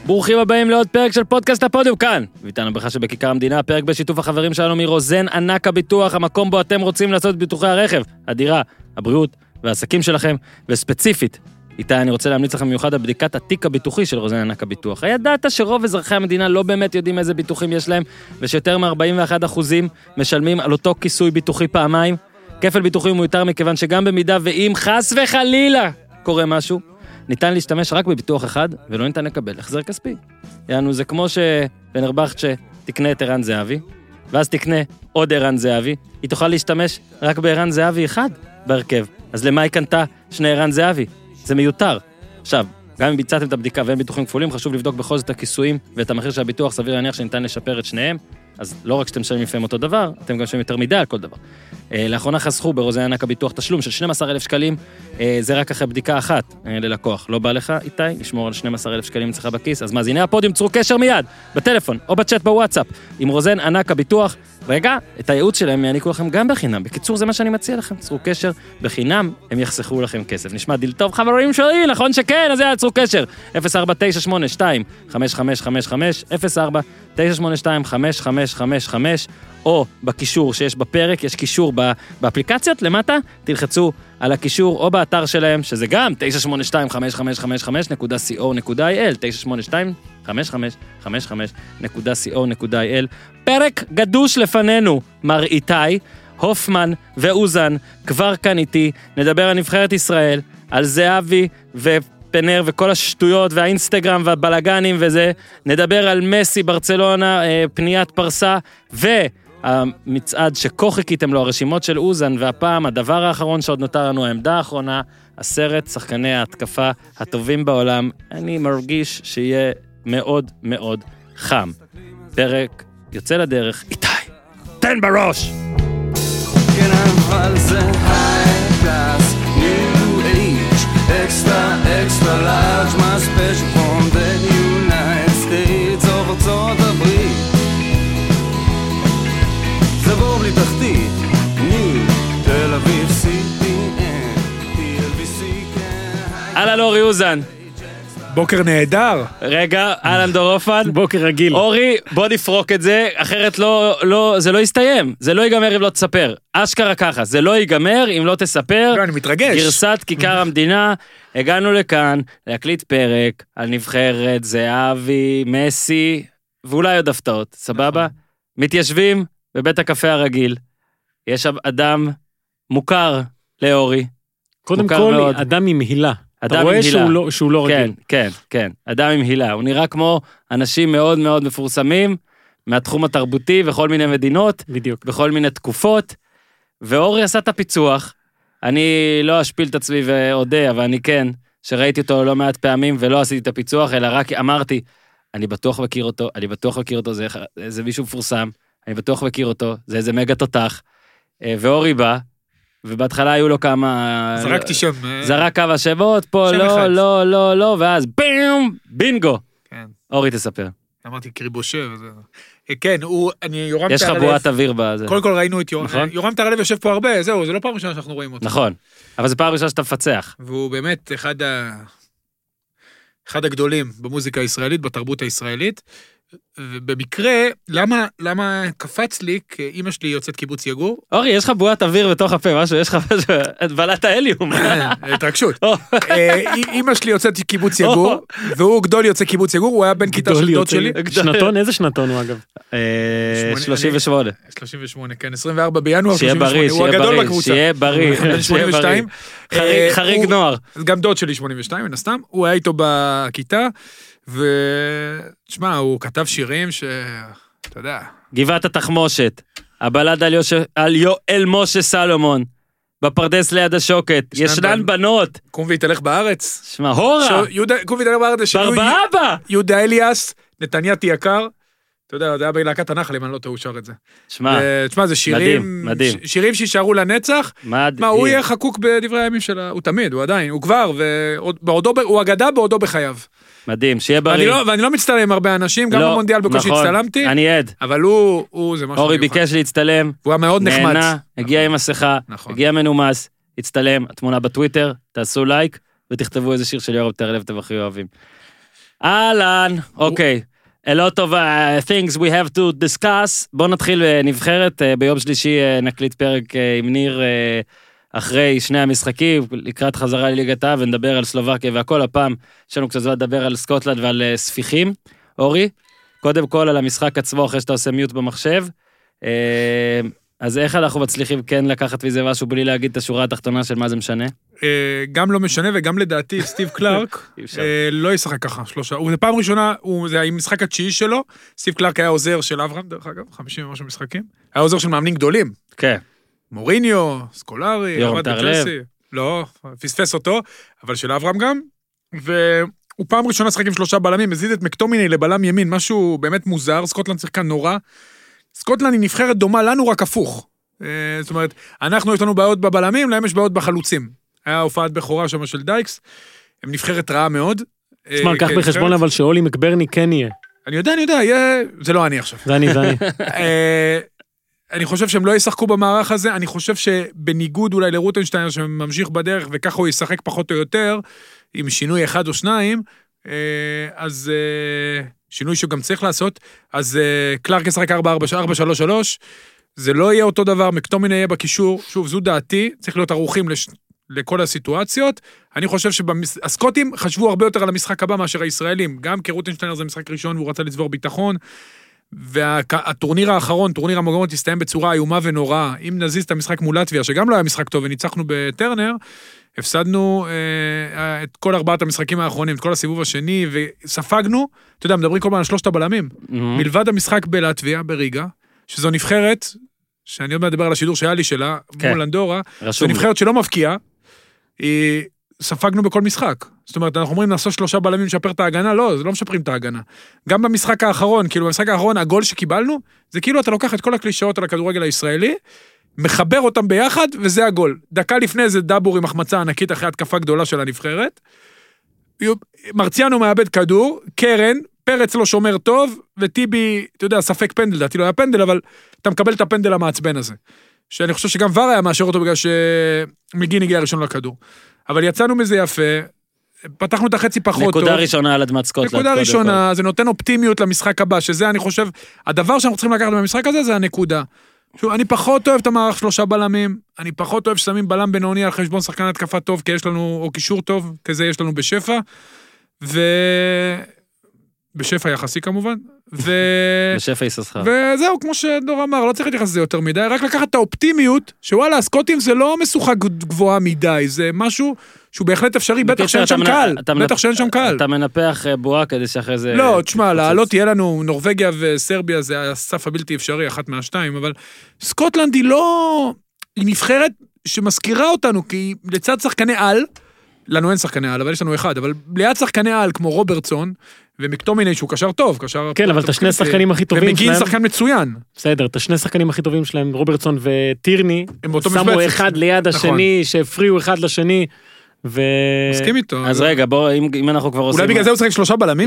ברוכים הבאים לעוד פרק של פודקאסט הפודיום כאן. ואיתנו בכלל שבכיכר המדינה, פרק בשיתוף החברים שלנו מרוזן ענק הביטוח, המקום בו אתם רוצים לעשות ביטוחי הרכב, הדירה, הבריאות והעסקים שלכם, וספציפית, איתי אני רוצה להמליץ לכם מיוחד על בדיקת התיק הביטוחי של רוזן ענק הביטוח. הידעת שרוב אזרחי המדינה לא באמת יודעים איזה ביטוחים יש להם, ושיותר מ-41% משלמים על אותו כיסוי ביטוחי פעמיים. כפל ביטוחי הוא מיותר מכיוון שגם במידה ואם חס וחלילה קורה משהו, ניתן להשתמש רק בביטוח אחד, ולא ניתן לקבל החזר כספי. יענו, זה כמו שבנרבכת שתקנה את ערן זהבי, ואז תקנה עוד ערן זהבי, היא תוכל להשתמש רק בערן זהבי אחד בהרכב. אז למה היא קנתה שני ערן זהבי? זה מיותר. עכשיו, גם אם ביצעתם את הבדיקה ואין ביטוחים כפולים, חשוב לבדוק בכל זאת הכיסויים ואת המחיר של הביטוח, סביר להניח שניתן לשפר את שניהם, אז לא רק שאתם משלמים לפעמים אותו דבר, אתם גם משלמים יותר מדי על כל דבר. לאחרונה חסכו ברוזן ענק הביטוח תשלום של 12,000 שקלים, זה רק אחרי בדיקה אחת ללקוח. לא בא לך, איתי, לשמור על 12,000 שקלים אצלך בכיס, אז מאזיני הפודיום צרו קשר מיד, בטלפון או בצ'אט בוואטסאפ, עם רוזן ענק הביטוח, רגע, את הייעוץ שלהם יעניקו לכם גם בחינם. בקיצור, זה מה שאני מציע לכם, צרו קשר בחינם, הם יחסכו לכם כסף. נשמע דיל טוב, חברים שלי, נכון שכן, אז יאללה, צרו קשר. 04-982-5555, 04-982-5555, או בקישור שיש בפרק, יש קישור באפליקציות, למטה, תלחצו על הקישור, או באתר שלהם, שזה גם 982-5555.co.il, 982-5555.co.il. פרק גדוש לפנינו, מר איתי, הופמן ואוזן, כבר כאן איתי, נדבר על נבחרת ישראל, על זהבי פנר וכל השטויות והאינסטגרם והבלגנים וזה, נדבר על מסי, ברצלונה, פניית פרסה, והמצעד שכה חיכיתם לו, הרשימות של אוזן, והפעם הדבר האחרון שעוד נותר לנו, העמדה האחרונה, הסרט שחקני ההתקפה הטובים בעולם, אני מרגיש שיהיה מאוד מאוד חם. פרק יוצא לדרך, איתי, תן בראש! כן, אבל זה high class, new age, extra, extra large, my special from the United States of ארצות הברית. זה בור בלי תחתית, ניו, תל אביב, CPN, TLBC, כן. אהלן אורי אוזן. בוקר נהדר. רגע, אהלן דורופן. בוקר רגיל. אורי, בוא נפרוק את זה, אחרת זה לא יסתיים. זה לא ייגמר אם לא תספר. אשכרה ככה, זה לא ייגמר אם לא תספר. לא, אני מתרגש. גרסת כיכר המדינה, הגענו לכאן להקליט פרק על נבחרת, זהבי, מסי, ואולי עוד הפתעות, סבבה? מתיישבים בבית הקפה הרגיל. יש שם אדם מוכר לאורי. קודם כל, אדם עם הילה. אתה רואה שהוא לא רגיל. כן, כן, אדם עם הילה. הוא נראה כמו אנשים מאוד מאוד מפורסמים, מהתחום התרבותי וכל מיני מדינות, בדיוק. בכל מיני תקופות, ואורי עשה את הפיצוח. אני לא אשפיל את עצמי ועודה, אבל אני כן, שראיתי אותו לא מעט פעמים, ולא עשיתי את הפיצוח, אלא רק אמרתי, אני בטוח מכיר אותו, זה מישהו מפורסם, אני בטוח מכיר אותו, זה איזה מגה תותח, ואורי בא, ובהתחלה היו לו כמה... זרקתי שם. זרק כמה שמות, פה לא, ואז בינגו. כן. אורי תספר. אמרתי קריבושה וזה... כן, יורם יש לך בועת אוויר בזה. קודם כל ראינו את יורם. נכון? יורם טהרלב יושב פה הרבה, זהו, זה לא פעם ראשונה שאנחנו רואים אותו. נכון, אבל זה פעם ראשונה שאתה מפצח. והוא באמת אחד הגדולים במוזיקה הישראלית, בתרבות הישראלית, ובמקרה, למה קפץ לי, כי אמא שלי יוצאת קיבוץ יגור? אורי, יש לך בועת אוויר בתוך הפה, משהו, יש לך את בלעת ההליום. התרגשות. אמא שלי יוצאת קיבוץ יגור, והוא גדול יוצא קיבוץ יגור, הוא היה בן כיתה של דוד שלי. שנתון, איזה שנתון הוא אגב? 38. 38, כן, 24 בינואר, שיהיה 38. בריא, הוא הגדול בקבוצה. שיהיה בריא. 82. חריג נוער. גם דוד שלי 82, מן הסתם. הוא היה איתו בכיתה, ותשמע, הוא כתב שירים אתה יודע. גבעת התחמושת, הבלד על יואל משה סלומון, בפרדס ליד השוקת, ישנן בנות. קום והתהלך בארץ. שמע, הורה. קום והתהלך בארץ. ברבאבא. יהודה אליאס, נתניתי יקר. אתה יודע, זה היה בלהקת הנחל, אם אני לא טועה, שר את זה. שמע, זה שירים, מדהים. שירים שישארו לנצח. מה, הוא יהיה חקוק בדברי הימים שלה, הוא תמיד, הוא עדיין, הוא כבר, הוא אגדה בעודו בחייו. מדהים, שיהיה בריא. ואני לא מצטלם עם הרבה אנשים, גם במונדיאל בקושי הצטלמתי. אני עד. אבל הוא זה משהו. אורי ביקש להצטלם. הוא היה מאוד נחמד. נהנה, הגיע עם מסכה, הגיע מנומס, הצטלם, התמונה בטוויטר, תעשו לייק, ותכתבו איזה שיר של יורם טהרלב, אתם הכי אוהבים. אהלן, אוקיי. A lot of things we have to discuss. בואו נתחיל בנבחרת, ביום שלישי נקליט פרק עם ניר אחרי שני המשחקים, לקראת חזרה לליגת העל, ונדבר על סלובקיה והכל. הפעם יש לנו קצת זמן לדבר על סקוטלנד ועל ספיחים. אורי, קודם כל על המשחק עצמו, אחרי שאתה עושה מיוט במחשב. אז איך אנחנו מצליחים כן לקחת מזה משהו בלי להגיד את השורה התחתונה של מה זה משנה? גם לא משנה, וגם לדעתי סטיב קלארק לא ישחק ככה, 3. זה פעם ראשונה, זה המשחק התשיעי שלו, סטיב קלארק היה עוזר של אברהם, דרך אגב, 50 ומשהו משחקים, היה עוזר של מאמנים גדולים. כן. מוריניו, סקולרי, יורם תרלב. לא, פספס אותו, אבל של אברהם גם, והוא פעם ראשונה שחק עם 3 בלמים, מזיד את מקטומיני לבלם ימין, משהו באמת מוזר, סקוטלנד שיחקה נורא, סקוטלנד היא נבחרת דומה לנו רק הפוך. זאת אומרת, יש לנו בעיות בבלמים, להם יש בעיות בחלוצים. היה הופעת בכורה שם של דייקס, הם נבחרת רעה מאוד. תשמע, לקח בחשבון אבל שאולי מקברני כן יהיה. אני יודע, זה לא אני עכשיו. זה אני. אני חושב שהם לא ישחקו במערך הזה, אני חושב שבניגוד אולי לרוטנשטיינר שממשיך בדרך, וככה הוא ישחק פחות או יותר, עם שינוי 1 או 2, אז שינוי שהוא גם צריך לעשות, אז קלארק ישחק 4-3-3, זה לא יהיה אותו דבר, מקטומיני יהיה בקישור, שוב, זו דעתי, צריך להיות ערוכים לכל הסיטואציות, אני חושב שהסקוטים חשבו הרבה יותר על המשחק הבא מאשר הישראלים, גם כי רוטנשטיינר זה משחק ראשון, והוא רצה לצבור ביטחון, והטורניר האחרון, טורניר המגמות, הסתיים בצורה איומה ונוראה, אם נזיז את המשחק מול לטביה, שגם לא היה משחק טוב, וניצחנו בטרנר, הפסדנו את כל 4 המשחקים האחרונים, את כל הסיבוב השני, וספגנו, אתה יודע, מדברים כל פעם על 3 הבלמים, מלבד המשחק בלטביה, בריגה, שזו נבחרת, שאני עוד מדבר על השידור שהיה לי שלה, מול אנדורה, זו נבחרת שלא מבקיעה, ספגנו בכל משחק. זאת אומרת, אנחנו אומרים לעשות 3 בלמים לשפר את ההגנה, לא, זה לא משפרים את ההגנה. גם במשחק האחרון, כאילו במשחק האחרון, הגול שקיבלנו, זה כאילו אתה לוקח את כל הקלישאות על הכדורגל הישראלי, מחבר אותם ביחד, וזה הגול. דקה לפני זה דאבור עם החמצה ענקית אחרי התקפה גדולה של הנבחרת. מרציאנו מאבד כדור, קרן, פרץ לא שומר טוב, וטיבי, אתה יודע, ספק פנדל, דעתי לא היה פנדל, אבל אתה מקבל את הפנדל המעצבן הזה. שאני חושב שגם ור היה מאשר אותו בגלל שמגין הגיע ראשון לכדור. אבל יצאנו מזה יפה, פתחנו את החצי פחות טוב. נקודה ראשונה על אדמת סקוטלנד. נקודה ראשונה, זה נותן אופטימיות למשחק הבא, שזה אני חושב, הדבר שאנחנו צריכים לקחת במשחק הזה, זה הנקודה. שוב, אני פחות אוהב את המערך 3 בלמים, אני פחות אוהב ששמים בלם בינוני על חשבון שחקן התקפה טוב, כי יש לנו, או קישור טוב, כזה יש לנו בשפע, בשפע יחסי כמובן, בשפע יששכר. וזהו, כמו שדור אמר, לא צריך להתייחס לזה יותר מדי, רק לקחת את האופטימיות, שוואלה, הסקוטים זה לא משוחק גבוהה מדי, זה משהו שהוא בהחלט אפשרי, בטח שאין שם קהל, אתה מנפח בועה כדי שאחרי זה... לא, תשמע, לעלות תהיה לנו נורווגיה וסרביה, זה הסף הבלתי אפשרי, 1 מה-2, אבל סקוטלנד היא לא... היא נבחרת שמזכירה אותנו, כי לצד שחקני על, לנו אין שחקני על, אבל יש לנו אחד, אבל ליד שחקני על כמו רוברטסון, ומקטומיני שהוא קשר טוב, קשר... כן, אבל את השני השחקנים הכי טובים שלהם... ומגין שחקן מצוין. בסדר, את השני השחקנים הכי טובים שלהם, רוברטסון וטירני, שמו אחד ליד השני, שהפריעו אחד לשני, מסכים איתו. אז רגע, בוא, אם אנחנו כבר עושים... אולי בגלל זה הוא שחק 3 בלמים,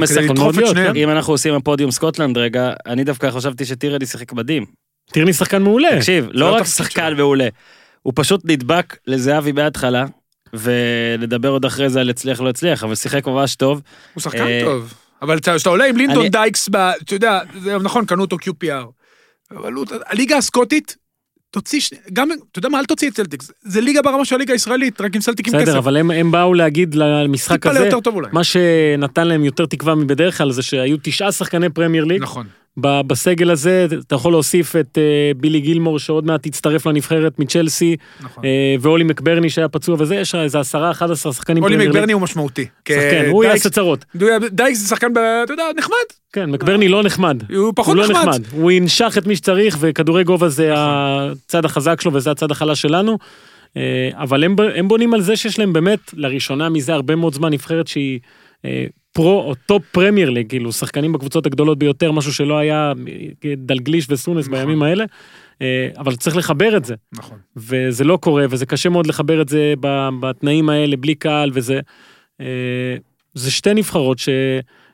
אם אנחנו עושים הפודיום סקוטלנד, רגע, אני דווקא חשבתי שטירני שיחק מדהים. טירני שחקן מעולה. תקשיב, לא רק שחקן מעולה, הוא פשוט נדבק לזהבי בהתחלה, ולדבר עוד אחרי זה על הצליח לא הצליח, אבל שיחק ממש טוב. הוא שחקן טוב. אבל כשאתה עולה עם לינדון דייקס, אתה יודע, זה נכון, קנו אותו QPR. אבל הליגה הסקוטית, תוציא, גם, אתה יודע מה, אל תוציא את סלטיקס. זה ליגה ברמה של הליגה הישראלית, רק עם סלטיק עם כסף. בסדר, אבל הם באו להגיד למשחק הזה, מה שנתן להם יותר תקווה מבדרך כלל, זה שהיו 9 שחקני פרמייר ליג. נכון. בסגל הזה אתה יכול להוסיף את בילי גילמור שעוד מעט תצטרף לנבחרת מצ'לסי, ואולי מקברני שהיה פצוע וזה, יש איזה 10-11 שחקנים. אולי מקברני הוא משמעותי. שחקן, הוא יעשה צרות. דייקס זה שחקן, אתה יודע, נחמד. כן, מקברני לא נחמד. הוא פחות נחמד. הוא ינשך את מי שצריך, וכדורי גובה זה הצד החזק שלו, וזה הצד החלש שלנו. אבל הם בונים על זה שיש להם באמת, לראשונה מזה הרבה מאוד זמן נבחרת שהיא פרו או טופ פרמייר ליג, כאילו שחקנים בקבוצות הגדולות ביותר, משהו שלא היה דלגליש וסונס בימים האלה, אבל צריך לחבר את זה. נכון. וזה לא קורה, וזה קשה מאוד לחבר את זה בתנאים האלה, בלי קהל, וזה, זה 2 נבחרות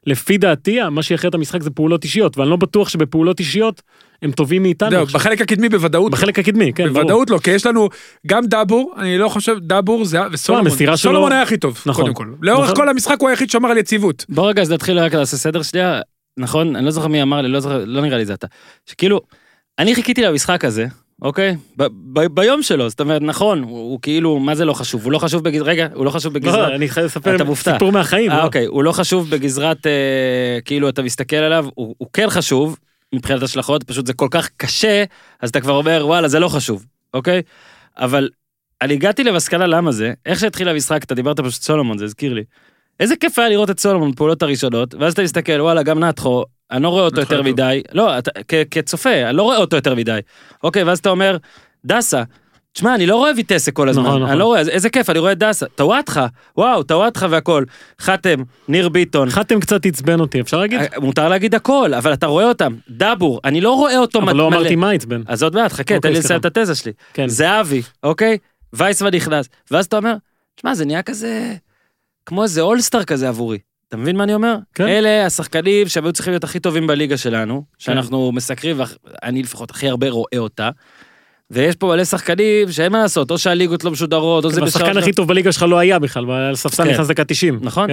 לפי דעתי, מה שיחר את המשחק זה פעולות אישיות, ואני לא בטוח שבפעולות אישיות הם טובים מאיתנו. בחלק הקדמי בוודאות. בחלק הקדמי, כן, ברור. בוודאות לא, כי יש לנו גם דאבור, אני לא חושב, דאבור זה, וסולומון. סולומון היה הכי טוב, קודם כל. לאורך כל המשחק הוא היחיד שמר על יציבות. בוא רגע, אז נתחיל רק לעשות סדר שנייה. נכון, אני לא זוכר מי אמר לי, לא נראה לי זה אתה. שכאילו, אני חיכיתי למשחק הזה, אוקיי? ביום שלו, זאת אומרת, נכון, הוא כאילו, מה זה לא חשוב? הוא לא חשוב בגזרת, רגע, הוא לא חשוב בגזרת... לא, אני חייב לספר סיפור מהחיים. אוקיי, הוא לא חשוב בגזרת, כאילו, אתה מסתכל עליו, הוא כן חשוב, מבחינת השלכות, פשוט זה כל כך קשה, אז אתה כבר אומר, וואלה, זה לא חשוב, אוקיי? אבל אני הגעתי למסקנה למה זה, איך שהתחיל המשחק, אתה דיברת פשוט סולומון, זה הזכיר לי. איזה כיף היה לראות את סולומון בפעולות הראשונות, ואז אתה מסתכל, וואלה, גם נתחו, אני לא רואה אותו יותר מדי, לא, כצופה, אני לא רואה אותו יותר מדי. אוקיי, ואז אתה אומר, דסה, תשמע, אני לא רואה ויטסה כל הזמן, אני לא רואה, איזה כיף, אני רואה דסה, טוואטחה, וואו, טוואטחה והכל, חתם, ניר ביטון. חתם קצת עצבן אותי, אפשר להגיד? מותר להגיד הכל, אבל אתה רואה אותם, דאבור, אני לא רואה אותו מלא. אבל לא אמרתי מה עצבן. אז עוד מעט, חכה, תן לי לסיים את התזה שלי. זהבי, אוקיי? וייסמן נכנס, ואז אתה אומר, תשמע, זה נהיה כזה, כמו איזה אולסטאר כזה עבורי. אתה מבין מה אני אומר? כן. אלה השחקנים שהיו צריכים להיות הכי טובים בליגה שלנו, שאנחנו מסקרים, ואני לפחות הכי הרבה רואה אותה, ויש פה מלא שחקנים שאין מה לעשות, או שהליגות לא משודרות, או זה בשעות... השחקן הכי טוב בליגה שלך לא היה בכלל, על ספסל נכנס דקה 90. נכון.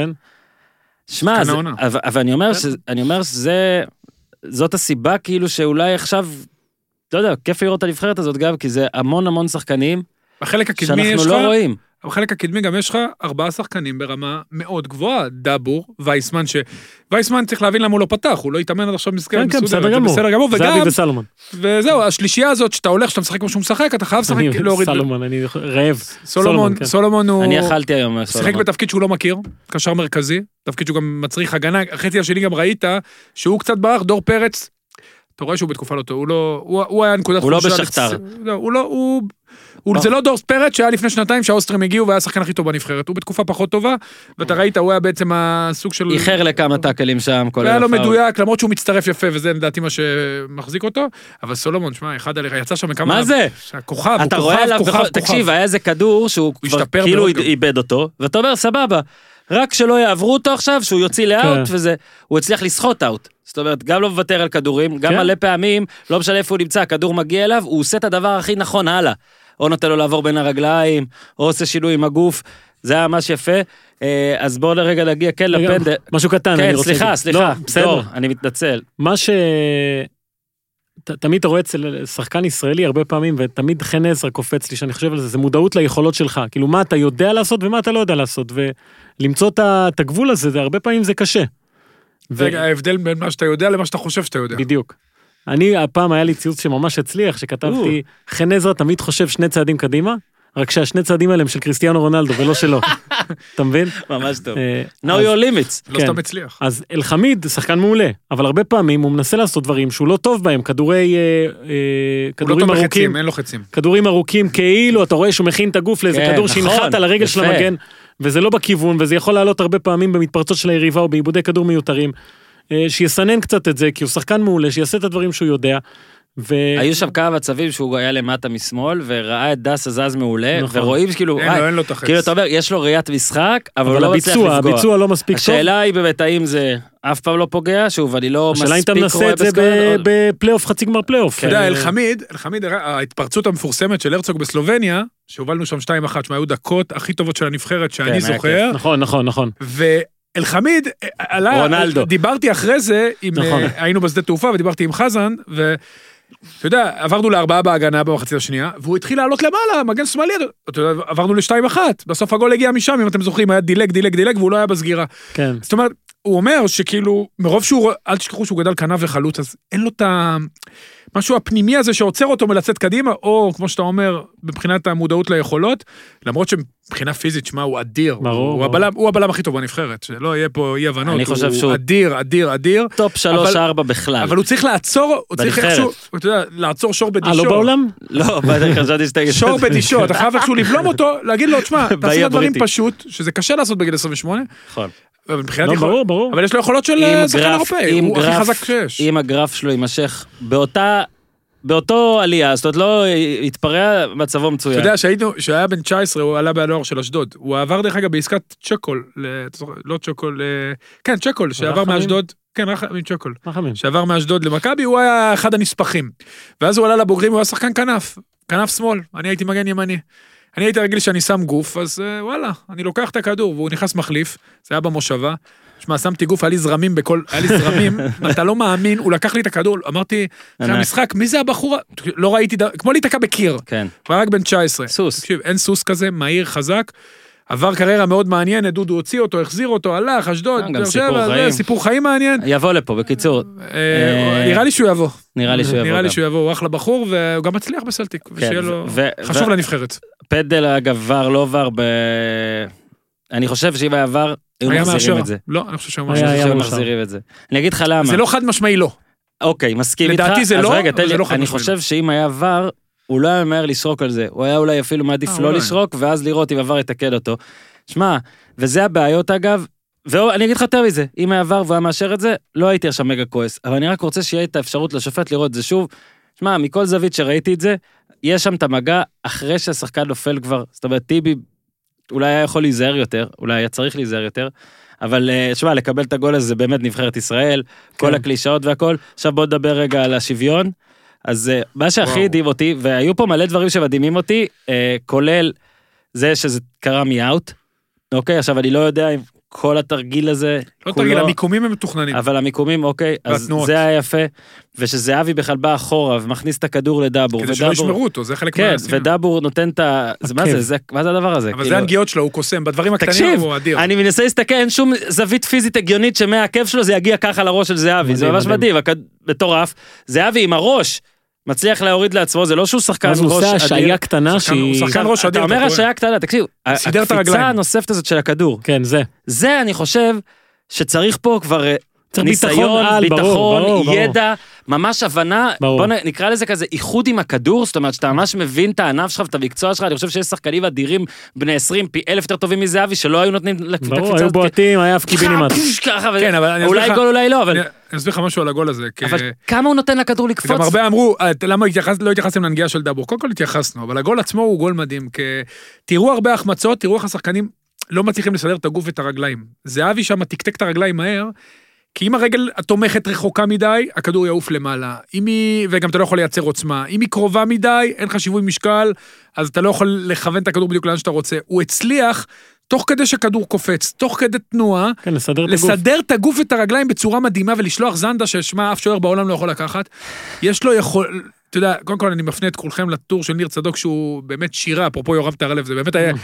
שמע, אבל אני אומר שזאת הסיבה כאילו שאולי עכשיו, לא יודע, כיף לראות את הנבחרת הזאת גם, כי זה המון המון שחקנים, שאנחנו לא רואים. בחלק הקדמי גם יש לך 4 שחקנים ברמה מאוד גבוהה, דאבור, וייסמן, וייסמן צריך להבין למה הוא לא פתח, הוא לא יתאמן עד עכשיו מסגרת מסודרת, זה בסדר גמור, זהבי וסלומון. וזהו, השלישייה הזאת, שאתה הולך, שאתה משחק כמו שהוא משחק, אתה חייב לשחק להוריד. סלומון, אני רעב. סולומון הוא... אני אכלתי היום. שחק בתפקיד שהוא לא מכיר, קשר מרכזי, תפקיד שהוא גם מצריך הגנה, החצי השני גם ראית, שהוא קצת ברח, דור פרץ, אתה רואה שהוא בתקופה לא טוב, הוא היה נקודת הוא לא בשכתר. זה לא דורס פרץ שהיה לפני שנתיים שהאוסטרים הגיעו והיה השחקן הכי טוב בנבחרת, הוא בתקופה פחות טובה, ואתה ראית, הוא היה בעצם הסוג של... איחר לכמה טאקלים שם, היה לא מדויק, למרות שהוא מצטרף יפה, וזה לדעתי מה שמחזיק אותו, אבל סולומון, שמע, אחד עליך, יצא שם כמה... מה זה? כוכב, אתה רואה עליו, תקשיב, היה איזה כדור שהוא כבר כאילו איבד אותו, ואתה אומר, סבבה, רק שלא יעברו אותו עכשיו, שהוא יוציא לאוט, וזה, הוא הצליח לסחוט אאוט. זאת אומרת, גם לא מוותר על כדורים, גם מלא פעמים, לא משנה איפה הוא נמצא, הכדור מגיע אליו, הוא עושה את הדבר הכי נכון הלאה. או נותן לו לעבור בין הרגליים, או עושה שינוי עם הגוף, זה היה ממש יפה. אז בואו לרגע להגיע, כן, לפנדל. משהו קטן, אני רוצה... סליחה, בסדר, אני מתנצל. מה תמיד אתה רואה אצל שחקן ישראלי הרבה פעמים, ותמיד חן עזרא קופץ לי שאני חושב על זה, זה מודעות ליכולות שלך, כאילו מה אתה יודע לעשות ומה אתה לא יודע לעשות, ולמצוא את הגבול הזה, הרבה פעמים זה קשה. רגע, ההבדל בין מה שאתה יודע למה שאתה חושב שאתה יודע. בדיוק. הפעם היה לי ציוץ שממש הצליח, שכתבתי, חן עזרא תמיד חושב 2 צעדים קדימה, רק שהשני צעדים האלה הם של קריסטיאנו רונלדו ולא שלו. אתה מבין? ממש טוב. know your limits. לא סתם הצליח. אז אלחמיד שחקן מעולה, אבל הרבה פעמים הוא מנסה לעשות דברים שהוא לא טוב בהם, כדורים ארוכים. אין לו חצים. כדורים ארוכים כאילו, אתה רואה שהוא מכין את הגוף לאיזה כדור שינחת על הרגל של המגן, וזה לא בכיוון, וזה יכול לעלות הרבה פעמים במתפרצות של היריבה או בעיבודי כדור מיותרים. שיסנן קצת את זה, כי הוא שחקן מעולה, שיעשה את הדברים שהוא יודע. היו שם כמה מצבים שהוא היה למטה משמאל, וראה את דסה זז מעולה, ורואים כאילו, אין לו את החץ. כאילו אתה אומר, יש לו ראיית משחק, אבל הוא לא מצליח לפגוע. הביצוע לא מספיק טוב. השאלה היא באמת, האם זה אף פעם לא פוגע, שוב, אני לא מספיק רואה בסקרן. השאלה אם אתה מנסה את זה בפלייאוף, חצי גמר פלייאוף. אתה יודע, אלחמיד, ההתפרצות המפורסמת של הרצוג בסלובניה, שהובלנו שם 2-1, שהיו דקות הכי טובות של הנבחרת שאני זוכר. נכון. אלחמיד, דיברתי אחרי זה, היינו בשדה תעופה ודיברתי עם חזן, ואתה יודע, עברנו ל4 בהגנה במחצית השנייה, והוא התחיל לעלות למעלה, מגן שמאלי, עברנו ל2-1, בסוף הגול הגיע משם, אם אתם זוכרים, היה דילג, והוא לא היה בסגירה. זאת אומרת, הוא אומר שכאילו, מרוב שהוא, אל תשכחו שהוא גדל כנף וחלוץ, אז אין לו את משהו הפנימי הזה שעוצר אותו מלצאת קדימה, או כמו שאתה אומר, מבחינת המודעות ליכולות, למרות שמבחינה פיזית, שמה, הוא אדיר. הוא הבלם הכי טוב בנבחרת, שלא יהיה פה אי הבנות. אני חושב שהוא אדיר. טופ 3-4 בכלל. אבל הוא צריך לעצור, הוא צריך איכשהו, אתה יודע, לעצור שור בדישו. לא בעולם? לא, חשבתי שתגיד. שור בדישו, אתה חייב איכשהו לבלום אותו, להגיד לו, תשמע, תעשי דברים פשוט, שזה קשה לעשות בגיל 28. נכון. ברור. אבל יש לו יכולות של שחקן אירופאי, הוא הכי חזק שיש. אם הגרף שלו יימשך באותה באותו עלייה, זאת אומרת, לא התפרע מצבו מצוין. אתה יודע, שהיה בן 19, הוא עלה בנוער של אשדוד. הוא עבר דרך אגב בעסקת צ'קול, לא צ'קול, כן, צ'קול, שעבר מאשדוד, כן, רחמים צ'קול. שעבר מאשדוד למכבי, הוא היה אחד הנספחים. ואז הוא עלה לבוגרים, הוא היה שחקן כנף, כנף שמאל, אני הייתי מגן ימני. אני הייתי רגיל שאני שם גוף, אז וואלה, אני לוקח את הכדור, והוא נכנס מחליף, זה היה במושבה, שמה, שמתי גוף, היה לי זרמים, אתה לא מאמין, הוא לקח לי את הכדור, אמרתי, אחרי המשחק, מי זה הבחור? לא ראיתי, כמו להתקע בקיר, הוא היה רק בן 19. סוס. תקשיב, אין סוס כזה, מהיר, חזק, עבר קריירה מאוד מעניינת, דודו הוציא אותו, החזיר אותו, הלך, אשדוד, סיפור חיים מעניין. יבוא לפה, בקיצור. נראה לי שהוא יבוא. נראה לי שהוא יבוא. הוא אחלה בחור, והוא גם מצליח בסלטיק, ושיהיה לו חשוב לנבחרת. פדל אגב ור, לא ור, אני חושב שאם היה ור, היו מחזירים את זה. לא, אני חושב שהיו מחזירים את זה. אני אגיד לך למה. זה לא חד משמעי לא. אוקיי, מסכים איתך. לדעתי זה לא, אבל זה לא חד משמעי. אני חושב שאם היה ור, הוא לא היה מהר לשרוק על זה. הוא היה אולי אפילו מעדיף לא לשרוק, ואז לראות אם עבר יתקד אותו. שמע, וזה הבעיות אגב, ואני אגיד לך יותר מזה, אם היה עבר והוא היה מאשר את זה, לא הייתי עכשיו מגה כועס, אבל אני רק רוצה שיהיה את האפשרות לשופט לראות את זה שוב. שמע, מכל זווית שראיתי את זה, יש שם את המגע אחרי שהשחקן נופל כבר, זאת אומרת, טיבי אולי היה יכול להיזהר יותר, אולי היה צריך להיזהר יותר, אבל שמע, לקבל את הגול הזה זה באמת נבחרת ישראל, כל הקלישאות והכל. עכשיו בוא נדבר רגע על השוויון. אז מה שהכי הדהים אותי, והיו פה מלא דברים שמדהימים אותי, כולל זה שזה קרה מי-אאוט, אוקיי, עכשיו אני לא יודע אם כל התרגיל הזה, לא תרגיל, המיקומים הם מתוכננים. אבל המיקומים, אוקיי, אז זה היה יפה, ושזהבי בכלל בא אחורה, ומכניס את הכדור לדאבור, כדי שלא ישמרו אותו, זה חלק מהעשייה. כן, ודאבור נותן את ה... מה זה הדבר הזה? אבל זה הנגיעות שלו, הוא קוסם, בדברים הקטנים הוא אדיר. אני מנסה להסתכל, אין שום זווית פיזית הגיונית שמהעקב שלו זה יגיע ככה לראש של זהבי, זה ממש מדהים, מטורף. זהבי עם הראש מצליח להוריד לעצמו, זה לא שהוא שחקן ראש אדיר. אז הוא עושה השעיה קטנה שהיא... הוא שחקן ראש אדיר. אתה אומר השעיה קטנה, תקשיב, הקפיצה הנוספת הזאת של הכדור. כן, זה אני חושב שצריך פה כבר ניסיון, ביטחון, ידע, ממש הבנה, בוא נקרא לזה כזה איחוד עם הכדור, זאת אומרת שאתה ממש מבין את הענף שלך ואת המקצוע שלך, אני חושב שיש שחקנים אדירים בני 20 פי 1000 יותר טובים מזהבי, שלא היו נותנים לקפיצה. ברור, היו בועטים, היה קיבינימט. אולי גול, אולי לא, אבל... אני אסביר לך משהו על הגול הזה. אבל כמה הוא נותן לכדור לקפוץ? גם הרבה אמרו, למה לא התייחסתם לנגיעה של דאבור? קודם כל התייחסנו, אבל הגול עצמו הוא גול מדהים. תראו הרבה החמצות, תראו איך השחקנים לא מצליחים לסדר את הגוף ואת הרגליים. זהבי שם תקתק את הרגליים מהר, כי אם הרגל התומכת רחוקה מדי, הכדור יעוף למעלה. וגם אתה לא יכול לייצר עוצמה. אם היא קרובה מדי, אין לך שיווי משקל, אז אתה לא יכול לכוון את הכדור בדיוק לאן שאתה רוצה. הוא הצליח, תוך כדי שכדור קופץ, תוך כדי תנועה, כן, לסדר את הגוף ואת הרגליים בצורה מדהימה, ולשלוח זנדה ששמה אף שוער בעולם לא יכול לקחת. יש לו יכול... אתה יודע, קודם כל אני מפנה את כולכם לטור של ניר צדוק, שהוא באמת שירה, אפרופו יורם תרלב, זה באמת היה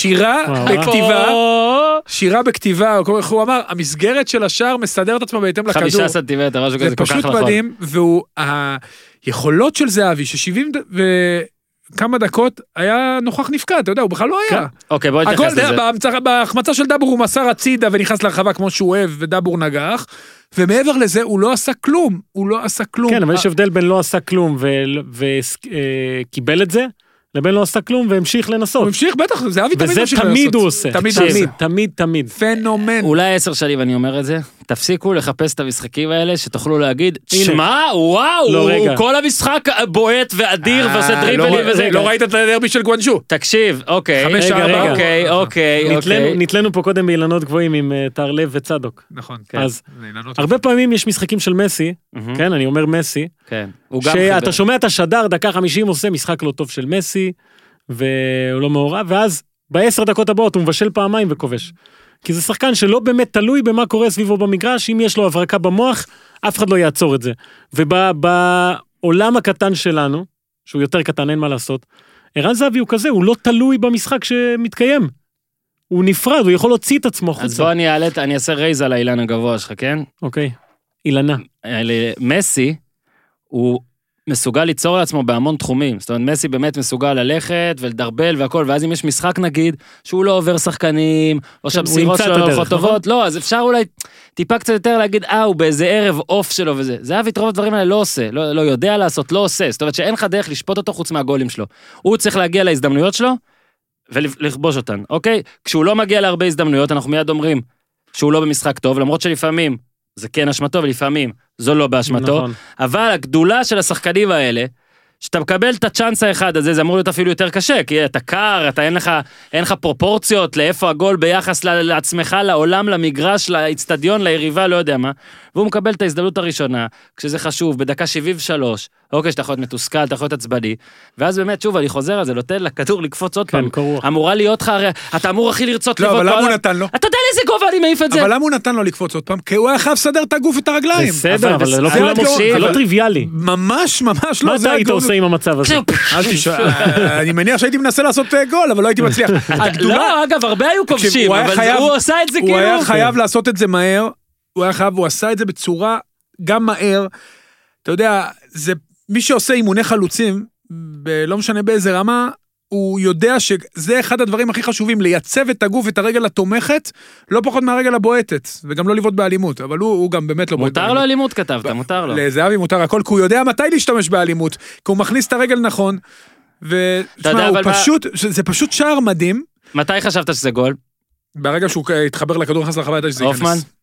שירה בכתיבה, הוא אמר, המסגרת של השער מסדר את עצמה בהתאם לכדור. 5 סנטימטר, משהו כזה כל כך נכון. זה פשוט מדהים, והיכולות של זהבי, ש70 וכמה דקות היה נוכח נפקד, אתה יודע, הוא בכלל לא היה. אוקיי, בוא נתייחס לזה. בהחמצה של דאבור הוא מסר הצידה ונכנס לרחבה כמו שהוא אוהב, ודאבור נגח, ומעבר לזה הוא לא עשה כלום, כן, אבל יש הבדל בין לא עשה כלום וקיבל את זה, לבין לא עשה כלום והמשיך לנסות. הוא המשיך, בטח, זהבי תמיד ממשיך לנסות. וזה תמיד הוא עושה. תמיד. פנומן. אולי 10 שנים אני אומר את זה, תפסיקו לחפש את המשחקים האלה, שתוכלו להגיד, שמע, וואו, כל המשחק בועט ואדיר, ועושה דריבלים וזה. לא ראית את הדרבי של גואנג'ו. תקשיב, אוקיי. רגע. נתלנו פה קודם באילנות גבוהים עם תרלב וצדוק. נכון. אז הרבה פעמים יש משחקים של מסי, כן, אני אומר מסי, שאתה שומע את השדר, דקה 50 עושה משחק לא טוב של מסי, והוא לא מעורב, ואז ב10 דקות הבאות הוא מבשל פעמיים וכובש. כי זה שחקן שלא באמת תלוי במה קורה סביבו במגרש, אם יש לו הברקה במוח, אף אחד לא יעצור את זה. ובעולם הקטן שלנו, שהוא יותר קטן, אין מה לעשות, ערן זהבי הוא כזה, הוא לא תלוי במשחק שמתקיים. הוא נפרד, הוא יכול להוציא את עצמו חוצה. אז בוא אני אעשה רייז על האילן הגבוה שלך, כן? אוקיי. אילנה. מסי, הוא מסוגל ליצור לעצמו בהמון תחומים, זאת אומרת, מסי באמת מסוגל ללכת ולדרבל והכל, ואז אם יש משחק נגיד, שהוא לא עובר שחקנים, או שהמסירות שלו לא הולכות טובות, לא, אז אפשר אולי טיפה קצת יותר להגיד, הוא באיזה ערב אוף שלו וזה, זה אבי רוב הדברים האלה לא עושה, לא יודע לעשות, לא עושה, זאת אומרת שאין לך דרך לשפוט אותו חוץ מהגולים שלו, הוא צריך להגיע להזדמנויות שלו, ולכבוש אותן, אוקיי? כשהוא לא מגיע להרבה הזדמנויות, אנחנו מיד אומרים שהוא לא במשחק טוב, למרות שלפעמים זה כן אשמתו, ולפעמים זו לא באשמתו, אבל הגדולה של השחקנים האלה, שאתה מקבל את הצ'אנס האחד הזה, זה אמור להיות אפילו יותר קשה, כי אתה קר, אין לך פרופורציות לאיפה הגול ביחס לעצמך, לעולם, למגרש, לאצטדיון, ליריבה, לא יודע מה, והוא מקבל את ההזדמנות הראשונה, כשזה חשוב, בדקה 73, אוקיי, שאתה יכול להיות מתוסכל, אתה יכול להיות עצבני, ואז באמת, שוב, אני חוזר על זה, נותן לכדור לקפוץ עוד פעם, אמורה להיות לך, אתה אמור הכי לרצות לא, אבל למה הוא נתן לו? אתה יודע לאיזה גובה אני מעיף את זה? אבל למה הוא נתן לו לקפוץ עוד פעם? כי הוא היה חייב לסדר את הגוף ואת הרגליים. בסדר, אבל זה לא טריוויאלי. ממש לא. מה אתה היית עושה עם המצב הזה? אני מניח שהייתי מנסה לעשות גול, אבל לא הייתי מצליח. לא, אגב, הרבה היו כובשים, אבל הוא עושה את זה כאילו. הוא היה חייב לעשות את זה מהר, הוא עשה את זה בצורה גם מהר. אתה יודע, מי שעושה אימוני חלוצים, לא משנה באיזה רמה, הוא יודע שזה אחד הדברים הכי חשובים, לייצב את הגוף ואת הרגל התומכת, לא פחות מהרגל הבועטת, וגם לא לבעוט באלימות, אבל הוא גם באמת לא בועט באלימות. מותר לו אלימות כתבת, מותר לו. לזהבי מותר הכל, כי הוא יודע מתי להשתמש באלימות, כי הוא מכניס את הרגל נכון, ותשמע, זה פשוט שער מדהים. מתי חשבת שזה גול? ברגע שהוא התחבר לכדור, נכנס לחווה, ידע שזה הופמן? ייכנס.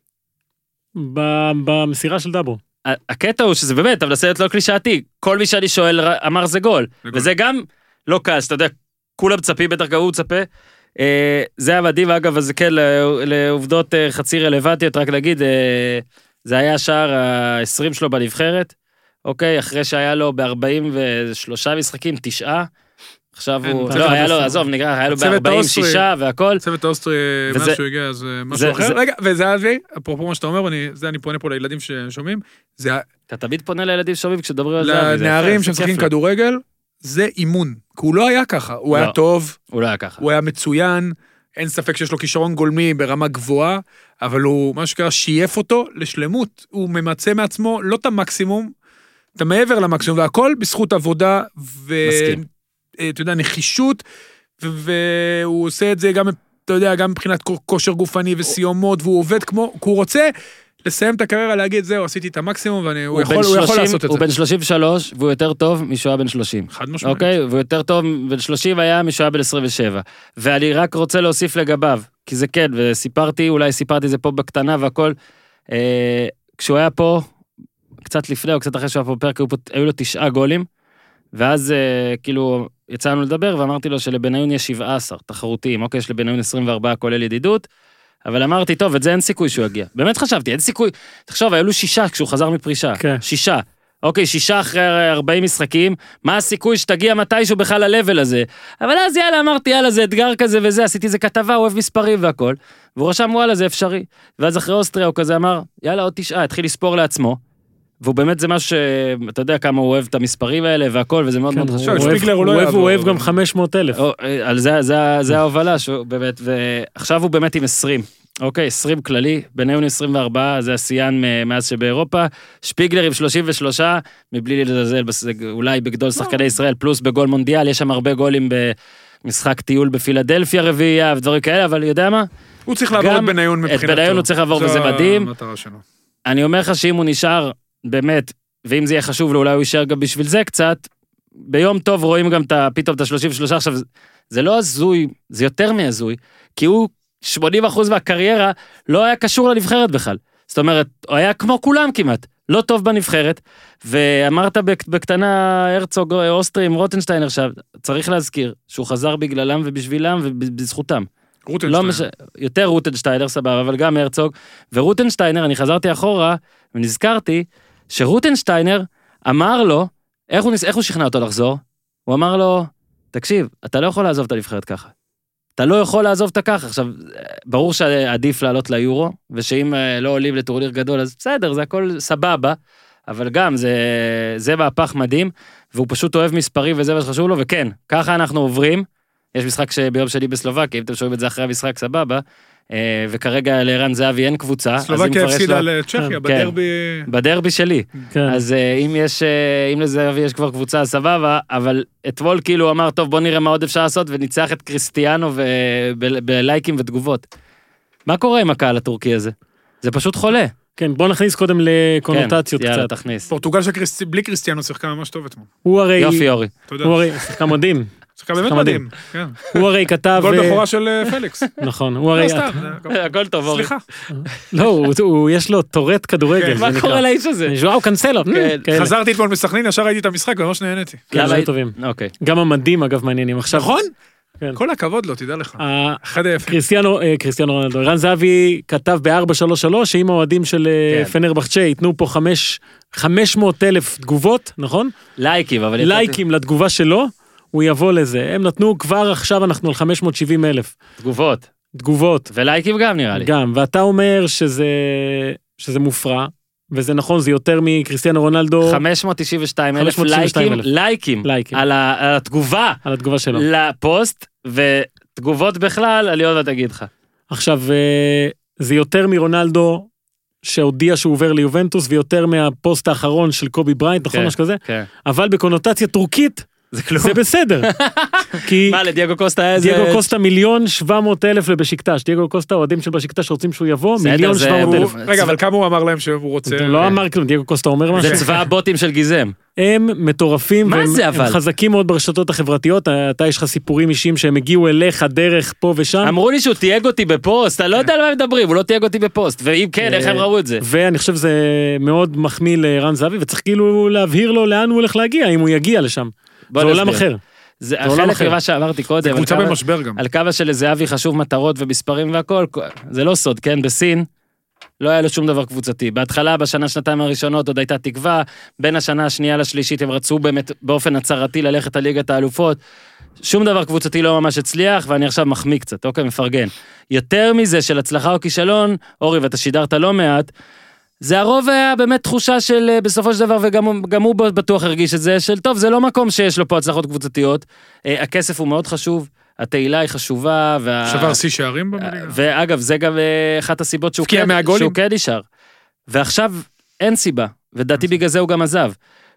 במסירה של דאבו. הקטע הוא שזה באמת, אבל זה לא קלישאתי, כל מי שאני שואל אמר זה גול, וזה גם לא קש, אתה יודע, כולם צפים, בטח גם הוא צפה, זה המדהים, אגב, אז כן, לעובדות חצי רלוונטיות, רק להגיד, זה היה השער ה-20 שלו בנבחרת, אוקיי, אחרי שהיה לו ב-43 משחקים, 9, עכשיו הוא, לא, היה לו, עזוב, נגרר, היה לו ב-46 והכל. צוות האוסטרי, מאז שהוא הגיע, אז משהו אחר. רגע, וזה אבי, אפרופו מה שאתה אומר, אני פונה פה לילדים ששומעים, אתה תמיד פונה לילדים ששומעים כשדברים על זה. לנערים שמשחקים כדורגל, זה אימון, כי הוא לא היה ככה, הוא היה טוב, הוא לא היה ככה. הוא היה מצוין, אין ספק שיש לו כישרון גולמי ברמה גבוהה, אבל הוא, מה שקרה, שייף אותו לשלמות, הוא ממצא מעצמו, לא את המקסימום, את המעבר למקסימום, והכל בזכות עבודה, אתה יודע, נחישות, והוא עושה את זה גם, אתה יודע, גם מבחינת כושר גופני וסיומות, והוא עובד כמו, כי הוא רוצה לסיים את הקריירה, להגיד, זהו, עשיתי את המקסימום, והוא יכול לעשות את זה. הוא בן 33, והוא יותר טוב משהו היה בן 30. חד משמעית. אוקיי? והוא יותר טוב, בן 30 היה משהו היה בן 27. ואני רק רוצה להוסיף לגביו, כי זה כן, וסיפרתי, אולי סיפרתי זה פה בקטנה והכל, כשהוא היה פה, קצת לפני או קצת אחרי שהוא היה פה בפרק, היו לו 9 גולים, ואז כאילו יצאנו לדבר, ואמרתי לו שלבניון יש 17 תחרותיים, אוקיי, יש לבניון 24 כולל ידידות, אבל אמרתי, טוב, את זה אין סיכוי שהוא יגיע. באמת חשבתי, אין סיכוי. תחשוב, היו לו 6 כשהוא חזר מפרישה. 6. אוקיי, 6 אחרי 40 משחקים, מה הסיכוי שתגיע מתישהו בכלל ל-level הזה? אבל אז יאללה, אמרתי, יאללה, זה אתגר כזה וזה, עשיתי איזה כתבה, אוהב מספרים והכל, והוא רשם, וואלה, זה אפשרי. ואז אחרי אוסטריה הוא כזה אמר, יאללה, עוד 9, התחיל לספור לעצמו, והוא באמת זה משהו שאתה יודע כמה הוא אוהב את המספרים האלה והכל, וזה מאוד מאוד חשוב. הוא אוהב גם 500,000. על זה ההובלה, באמת, ועכשיו הוא באמת עם 20. אוקיי, 20 כללי, ביניון 24, זה הסיין מאז שבאירופה, שפיגלר עם 33, מבלי לזלזל, אולי בגדול שחקני ישראל, פלוס בגול מונדיאל, יש שם הרבה גולים במשחק טיול בפילדלפיה רביעייה, ודברים כאלה, אבל יודע מה? הוא צריך לעבור את ביניון מבחינתו. את ביניון הוא צריך לעבור, וזה מדהים. אני אומר לך שאם הוא נשאר, באמת, ואם זה יהיה חשוב לו, אולי הוא יישאר גם בשביל זה קצת, ביום טוב רואים גם פתאום את ה-33, עכשיו, זה לא הזוי, זה יותר מהזוי, כי הוא 80% מהקריירה לא היה קשור לנבחרת בכלל. זאת אומרת, הוא היה כמו כולם כמעט, לא טוב בנבחרת, ואמרת בקטנה הרצוג אוסטרי עם רוטנשטיינר עכשיו, צריך להזכיר שהוא חזר בגללם ובשבילם ובזכותם. רוטנשטיינר. יותר רוטנשטיינר, סבבה, אבל גם הרצוג. ורוטנשטיינר, אני חזרתי אחורה, ונזכרתי שרוטנשטיינר אמר לו, איך הוא שכנע אותו לחזור? הוא אמר לו, תקשיב, אתה לא יכול לעזוב את הנבחרת ככה. אתה לא יכול לעזוב את ככה. עכשיו, ברור שעדיף לעלות ליורו, ושאם לא עולים לטורניר גדול, אז בסדר, זה הכל סבבה, אבל גם זה מהפך מדהים, והוא פשוט אוהב מספרים וזה מה שחשוב לו, וכן, ככה אנחנו עוברים, יש משחק שביום שני בסלובקיה, אם אתם שומעים את זה אחרי המשחק, סבבה, וכרגע לערן זהבי אין קבוצה. סלובקיה הפסידה לצ'כיה, בדרבי שלי. אז אם לזהבי יש כבר קבוצה, סבבה, אבל אתמול כאילו אמר, טוב, בוא נראה מה עוד אפשר לעשות, וניצח את קריסטיאנו בלייקים ותגובות. מה קורה עם הקהל הטורקי הזה? זה פשוט חולה. כן, בוא נכניס קודם לקונוטציות קצת. יאללה, תכניס. פורטוגל בלי קריסטיאנו שיחקה ממש טוב אתמול. הוא הרי... יופי, אורי. הוא הרי שיחקה מדהים. שחקן באמת מדהים. הוא הרי כתב... גול בכורה של פליקס. נכון, הוא הרי... הכל טוב, אורי. סליחה. לא, יש לו טורט כדורגל. מה קורה לאיש הזה? ז'ואאו קנסלו. חזרתי אתמול בסכנין, ישר ראיתי את המשחק, וממש נהניתי. כן, זה טובים. אוקיי. גם המדים, אגב, מעניינים. עכשיו... נכון? כן. כל הכבוד לו, תדע לך. 1-0. קריסטיאנו רונלדו. ערן זהבי כתב ב-433, שאם האוהדים של פנרבחצ'ה ייתנו פה 500,000 תגובות, נכון? לייקים, אבל... לייקים לתגובה שלו, הוא יבוא לזה. הם נתנו כבר עכשיו, אנחנו על 570,000. תגובות. ולייקים גם נראה לי. גם, ואתה אומר שזה מופרע, וזה נכון, זה יותר מקריסטיאנו רונלדו. 592,000 לייקים על התגובה. על התגובה שלו. לפוסט, ותגובות בכלל, אני עוד אגיד לך. עכשיו, זה יותר מרונלדו, שהודיע שהוא עובר ליובנטוס, ויותר מהפוסט האחרון של קובי בריינט, נכון, משהו כזה? כן. אבל בקונוטציה טורקית, זה בסדר. מה, לדייגו קוסטה היה איזה... דייגו קוסטה 1,700,000 לבשיקטש. דייגו קוסטה, אוהדים של בשיקטש רוצים שהוא יבוא, 1,700,000. רגע, אבל כמה הוא אמר להם שהוא רוצה... לא אמר כלום, דייגו קוסטה אומר משהו. זה צבא הבוטים של גיזם. הם מטורפים, והם חזקים מאוד ברשתות החברתיות, אתה יש לך סיפורים אישיים שהם הגיעו אליך דרך פה ושם. אמרו לי שהוא תייג אותי בפוסט, אני לא יודע על מה הם מדברים, הוא לא תייג אותי בפוסט, ואם כן, איך הם ראו את זה? ואני חושב שזה מאוד מחמיא לערן זהבי, וצריך כאילו להבהיר לו לאן הוא הולך להגיע, אם הוא יגיע לשם. זה עולם אחר. זה חלק ממה שאמרתי קודם. זה קבוצה במשבר גם. על כמה שלזהבי חשוב מטרות ומספרים והכל, זה לא סוד, כן? בסין לא היה לו שום דבר קבוצתי. בהתחלה, בשנה-שנתיים הראשונות עוד הייתה תקווה, בין השנה השנייה לשלישית הם רצו באמת באופן הצהרתי ללכת על ליגת האלופות, שום דבר קבוצתי לא ממש הצליח, ואני עכשיו מחמיא קצת, אוקיי, מפרגן. יותר מזה של הצלחה או כישלון, אורי, ואתה שידרת לא מעט, זה הרוב היה באמת תחושה של בסופו של דבר, וגם הוא בטוח הרגיש את זה, של טוב, זה לא מקום שיש לו פה הצלחות קבוצתיות, הכסף הוא מאוד חשוב, התהילה היא חשובה, שבר שיא שערים במליגה. ואגב, זה גם אחת הסיבות שהוא כן נשאר. ועכשיו אין סיבה, ודעתי בגלל זה הוא גם עזב.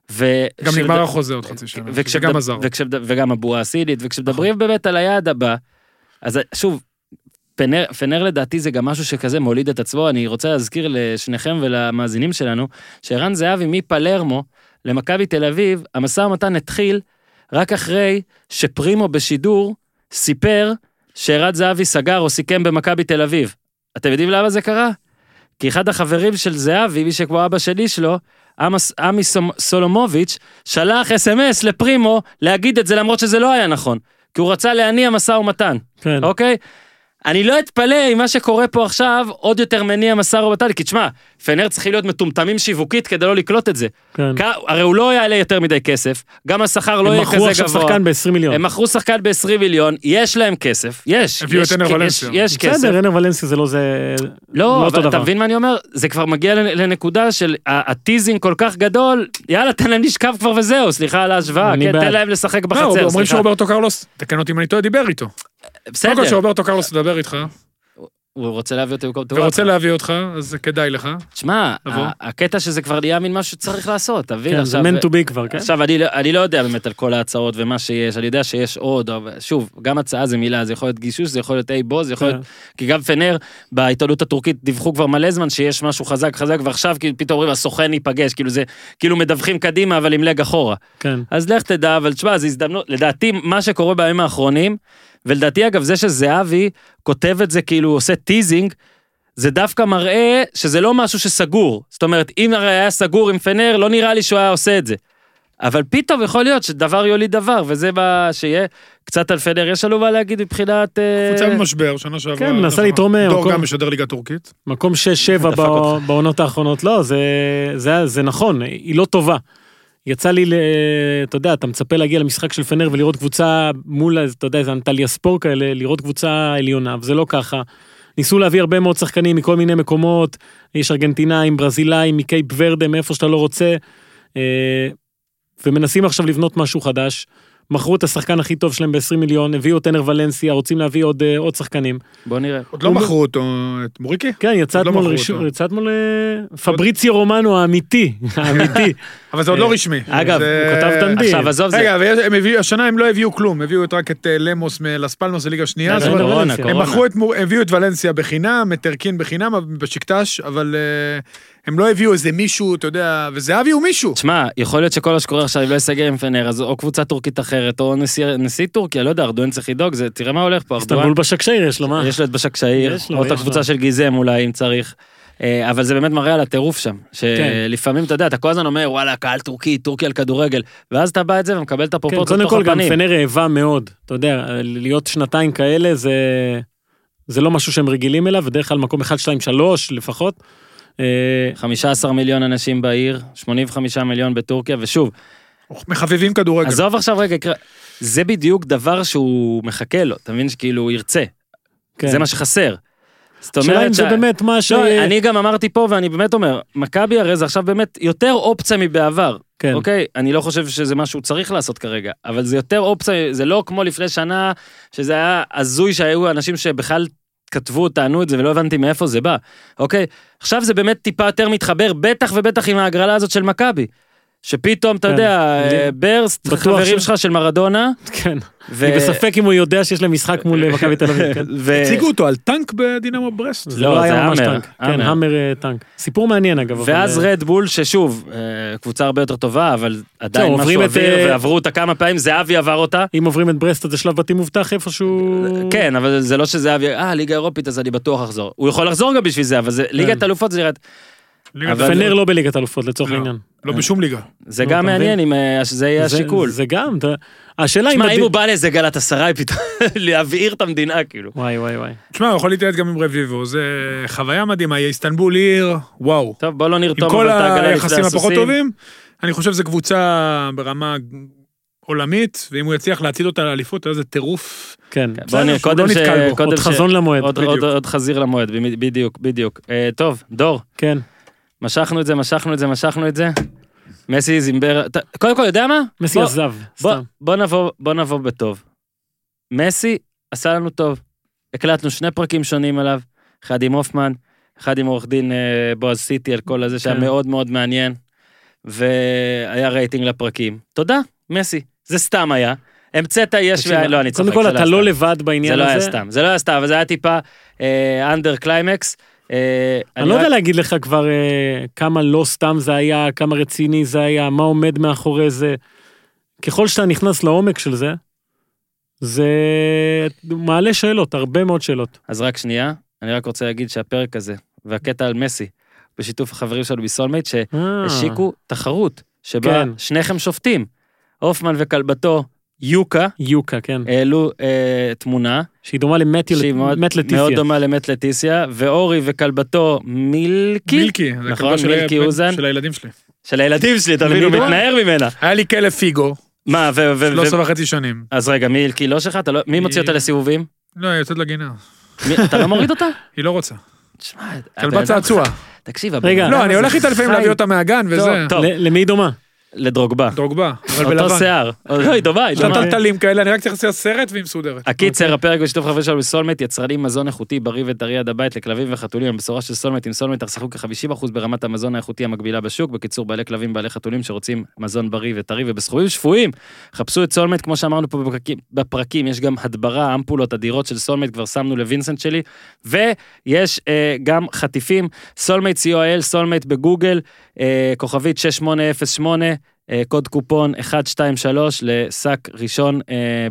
גם נגמר החוזה עוד חצי שנה, וגם עזר. וגם הבועה הסינית, וכשמדברים באמת על היעד הבא, אז שוב, פנר לדעתי זה גם משהו שכזה מוליד את עצמו, אני רוצה להזכיר לשניכם ולמאזינים שלנו, שערן זהבי מפלרמו למכבי תל אביב, המשא ומתן התחיל רק אחרי שפרימו בשידור סיפר שערן זהבי סגר או סיכם במכבי תל אביב. אתם יודעים למה זה קרה? כי אחד החברים של זהבי, מי שכמו אבא שלי שלו, עמי סולומוביץ', שלח SMS לפרימו להגיד את זה למרות שזה לא היה נכון, כי הוא רצה להניע משא ומתן. כן. אוקיי? אני לא אתפלא עם מה שקורה פה עכשיו, עוד יותר מניע משא ומתן, כי תשמע, פנר צריכים להיות מטומטמים שיווקית כדי לא לקלוט את זה. כן. הרי הוא לא יעלה יותר מדי כסף, גם השכר לא יהיה כזה גבוה. הם מכרו עכשיו שחקן ב-20 מיליון. הם מכרו שחקן ב-20 מיליון, יש להם כסף, יש. הביאו את אנר ולנסיה. יש כסף. בסדר, אנר ולנסיה זה לא לא, אותו דבר. אתה מבין מה אני אומר? זה כבר מגיע לנקודה של הטיזינג כל כך גדול, יאללה, תן להם לשכב כבר וזהו, סליחה על ההשוואה, תן להם לשחק בחצר. אומרים שרוברטו קרלוס, תקן אותי אם אני טועה, דיבר איתו. בסדר. קודם שרוברטו קרלוס מדבר איתך. הוא רוצה להביא אותי במקום טוב. ורוצה להביא אותך, אז כדאי לך. תשמע, הקטע שזה כבר נהיה מין משהו שצריך לעשות, תבין? כן, זה meant to be כבר, כן? עכשיו, אני לא יודע באמת על כל ההצעות ומה שיש, אני יודע שיש עוד, שוב, גם הצעה זה מילה, זה יכול להיות גישוש, זה יכול להיות בו, זה יכול להיות, כי גם פנר, בעיתונות הטורקית דיווחו כבר מלא זמן שיש משהו חזק, ועכשיו פתאום אומרים, הסוכן ייפגש, כאילו זה, כאילו מדווחים קדימה, אבל עם לג אחורה. כן. אז לך תדע, אבל תשמע, זה הזדמנות, לדעתי, מה שקורה בימים האחרונים, ולדעתי אגב זה שזהבי כותב את זה כאילו עושה טיזינג, זה דווקא מראה שזה לא משהו שסגור, זאת אומרת אם הרי היה סגור עם פנר לא נראה לי שהוא היה עושה את זה, אבל פתאום יכול להיות שדבר יוליד דבר, וזה מה שיהיה קצת על פנר, יש לנו מה להגיד מבחינת... קבוצה במשבר, שנה שעברה. כן, מנסה להתרומם. דור גם משדר ליגה טורקית. מקום 6-7 בעונות האחרונות, לא, זה נכון, היא לא טובה. יצא לי, אתה יודע, אתה מצפה להגיע למשחק של פנר ולראות קבוצה מול, אתה יודע, זה אנטליה ספור כאלה, לראות קבוצה עליונה, וזה לא ככה. ניסו להביא הרבה מאוד שחקנים מכל מיני מקומות, יש ארגנטינאים, ברזילאים, מקייפ ורדה, מאיפה שאתה לא רוצה, ומנסים עכשיו לבנות משהו חדש, מכרו את השחקן הכי טוב שלהם ב-20 מיליון, הביאו את אנר ולנסיה, רוצים להביא עוד שחקנים. בוא נראה. עוד לא מכרו אותו, את מוריקי? כן, יצא אתמול פבריציו רומנו האמיתי, האמיתי. אבל זה עוד לא רשמי. אגב, זה- הוא כתב תנדיר. עכשיו, עזוב זה. רגע, השנה הם לא הביאו כלום, הביאו רק את למוס מלס פלמוס לליגה שנייה, זה זאת אומרת, קורונה, הם הם קורונה. הביאו את ולנסיה בחינם, את טרקין בחינם בשקטש, אבל הם לא הביאו איזה מישהו, אתה יודע, וזהבי הוא מישהו. תשמע, יכול להיות שכל מה שקורה עכשיו, אם לא יסגר עם פנר, אז או קבוצה טורקית אחרת, או נשיא טורקיה, לא יודע, ארדואן צריך לדאוג, תראה מה הולך פה, איסטנבול בשקשיר יש לו, מה? יש לו את בשק שעיר, יש לו, או את יש הקבוצה לו. של גיזם אולי, אם צריך. אבל זה באמת מראה על הטירוף שם, שלפעמים אתה יודע, אתה כל הזמן אומר, וואלה, קהל טורקי, טורקי על כדורגל, ואז אתה בא את זה ומקבל את כן, הפרופורציות קודם תוך כל גם הפנים. פנר רעבה מאוד, אתה יודע, להיות שנתיים כאלה זה לא משהו שהם רגילים אליו, בדרך כלל מקום 1, 2, 3 לפחות. 15 מיליון אנשים בעיר, 85 מיליון בטורקיה, ושוב, מחבבים כדורגל. עזוב עכשיו רגע, זה בדיוק דבר שהוא מחכה לו, אתה מבין שכאילו הוא ירצה, כן. זה מה שחסר. זאת השאלה אם אומרת זה באמת מה ש... לא, אני גם אמרתי פה ואני באמת אומר, מכבי הרי זה עכשיו באמת יותר אופציה מבעבר, כן. אוקיי? אני לא חושב שזה מה שהוא צריך לעשות כרגע, אבל זה יותר אופציה, זה לא כמו לפני שנה, שזה היה הזוי שהיו אנשים שבכלל כתבו, טענו את זה ולא הבנתי מאיפה זה בא, אוקיי? עכשיו זה באמת טיפה יותר מתחבר, בטח ובטח עם ההגרלה הזאת של מכבי, שפתאום, אתה כן. יודע, ברסט, בטוח חברים ש- שלך של מרדונה, כן. אני בספק אם הוא יודע שיש להם משחק מול מכבי תל אביב, כן? הציגו אותו על טנק בדינמו ברסט. זה לא, לא זה היה ממש המר, טנק. כן, המר. המר טנק. סיפור מעניין אגב. ואז אבל, רדבול, ששוב, קבוצה הרבה יותר טובה, אבל עדיין עוברים משהו את, אוויר, ועברו אותה כמה פעמים, זהבי עבר אותה. אם עוברים את ברסט, אז זה שלב בתים מובטח איפשהו... כן, אבל זה לא שזהבי, ליגה אירופית, אז אני בטוח אחזור. הוא יכול לחזור גם בשביל זה, אבל ליגת אלופות זה נראית, אבל- פנר לא בליגת אלופות לצורך לא. העניין. לא בשום ליגה. זה נו, גם אתה מעניין אם שזה יהיה השיקול. זה גם, השאלה תשמע, אם בדי- הוא בא לאיזה גלת עשרה, פתאום להבעיר את המדינה, כאילו. וואי וואי וואי. תשמע, הוא יכול להתייעץ גם עם רביבו, זה חוויה מדהימה, איסטנבול עיר, וואו. טוב, בוא לא עם נרתום כל אבל את העגלה לפני היחסים הפחות הסוסים. טובים, אני חושב שזו קבוצה ברמה עולמית, ואם הוא יצליח להציל אותה לאליפות, זה טירוף. כן. בוא נראה, שהוא לא נתקל בו. קודם עוד חזון למועד. עוד- עוד חזיר למועד, בדיוק. טוב, דור. כן. משכנו את זה. מסי זימבר, קודם כל, יודע מה? מסי בוא- עזב, בוא- סתם. בוא נבוא בטוב. מסי עשה לנו טוב. הקלטנו 2 פרקים שונים עליו, אחד עם הופמן, אחד עם עורך דין בועז סיטי על כל הזה, שהיה כן. מאוד מאוד מעניין, והיה רייטינג לפרקים. תודה, מסי. זה סתם היה. המצאת יש, תקשיב, לא, אני צוחק. קודם כל, זה אתה היה לא סתם. לבד בעניין זה הזה. לא היה סתם, אבל זה היה טיפה אנדר קליימקס. אני לא יודע להגיד לך כבר כמה לא סתם זה היה, כמה רציני זה היה, מה עומד מאחורי זה. ככל שאתה נכנס לעומק של זה, זה מעלה שאלות, הרבה מאוד שאלות. אז רק שנייה, אני רק רוצה להגיד שהפרק הזה, והקטע על מסי, בשיתוף החברים שלנו בסולמייט, שהשיקו תחרות, שבה כן. שניכם שופטים. הופמן וכלבתו יוקה, יוקה, כן. העלו תמונה, שהיא דומה שהיא מאוד לטיסיה. דומה למת לטיסיה, ואורי וכלבתו מילקי, מילקי, זה נכון, הכלבה מילקי אוזן, של הילדים שלי. של הילדים שלי, תבין, הוא למי? מתנער ממנה. היה לי כלב פיגו, מה, 13.5 שנים. אז רגע, מילקי לא שלך? מי מוציא אותה לסיבובים? לא, היא יוצאת לגינה. אתה לא מוריד אותה? היא לא רוצה. תשמע, כלבה הבן אדם צעצוע. תקשיב, רגע. הבן לא, אדם אני הזה הולך איתה לפעמים חי להביא אותה מהגן וזה. טוב. למי היא דומה? לדרוגבה. דרוגבה, אבל אותו בלבן. שיער. לא, היא דומה, היא יש לה דומה. טלטלים כאלה, אני רק צריך לעשות סרט והיא מסודרת. הקיצר, הפרק בשיתוף חבר שלנו בסולמט, יצרנים מזון איכותי, בריא וטרי עד הבית לכלבים וחתולים, הבשורה של סולמט עם סולמט תחסכו כ-50% ברמת המזון האיכותי המקבילה בשוק, בקיצור בעלי כלבים, בעלי חתולים שרוצים מזון בריא וטרי ובסכומים שפויים, חפשו את סולמט, כמו שאמרנו פה בפרקים, יש גם הדברה, אמפולות אדירות של סולמט, כבר שמנו לווינסנט שלי, ויש גם חטיפים, סולמט COIL, סולמט בגוגל, כוכבית 6808, קוד קופון 123 לשק ראשון,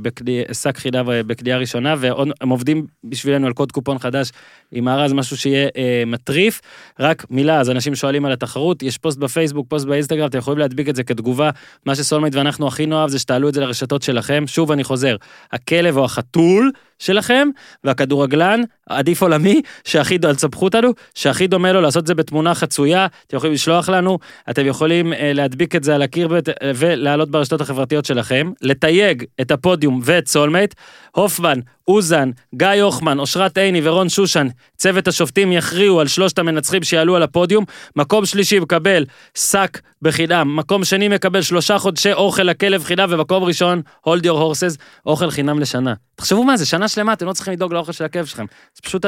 שק חידה בקדייה ראשונה, והם עובדים בשבילנו על קוד קופון חדש עם הארז, משהו שיהיה מטריף. רק מילה, אז אנשים שואלים על התחרות, יש פוסט בפייסבוק, פוסט באינסטגרם, אתם יכולים להדביק את זה כתגובה, מה שסולמייט ואנחנו הכי נאהב זה שתעלו את זה לרשתות שלכם, שוב אני חוזר, הכלב או החתול שלכם, והכדורגלן, עדיף עולמי, שהכי תסבכו אותנו, שהכי דומה לו לעשות את זה בתמונה חצויה, אתם יכולים לשלוח לנו, אתם יכולים להדביק את זה על הקיר ולהעלות ברשתות החברתיות שלכם, לתייג את הפודיום ואת סולמייט, הופמן, אוזן, גיא הוחמן, אושרת עיני ורון שושן, צוות השופטים יכריעו על 3 המנצחים שיעלו על הפודיום, מקום שלישי מקבל שק בחינם, מקום שני מקבל 3 חודשי אוכל לכלב חינם, ומקום ראשון, hold your horses, אוכל חינם לשנה. תחשבו מה זה, שנה שלמה, אתם לא צריכים לדאוג לאוכל של הכלב שלכם, זה פשוט אדיר.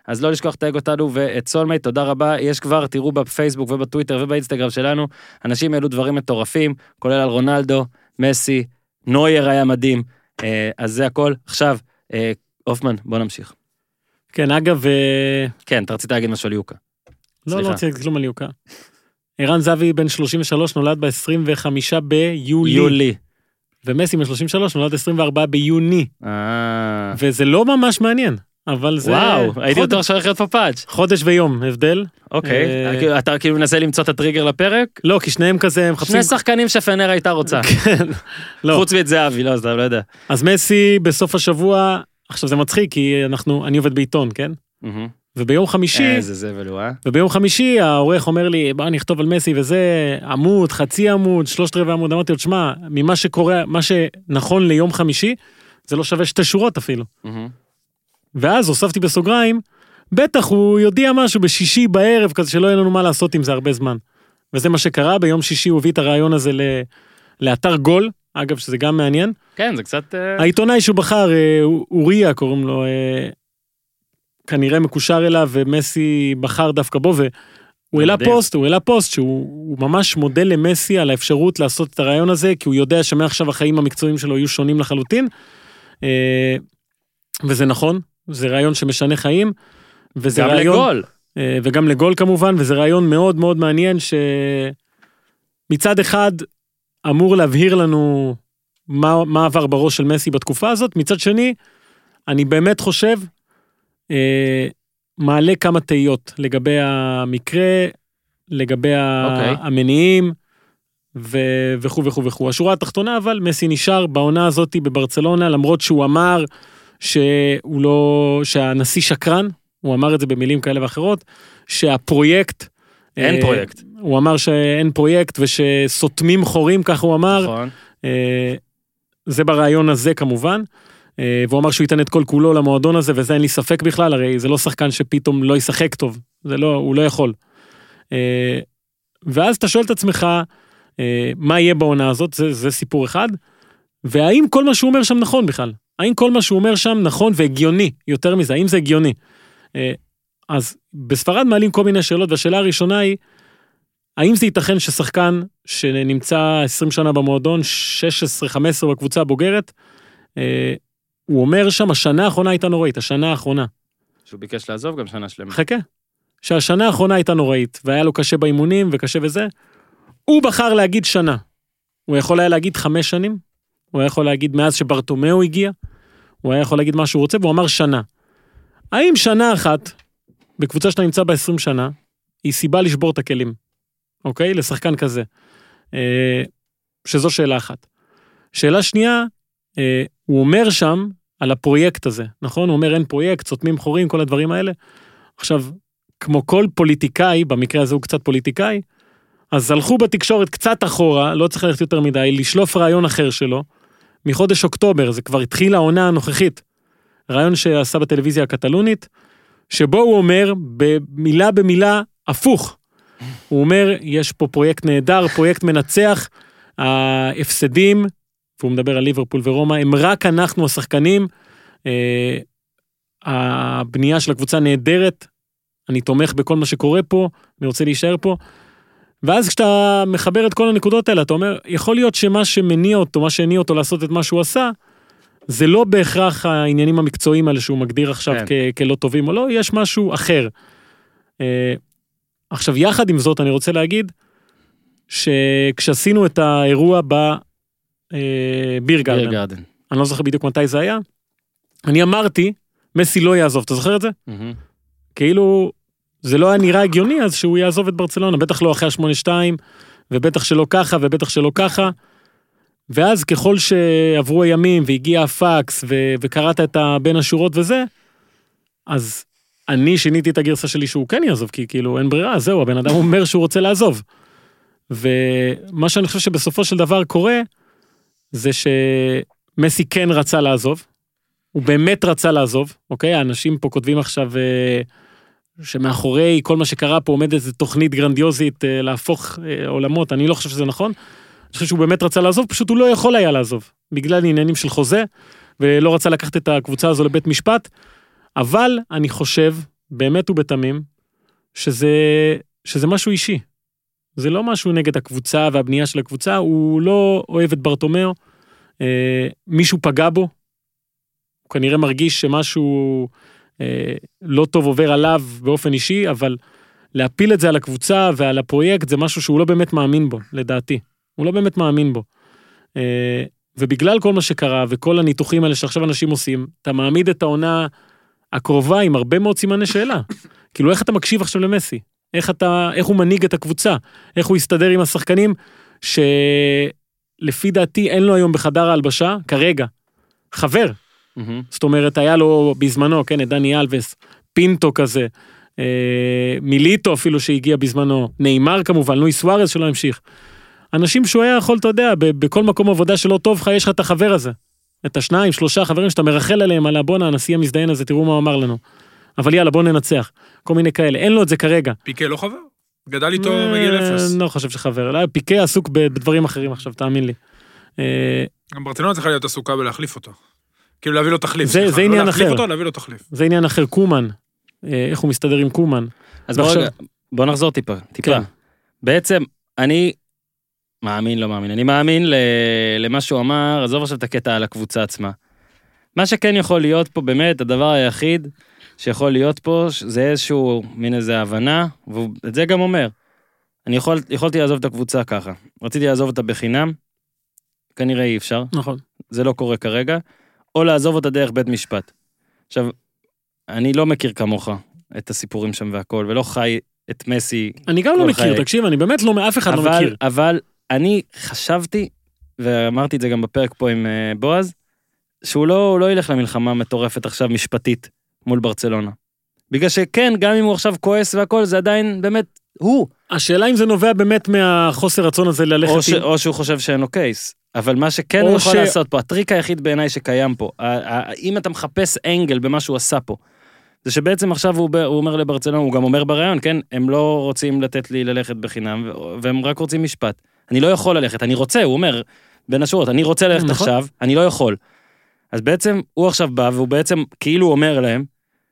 אז לא לשכוח תייג אותנו ואת סולמייט, תודה רבה, יש כבר, תראו בפייסבוק ובטוויטר ובאינסטגרם שלנו, אנשים העלו דברים מטורפים, כולל על רונלדו, מסי, נויר היה מדהים, אז זה הכל. עכשיו, אופמן, בוא נמשיך. כן, אגב... כן, אתה רצית להגיד משהו על יוקה. לא רציתי להגיד כלום על יוקה. ערן זהבי בן 33 נולד ב-25 ביולי. ומסי בן 33 נולד 24 ביוני. וזה לא ממש מעניין, אבל זה... וואו, הייתי יותר שייך להיות פפאג'. חודש ויום, הבדל. אוקיי, אתה כאילו מנסה למצוא את הטריגר לפרק? לא, כי שניהם כזה מחפשים... שני שחקנים שפנר הייתה רוצה. כן. חוץ מאת זהבי, לא, אתה לא יודע. אז מסי בסוף השבוע, עכשיו זה מצחיק, כי אני עובד בעיתון, כן? וביום חמישי... איזה זבל הוא, וביום חמישי העורך אומר לי, בוא נכתוב על מסי וזה, עמוד, חצי עמוד, 3/4 עמוד, אמרתי לו, תשמע, ממה שקורה, מה שנכון ליום חמישי, זה לא שווה 2 שורות אפילו. ואז הוספתי בסוגריים, בטח הוא יודיע משהו בשישי בערב, כזה שלא יהיה לנו מה לעשות עם זה הרבה זמן. וזה מה שקרה, ביום שישי הוא הביא את הרעיון הזה לאתר גול, אגב שזה גם מעניין. כן, זה קצת... העיתונאי שהוא בחר, אוריה קוראים לו, כנראה מקושר אליו, ומסי בחר דווקא בו, והוא העלה פוסט שהוא ממש מודל למסי על האפשרות לעשות את הרעיון הזה, כי הוא יודע שמעכשיו החיים המקצועיים שלו יהיו שונים לחלוטין, וזה נכון, זה רעיון שמשנה חיים, וזה גם רעיון, לגול. וגם לגול כמובן, וזה רעיון מאוד מאוד מעניין, שמצד אחד אמור להבהיר לנו מה עבר בראש של מסי בתקופה הזאת, מצד שני, אני באמת חושב, מעלה כמה תהיות לגבי המקרה, לגבי המניעים, וכו' וכו' וכו'. השורה התחתונה, אבל מסי נשאר בעונה הזאת בברצלונה, למרות שהוא אמר שהנשיא שקרן, הוא אמר את זה במילים כאלה ואחרות, שהפרויקט, אין פרויקט. הוא אמר שאין פרויקט, ושסותמים חורים, כך הוא אמר. נכון. זה ברעיון הזה כמובן. והוא אמר שהוא ייתן את כל כולו למועדון הזה, וזה אין לי ספק בכלל, הרי זה לא שחקן שפתאום לא ישחק טוב, הוא לא יכול. ואז אתה שואל את עצמך, מה יהיה בעונה הזאת, זה סיפור אחד, והאם כל מה שהוא אומר שם נכון בכלל? האם כל מה שהוא אומר שם נכון והגיוני, יותר מזה, האם זה הגיוני? אז בספרד מעלים כל מיני שאלות, והשאלה הראשונה היא, האם זה ייתכן ששחקן שנמצא 20 שנה במועדון, 16-15 בקבוצה הבוגרת, הוא אומר שם, השנה האחרונה הייתה נוראית, השנה האחרונה. שהוא ביקש לעזוב גם שנה שלמה. חכה. שהשנה האחרונה הייתה נוראית, והיה לו קשה באימונים וקשה וזה, הוא בחר להגיד שנה. הוא יכול היה להגיד 5 שנים, הוא היה יכול להגיד מאז שברטומאו הגיע, הוא היה יכול להגיד מה שהוא רוצה, והוא אמר שנה. האם שנה אחת, בקבוצה שאתה נמצא ב-20 שנה, היא סיבה לשבור את הכלים? אוקיי? לשחקן כזה. שזו שאלה אחת. שאלה שנייה, הוא אומר שם על הפרויקט הזה, נכון? הוא אומר אין פרויקט, סותמים חורים, כל הדברים האלה. עכשיו, כמו כל פוליטיקאי, במקרה הזה הוא קצת פוליטיקאי, אז הלכו בתקשורת קצת אחורה, לא צריך ללכת יותר מדי, לשלוף רעיון אחר שלו, מחודש אוקטובר, זה כבר התחיל העונה הנוכחית, רעיון שעשה בטלוויזיה הקטלונית, שבו הוא אומר, במילה הפוך, הוא אומר, יש פה פרויקט נהדר, פרויקט מנצח, ההפסדים, והוא מדבר על ליברפול ורומא, הם רק אנחנו השחקנים, הבנייה של הקבוצה נהדרת, אני תומך בכל מה שקורה פה, אני רוצה להישאר פה, ואז כשאתה מחבר את כל הנקודות האלה, אתה אומר, יכול להיות שמה שמניע אותו, מה שהניע אותו לעשות את מה שהוא עשה, זה לא בהכרח העניינים המקצועיים האלה שהוא מגדיר עכשיו כלא טובים או לא, יש משהו אחר. עכשיו, יחד עם זאת, אני רוצה להגיד, שכשעשינו את האירוע בביר גרדן, אני לא זוכר בדיוק מתי זה היה, אני אמרתי, מסי לא יעזוב, אתה זוכר את זה? כאילו, זה לא היה נראה הגיוני, אז שהוא יעזוב את ברצלונה, בטח לא אחרי 8-2, ובטח שלא ככה, ובטח שלא ככה, ואז ככל שעברו הימים, והגיע הפקס, וקראת את בין השורות וזה, אז אני שיניתי את הגרסה שלי שהוא כן יעזוב, כי כאילו אין ברירה, זהו, הבן אדם אומר שהוא רוצה לעזוב. ומה שאני חושב שבסופו של דבר קורה, זה שמסי כן רצה לעזוב, הוא באמת רצה לעזוב, אוקיי? האנשים פה כותבים עכשיו שמאחורי כל מה שקרה פה עומד איזו תוכנית גרנדיוזית להפוך עולמות, אני לא חושב שזה נכון, אני חושב שהוא באמת רצה לעזוב, פשוט הוא לא יכול היה לעזוב, בגלל עניינים של חוזה, ולא רצה לקחת את הקבוצה הזו לבית משפט, אבל אני חושב, באמת ובתמים, שזה משהו אישי. זה לא משהו נגד הקבוצה והבנייה של הקבוצה, הוא לא אוהב את ברטומאו, מישהו פגע בו, הוא כנראה מרגיש שמשהו לא טוב עובר עליו באופן אישי, אבל להפיל את זה על הקבוצה ועל הפרויקט, זה משהו שהוא לא באמת מאמין בו, לדעתי. הוא לא באמת מאמין בו. ובגלל כל מה שקרה, וכל הניתוחים האלה שעכשיו אנשים עושים, אתה מעמיד את העונה הקרובה עם הרבה מאוד סימני שאלה. כאילו, איך אתה מקשיב עכשיו למסי? איך הוא מנהיג את הקבוצה? איך הוא יסתדר עם השחקנים שלפי דעתי אין לו היום בחדר ההלבשה, כרגע, חבר. זאת אומרת, היה לו בזמנו, כן, את דני אלבס, פינטו כזה, מיליטו אפילו שהגיע בזמנו, ניימר כמובן, לואיס סוארז שלא המשיך. אנשים שהוא היה יכול, אתה יודע, בכל מקום עבודה שלא טוב לך, יש לך את החבר הזה. את השניים, שלושה חברים שאתה מרחל עליהם, על הבונה, הנשיא המזדיין הזה, תראו מה הוא אמר לנו. אבל יאללה, בוא ננצח. כל מיני כאלה. אין לו את זה כרגע. פיקה לא חבר? גדל איתו מגיל אפס. לא חושב שחבר. פיקה עסוק בדברים אחרים עכשיו, תאמין לי. גם ברצלונה צריכה להיות עסוקה בלהחליף אותו. כאילו להביא לו תחליף. זה עניין אחר. להביא לו תחליף. זה עניין אחר, קומן. איך הוא מסתדר עם קומן. אז בוא נחזור טיפה. בעצם, אני מאמין. אני מאמין למה שהוא אמר, עזוב עכשיו את הקטע על הקבוצה עצמה. מה שכן יכול להיות פה, באמת, הדבר היחיד שיכול להיות פה, זה איזשהו מין איזה הבנה, ואת זה גם אומר. אני יכולתי לעזוב את הקבוצה ככה. רציתי לעזוב אותה בחינם, כנראה אי אפשר. נכון. זה לא קורה כרגע. או לעזוב אותה דרך בית משפט. עכשיו, אני לא מכיר כמוך את הסיפורים שם והכל, ולא חי את מסי. אני גם לא מכיר, תקשיב, אני באמת לא, אף אחד לא מכיר. אבל אני חשבתי, ואמרתי את זה גם בפרק פה עם בועז, שהוא לא ילך למלחמה מטורפת עכשיו משפטית מול ברצלונה. בגלל שכן, גם אם הוא עכשיו כועס והכל, זה עדיין באמת הוא. השאלה אם זה נובע באמת מהחוסר רצון הזה ללכת או שהוא חושב שאין לו קייס. אבל מה שכן הוא יכול לעשות פה, הטריק היחיד בעיניי שקיים פה, אם אתה מחפש אנגל במה שהוא עשה פה, זה שבעצם עכשיו הוא אומר לברצלונה, הוא גם אומר ברעיון, כן, הם לא רוצים לתת לי ללכת בחינם, והם רק רוצים משפט. אני לא יכול ללכת, אני רוצה, הוא אומר, בין השורות, אני רוצה ללכת עכשיו, אני לא יכול. אז בעצם הוא עכשיו בא, והוא בעצם כאילו אומר להם,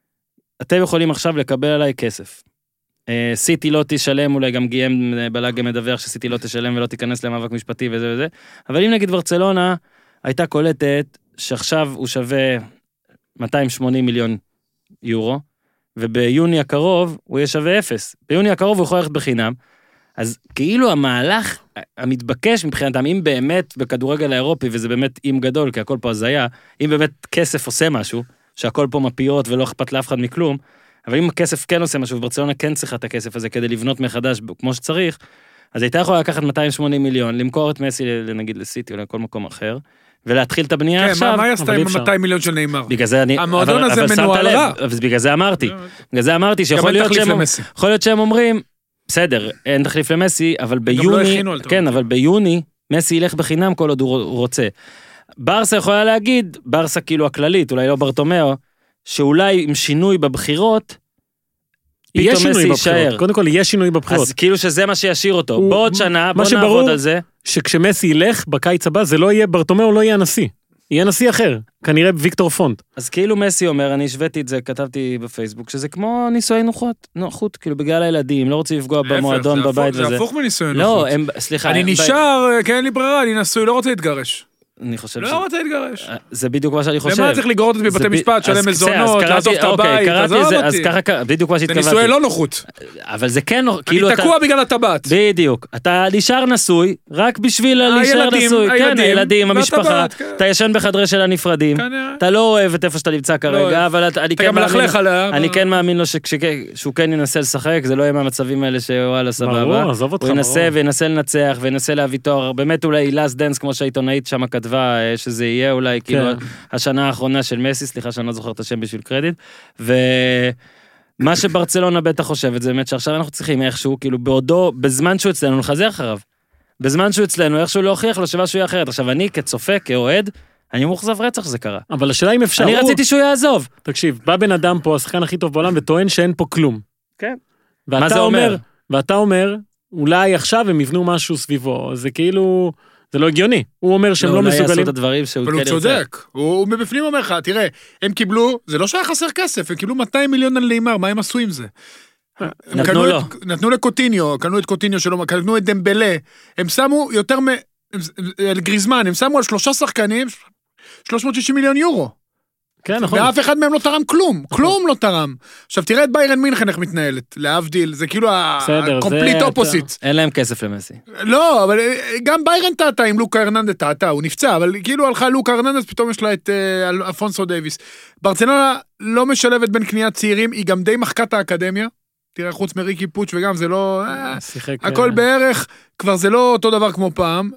אתם יכולים עכשיו לקבל עליי כסף. סיטי לא תשלם, אולי גם גיים בלאג מדווח שסיטי לא תשלם ולא תיכנס למאבק משפטי וזה וזה, אבל אם נגיד ברצלונה הייתה קולטת שעכשיו הוא שווה 280 מיליון יורו, וביוני הקרוב הוא יהיה שווה 0. ביוני הקרוב הוא יכול ללכת בחינם, אז כאילו המהלך המתבקש מבחינתם, אם באמת בכדורגל האירופי, וזה באמת אם גדול, כי הכל פה הזיה, אם באמת כסף עושה משהו, שהכל פה מפיות ולא אכפת לאף אחד מכלום, אבל אם הכסף כן עושה משהו, וברצלונה כן צריכה את הכסף הזה כדי לבנות מחדש כמו שצריך, אז הייתה יכולה לקחת 280 מיליון, למכור את מסי נגיד לסיטי או לכל מקום אחר, ולהתחיל את הבנייה עכשיו. כן, מה יעשתה עם 200 מיליון של ניימר? המועדון הזה מנוהל רע. בגלל זה אמרתי שיכול להיות שהם אומרים, בסדר, אין תחליף למסי, אבל ביוני, כן, אבל ביוני, מסי ילך בחינם כל עוד הוא רוצה. ברסה יכולה להגיד, ברסה כאילו הכללית, אולי לא ברטומאו, שאולי עם שינוי בבחירות, פתאום מסי יישאר. קודם כל, יש שינוי בבחירות. אז כאילו שזה מה שישאיר אותו. בעוד שנה, בוא נעבוד על זה. שכשמסי ילך בקיץ הבא, זה לא יהיה, ברטומאו לא יהיה הנשיא. יהיה נשיא אחר, כנראה ויקטור פונט. אז כאילו מסי אומר, אני השוויתי את זה, כתבתי בפייסבוק, שזה כמו נישואי נוחות, כאילו בגלל הילדים, לא רוצים לפגוע במועדון בבית וזה. זה הפוך מנישואי נוחות. לא, סליחה. אני נשאר, כי אין לי ברירה, אני נשוי, לא רוצה להתגרש. אני חושב לא רוצה להתגרש. זה בדיוק מה שאני חושב. למה צריך לגרות אותי בבתי משפט, שלם מזונות, לעזוב את הבית, עזוב אותי. אז ככה, בדיוק מה שהתכוונתי. זה נישואי לא נוחות. אבל זה כן, אני תקוע בגלל הטבעת. בדיוק. אתה נשאר נשוי, רק בשביל להישאר נשוי. כן, הילדים, המשפחה. אתה ישן בחדרי של הנפרדים. אתה לא אוהב את איפה שאתה נמצא כרגע, אבל אני כן מאמין לו שהוא כן ינסה לשחק, זה לא יהיה מהמצבים האלה שוואלה סבבה. הוא ינסה לנצח וינסה להביא תואר, באמת אולי last dance כמו שהעיתונאית שם כתבה, שזה יהיה אולי כאילו השנה האחרונה של מסי, סליחה שאני לא זוכר את השם בשביל קרדיט, ומה שברצלונה בטח חושבת זה באמת שעכשיו אנחנו צריכים איכשהו, כאילו בעודו, בזמן שהוא אצלנו נחזר אחריו, בזמן שהוא אצלנו איכשהו להוכיח לו שמשהו יהיה אחרת. עכשיו אני כצופה, כאוהד, אני מוכזב רצח זה קרה. אבל השאלה אם אפשר... אני רציתי שהוא יעזוב. תקשיב, בא בן אדם פה, השחקן הכי טוב בעולם, וטוען שאין פה כלום. כן. מה זה אומר? ואתה אומר, אולי עכשיו הם יבנו משהו סביבו, זה כאילו... זה לא הגיוני. הוא אומר שהם לא אולי יעשו מסוגלים. את הדברים שהוא אבל הוא כן ירצה. צודק, הוא מבפנים אומר לך, תראה, הם קיבלו, זה לא שהיה חסר כסף, הם קיבלו 200 מיליון על נאמר, מה הם עשו עם זה? נתנו לו. נתנו לקוטיניו, קנו את קוטיניו שלו, קנו את דמבלה, הם שמו יותר על גריזמן, הם שמו על 3 שחקנים, 360 מיליון יורו. כן, נכון. ואף אחד מהם לא תרם כלום, כלום לא תרם. עכשיו תראה את ביירן מינכן איך מתנהלת, להבדיל, זה כאילו ה-complete opposite. אין להם כסף למסי. לא, אבל גם ביירן טעתה עם לוקה הרננדז טעתה, הוא נפצע, אבל כאילו הלכה לוקה הרננדז, פתאום יש לה את אלפונסו דייביס. ברצלונה לא משלבת בין קניית צעירים, היא גם די מחקה את האקדמיה, תראה חוץ מריקי פוץ' וגם זה לא... הכל בערך, כבר זה לא אותו דבר כמו פעם.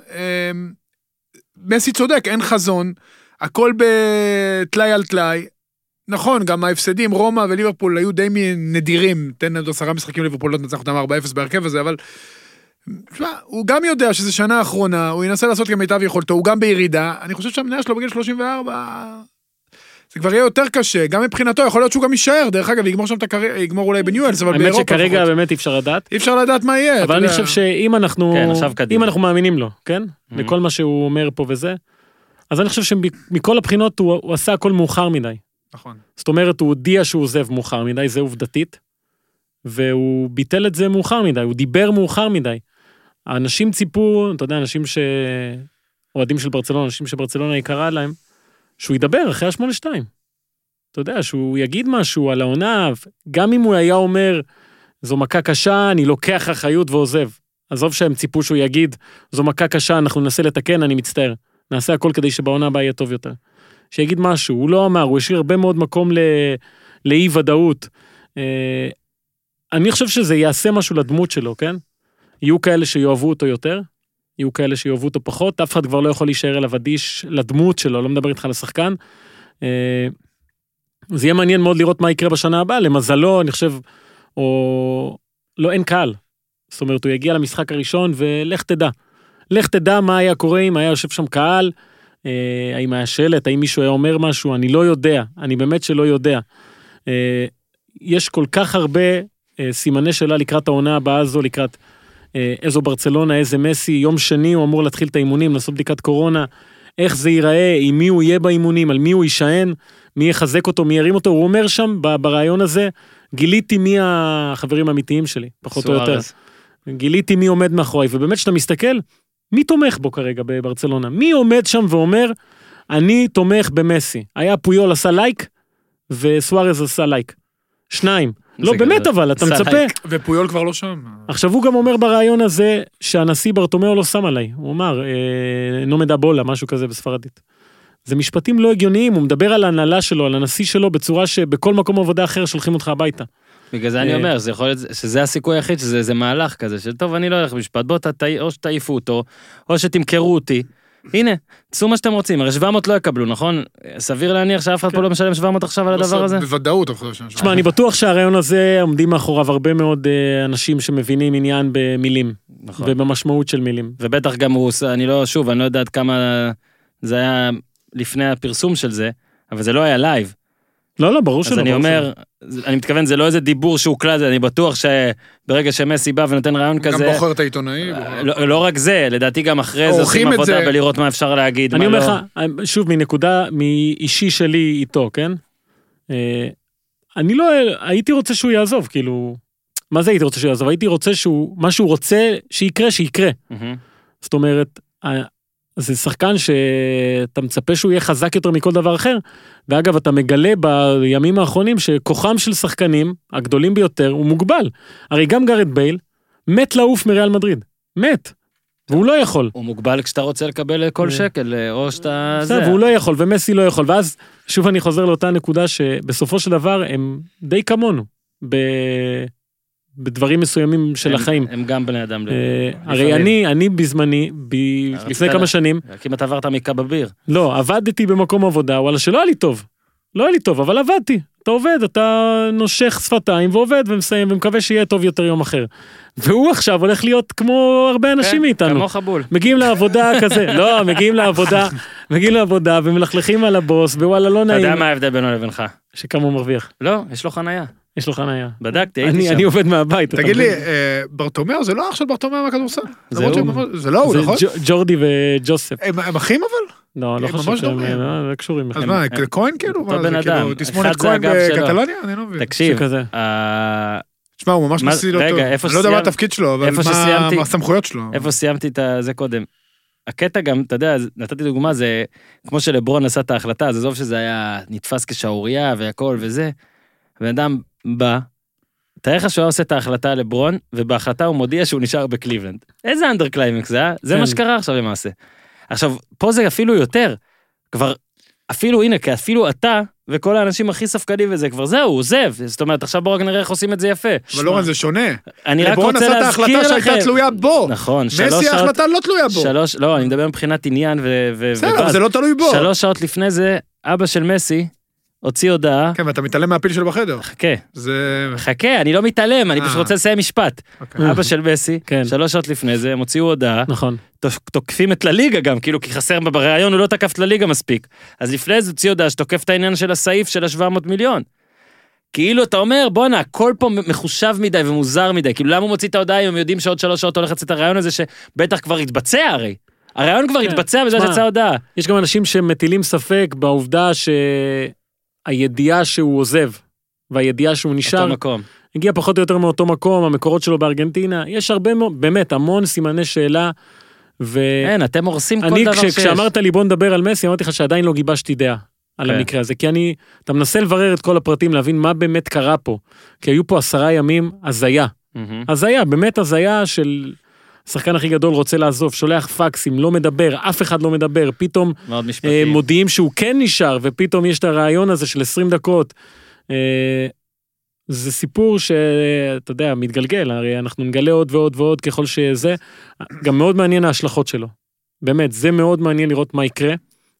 מסי צודק, אין חזון, הכל בטלי על טלי, נכון, גם ההפסדים, רומא וליברפול היו די נדירים, תן עוד 10 משחקים ליברפול, לא תנצח אותם 4-0 בהרכב הזה, אבל הוא גם יודע שזה שנה האחרונה, הוא ינסה לעשות כמיטב יכולתו, הוא גם בירידה, אני חושב שהמניה שלו בגיל 34, זה כבר יהיה יותר קשה, גם מבחינתו, יכול להיות שהוא גם יישאר, דרך אגב, יגמור שם את הקריירה, יגמור אולי בניואלס, אבל באירופה האמת שכרגע באמת אי אפשר לדעת. אי אפשר לדעת מה יהיה. אבל אני חושב שאם אנחנו מאמינים לו, כן? לכל מה שהוא אומר פה וזה, אז אני חושב שמכל הבחינות הוא עשה הכל מאוחר מדי. נכון. זאת אומרת, הוא הודיע שהוא עוזב מאוחר מדי, זה עובדתית, והוא ביטל את זה מאוחר מדי, הוא דיבר מאוחר מדי. האנשים ציפו, אתה יודע, אנשים אוהדים של ברצלונה, אנשים שברצלונה יקרה להם, שהוא ידבר אחרי ה-8-2. אתה יודע, שהוא יגיד משהו על העונה, גם אם הוא היה אומר, זו מכה קשה, אני לוקח אחריות ועוזב. עזוב שהם ציפו שהוא יגיד, זו מכה קשה, אנחנו ננסה לתקן, אני מצטער. נעשה הכל כדי שבעונה הבאה יהיה טוב יותר. שיגיד משהו, הוא לא אמר, הוא השאיר הרבה מאוד מקום לאי ודאות. אני חושב שזה יעשה משהו לדמות שלו, כן? יהיו כאלה שיאהבו אותו יותר, יהיו כאלה שיאהבו אותו פחות, אף אחד כבר לא יכול להישאר אליו אדיש לדמות שלו, לא מדבר איתך לשחקן. זה יהיה מעניין מאוד לראות מה יקרה בשנה הבאה, למזלו, אני חושב, או לא, אין קהל. זאת אומרת, הוא יגיע למשחק הראשון, ולך תדע. לך תדע מה היה קורה, אם היה יושב שם קהל, האם היה שלט, האם מישהו היה אומר משהו, אני לא יודע, אני באמת שלא יודע. יש כל כך הרבה סימני שאלה לקראת העונה הבאה הזו, לקראת איזו ברצלונה, איזה מסי, יום שני הוא אמור להתחיל את האימונים, לעשות בדיקת קורונה, איך זה ייראה, עם מי הוא יהיה באימונים, על מי הוא יישען, מי יחזק אותו, מי ירים אותו, הוא אומר שם, ברעיון הזה, גיליתי מי החברים האמיתיים שלי, פחות או יותר. גיליתי מי עומד מאחורי, ובאמת שאתה מסתכל, מי תומך בו כרגע בברצלונה? מי עומד שם ואומר, אני תומך במסי. היה פויול עשה לייק, וסוארז עשה לייק. 2. לא, באמת אבל, אתה מצפה. ופויול כבר לא שם. עכשיו הוא גם אומר ברעיון הזה, שהנשיא ברטומיאו לא שם עליי. הוא אמר, נומדה בולה, משהו כזה בספרדית. זה משפטים לא הגיוניים, הוא מדבר על ההנהלה שלו, על הנשיא שלו, בצורה שבכל מקום עבודה אחר שולחים אותך הביתה. בגלל זה אני אומר, שזה הסיכוי היחיד, שזה מהלך כזה, שטוב, אני לא הולך במשפט, בוא, או שתעיפו אותו, או שתמכרו אותי. הנה, תעשו מה שאתם רוצים, הרי 700 לא יקבלו, נכון? סביר להניח שאף אחד פה לא משלם 700 עכשיו על הדבר הזה? בוודאות. תשמע, אני בטוח שהרעיון הזה עומדים מאחוריו הרבה מאוד אנשים שמבינים עניין במילים, ובמשמעות של מילים. ובטח גם הוא, אני לא יודע עד כמה זה היה לפני הפרסום של זה, אבל זה לא היה לייב. לא, ברור שלא. אז אני אומר, אני מתכוון, זה לא איזה דיבור שהוא קלט, אני בטוח שברגע שמסי בא ונותן רעיון כזה... גם בוחר את העיתונאי. לא רק זה, לדעתי גם אחרי זה עושים עבודה ולראות מה אפשר להגיד. אני אומר לך, שוב, מאישי שלי איתו, כן? אני לא, הייתי רוצה שהוא יעזוב, כאילו... מה זה הייתי רוצה שהוא יעזוב? הייתי רוצה מה שהוא רוצה שיקרה. זאת אומרת... זה שחקן שאתה מצפה שהוא יהיה חזק יותר מכל דבר אחר, ואגב, אתה מגלה בימים האחרונים שכוחם של שחקנים, הגדולים ביותר, הוא מוגבל. הרי גם גארד בייל, מת לעוף מריאל מדריד. מת. והוא לא יכול. הוא מוגבל כשאתה רוצה לקבל כל שקל, או שאתה... והוא לא יכול, ומסי לא יכול. ואז, שוב אני חוזר לאותה נקודה, שבסופו של דבר הם די כמונו. בדברים מסוימים של החיים. הם גם בני אדם. הרי אני בזמני, לפני כמה שנים... כמעט עברת מקבביר. לא, עבדתי במקום עבודה, וואלה, שלא היה לי טוב. לא היה לי טוב, אבל עבדתי. אתה עובד, אתה נושך שפתיים, ועובד ומסיים, ומקווה שיהיה טוב יותר יום אחר. והוא עכשיו הולך להיות כמו הרבה אנשים מאיתנו. כמו חבול. מגיעים לעבודה כזה, לא, מגיעים לעבודה, ומלכלכים על הבוס, ווואלה, לא נעים. אתה יודע מה ההבדל בינו לבינך? שכמה הוא מרוויח. לא, יש לו חנייה. יש לו חניה. בדקתי, הייתי שם. אני עובד מהבית. אתה תגיד לי, מבין? ברטומיאו זה לא אח של ברטומיאו מהכדורסל? זה למרות הוא. שהם- זה לא הוא, זה נכון? ג'ורדי וג'וסף. הם אחים אבל? לא, לא הם חושב ממש שהם דומים. לא קשורים. אז מה, כהן כאילו? אותו מה, זה בן כאילו אדם. תסמונת אחד זה כהן הגב שלו. בקטלוניה? אני לא מבין. תקשיב, שכזה. תשמע, הוא ממש מסיל אותו. רגע, איפה אני לא יודע מה סיימת? התפקיד שלו, אבל איפה מה שסיימתי- מה הסמכויות שלו. איפה סיימתי את זה קודם? הקטע גם, אתה יודע, נתתי דוגמה, זה כמו שלברון עשה את ההחלטה, אז עזוב שזה היה נתפס כשעוריה והכל וזה, בן אדם בא, תאר לך שהוא היה עושה את ההחלטה לברון, ובהחלטה הוא מודיע שהוא נשאר בקליבלנד. איזה אנדר קליימקס זה היה? זה כן. מה שקרה עכשיו למעשה. עכשיו, פה זה אפילו יותר, כבר, אפילו, הנה, כי אפילו אתה, וכל האנשים הכי ספקנים וזה, כבר זהו, הוא עוזב. זאת אומרת, עכשיו בואו רק נראה איך עושים את זה יפה. אבל אורן זה שונה. אני רק לברון רוצה עשה את להזכיר ההחלטה לכם. שהייתה תלויה בו. נכון, מסי ההחלטה לא תלויה בו. לא, אני מדבר מבחינת עניין בסדר, אבל זה לא תלוי בו. 3 שעות לפני זה, אבא של מסי הוציא הודעה, כן, ואתה מתעלם מהפיל שלו בחדר. זה... חכה, אני לא מתעלם, אני פשוט רוצה לסיים משפט. אוקיי. אבא של מסי, כן. 3 שעות לפני זה, הם הוציאו הודעה, נכון. תוקפים את לליגה גם, כאילו, כי חסר בראיון, הוא לא תקף את לליגה מספיק. אז לפני זה הוציא הודעה שתוקף את העניין של הסעיף של ה-700 מיליון. כאילו, אתה אומר, בואנה, הכל פה מחושב מדי ומוזר מדי, כאילו, למה הוא מוציא את ההודעה אם הם יודעים שעוד 3 שעות הולך לצאת הרעיון הזה, שבטח כבר התבצע הרי. הרעיון כבר התבצע בזה שיצא הודעה. יש גם אנשים שמטילים ספק בעובדה שהידיעה שהוא עוזב, והידיעה שהוא נשאר, אותו מקום. הגיע פחות או יותר מאותו מקום, המקורות שלו בארגנטינה, יש הרבה מאוד, באמת, המון סימני שאלה, אין, אתם הורסים כל אני, דבר שיש. כשאמרת לי בוא נדבר על מסי, אמרתי לך שעדיין לא גיבשתי דעה על כן. המקרה הזה, כי אתה מנסה לברר את כל הפרטים, להבין מה באמת קרה פה, כי היו פה 10 ימים הזיה, מהמם. הזיה, באמת הזיה של השחקן הכי גדול רוצה לעזוב, שולח פקסים, לא מדבר, אף אחד לא מדבר, פתאום מאוד משפטי. מודיעים שהוא כן נשאר, ופתאום יש את הרעיון הזה של 20 דקות. זה סיפור שאתה יודע, מתגלגל, הרי אנחנו נגלה עוד ועוד ועוד ככל שזה, גם מאוד מעניין ההשלכות שלו. באמת, זה מאוד מעניין לראות מה יקרה.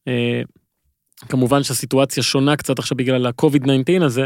כמובן שהסיטואציה שונה קצת עכשיו בגלל ה-COVID-19 הזה,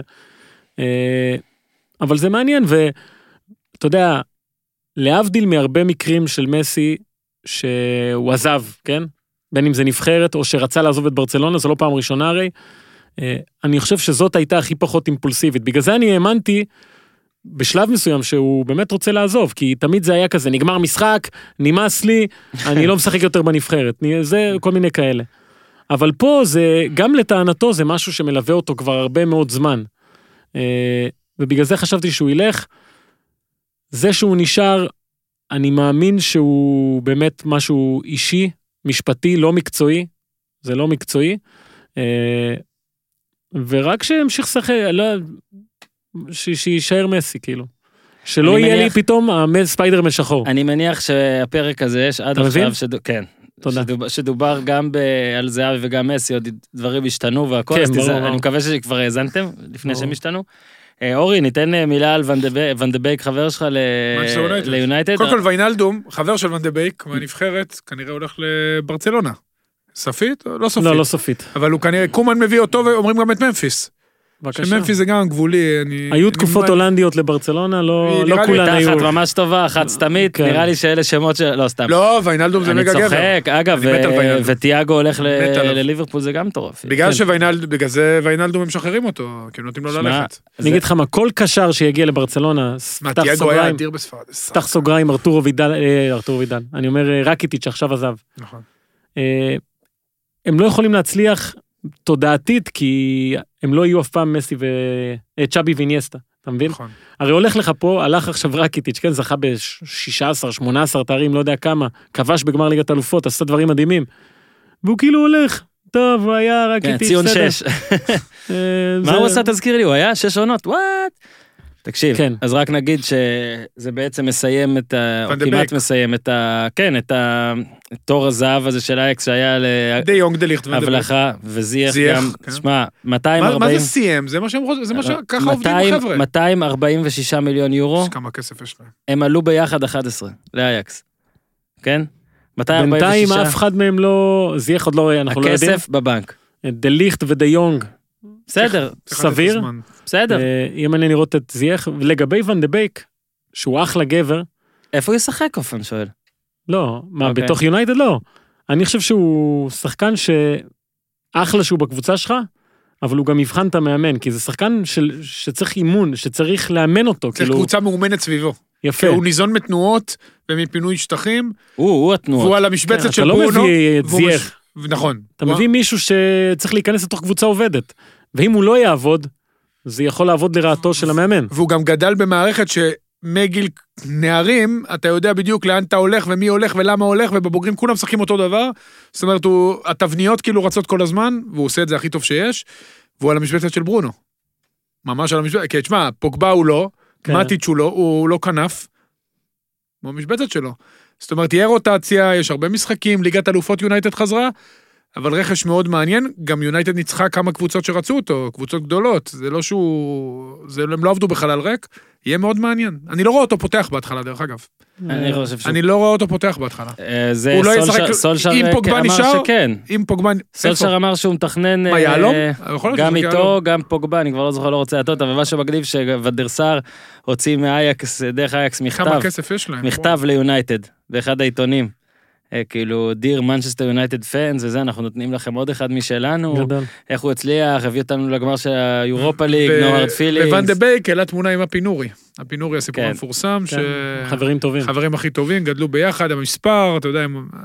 אבל זה מעניין, ואתה יודע, להבדיל מהרבה מקרים של מסי, שהוא עזב, כן? בין אם זה נבחרת, או שרצה לעזוב את ברצלונה, זו לא פעם ראשונה הרי, אני חושב שזאת הייתה הכי פחות אימפולסיבית. בגלל זה אני האמנתי בשלב מסוים שהוא באמת רוצה לעזוב, כי תמיד זה היה כזה, נגמר משחק, נמאס לי, אני לא משחק יותר בנבחרת. זה כל מיני כאלה. אבל פה זה, גם לטענתו, זה משהו שמלווה אותו כבר הרבה מאוד זמן. ובגלל זה חשבתי שהוא ילך. זה שהוא נשאר, אני מאמין שהוא באמת משהו אישי, משפטי, לא מקצועי. זה לא מקצועי. ורק שימשיך לשחק, שישאר מסי, כאילו. שלא יהיה לי פתאום ספיידר משחור. אני מניח שהפרק הזה, עד עכשיו, כן. תודה. שדובר גם על זהבי וגם מסי, עוד דברים השתנו והכל, אני מקווה שכבר האזנתם לפני שהם השתנו. אורי, ניתן מילה על ון דה בייק, חבר שלך ליונייטד. קודם כל ויינלדום, חבר של ון דה בייק, מהנבחרת, כנראה הולך לברצלונה. סופית או לא סופית? לא, לא סופית. אבל הוא כנראה, קומן מביא אותו ואומרים גם את ממפיס. שממפיס זה גם גבולי. היו תקופות הולנדיעות לברצלונה, לא כולן היו. אחת ממש טובה, אחת סתמית, נראה לי שאלה שמות של... לא, סתם. לא, ויינלדום זה מגה גבר. אני צוחק, אגב, וטיאגו הולך לליברפול, זה גם טורף. בגלל זה ויינלדום הם משחררים אותו, כי הם נותנים לו ללכת. אני אגיד לך מה, כל קשר שיגיע לברצלונה, טיאגו היה אדיר בספרד. פתח סוגריים, ארתורו וידל, אני אומר רקיטיץ' שעכשיו עזב. נכון. הם לא יכולים להצליח תודעתית, כי הם לא יהיו אף פעם מסי וצ'אבי ויניאסטה, אתה מבין? נכון. הרי הולך לך פה, הלך עכשיו רקיטיץ', כן, זכה ב-16, 18 תארים, לא יודע כמה, כבש בגמר ליגת אלופות, עשה דברים מדהימים, והוא כאילו הולך, טוב, היה רקיטיץ', כן, ציון 6. מה הוא עושה, תזכיר לי, הוא היה 6 עונות, וואט? תקשיב, כן. אז רק נגיד שזה בעצם מסיים את או כמעט מסיים את את תור הזהב הזה של האקס שהיה די יונג דליכט להבלחה, וזייך גם, תשמע, 240... מה זה סיים? זה מה שהם רוצים, זה מה שככה עובדים בחבר'ה. 246 מיליון יורו. כמה כסף יש להם? הם עלו ביחד 11, לאייקס. כן? בינתיים אף אחד מהם לא... זייך עוד לא... אנחנו לא יודעים. הכסף בבנק. דליכט ודי יונג. בסדר, סביר. בסדר. אם אני לראות את זייך, ולגבי ון דה בייק, שהוא אחלה גבר. איפה הוא ישחק אופן, שואל? לא, מה, בתוך יונייטד לא. אני חושב שהוא שחקן שאחלה שהוא בקבוצה שלך, אבל הוא גם יבחן את המאמן, כי זה שחקן שצריך אימון, שצריך לאמן אותו. צריך קבוצה מאומנת סביבו. יפה. הוא ניזון מתנועות ומפינוי שטחים. הוא התנועות. והוא על המשבצת של ברונו. אתה לא מביא את זייך. נכון. אתה מביא מישהו שצריך להיכנס לתוך קבוצה עובדת. ואם הוא לא יעבוד, זה יכול לעבוד לרעתו של המאמן. והוא גם גדל במערכת שמגיל נערים, אתה יודע בדיוק לאן אתה הולך ומי הולך ולמה הולך, ובבוגרים כולם משחקים אותו דבר. זאת אומרת, התבניות כאילו רצות כל הזמן, והוא עושה את זה הכי טוב שיש, והוא על המשבצת של ברונו. ממש על המשבצת, כי תשמע, פוגבה הוא לא, מטיץ' הוא לא כנף, הוא המשבצת שלו. זאת אומרת, תהיה רוטציה, יש הרבה משחקים, ליגת אלופות יונייטד חזרה, אבל רכש מאוד מעניין, גם יונייטד ניצחה כמה קבוצות שרצו אותו, קבוצות גדולות, זה לא הם לא עבדו בחלל ריק, יהיה מאוד מעניין. אני לא רואה אותו פותח בהתחלה, דרך אגב. אני לא רואה אותו פותח בהתחלה. זה סולשר אמר שכן. סולשר אמר שהוא מתכנן גם איתו, גם פוגבה, אני כבר לא זוכר, לא רוצה לטעות, אבל מה שמגניב שוודרסאר הוציא מאייקס, דרך אייקס מכתב ליונייטד, באחד העיתונים. כאילו, דיר מנצ'סטר יונייטד פאנס, וזה, אנחנו נותנים לכם עוד אחד משלנו, איך הוא הצליח, הביא אותנו לגמר של היורופה ליג, no hard feelings. וואן דה בייק, העלה תמונה עם הפינורי. הפינורי, הסיפור המפורסם, חברים טובים. חברים הכי טובים, גדלו ביחד, המספר, אתה יודע,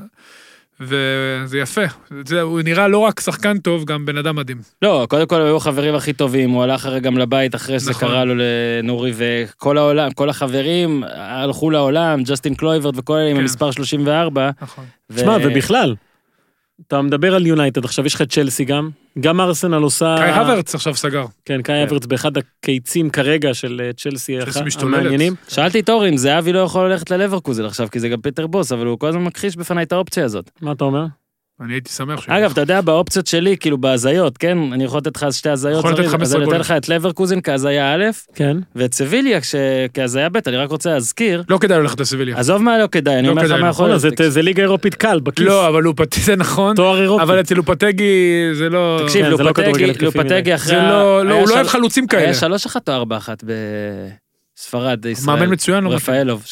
וזה יפה. הוא נראה לא רק שחקן טוב, גם בן אדם מדהים. לא, קודם כל היו חברים הכי טובים, הוא הלך הרי גם לבית אחרי שזה קרה לו לנורי, וכל העולם, כל החברים הלכו לעולם, ג'סטין קלויברט וכל אלה עם המספר 34. נכון. תשמע, ובכלל, אתה מדבר על יונייטד, עכשיו יש לך צ'לסי גם ארסנל עושה... קאי הוורץ עכשיו סגר. כן, קאי הוורץ באחד הקיצים כרגע של צ'לסי המעניינים. שאלתי את אורי אם זהבי לא יכול ללכת ללברקוזן עכשיו, כי זה גם פיטר בוס, אבל הוא כל הזמן מכחיש בפני את האופציה הזאת. מה אתה אומר? אני הייתי שמח אגב, אתה יודע, באופציות שלי, כאילו בהזיות, כן? אני יכול לתת לך שתי הזיות, אז אני אתן לך את לברקוזן כהזיה א', ואת סביליה כהזיה ב', אני רק רוצה להזכיר. לא כדאי ללכת לסביליה. עזוב מה לא כדאי, אני אומר לך מה יכול להיות. זה ליגה אירופית קל, בכיס. לא, אבל לופטגי זה נכון, אבל אצל לופטגי זה לא... תקשיב, לופטגי אחרי... הוא לא אוהב חלוצים כאלה. היה 3-1 או 4-1 ספרד, ישראל. מאמן מצוין. רפאלוב.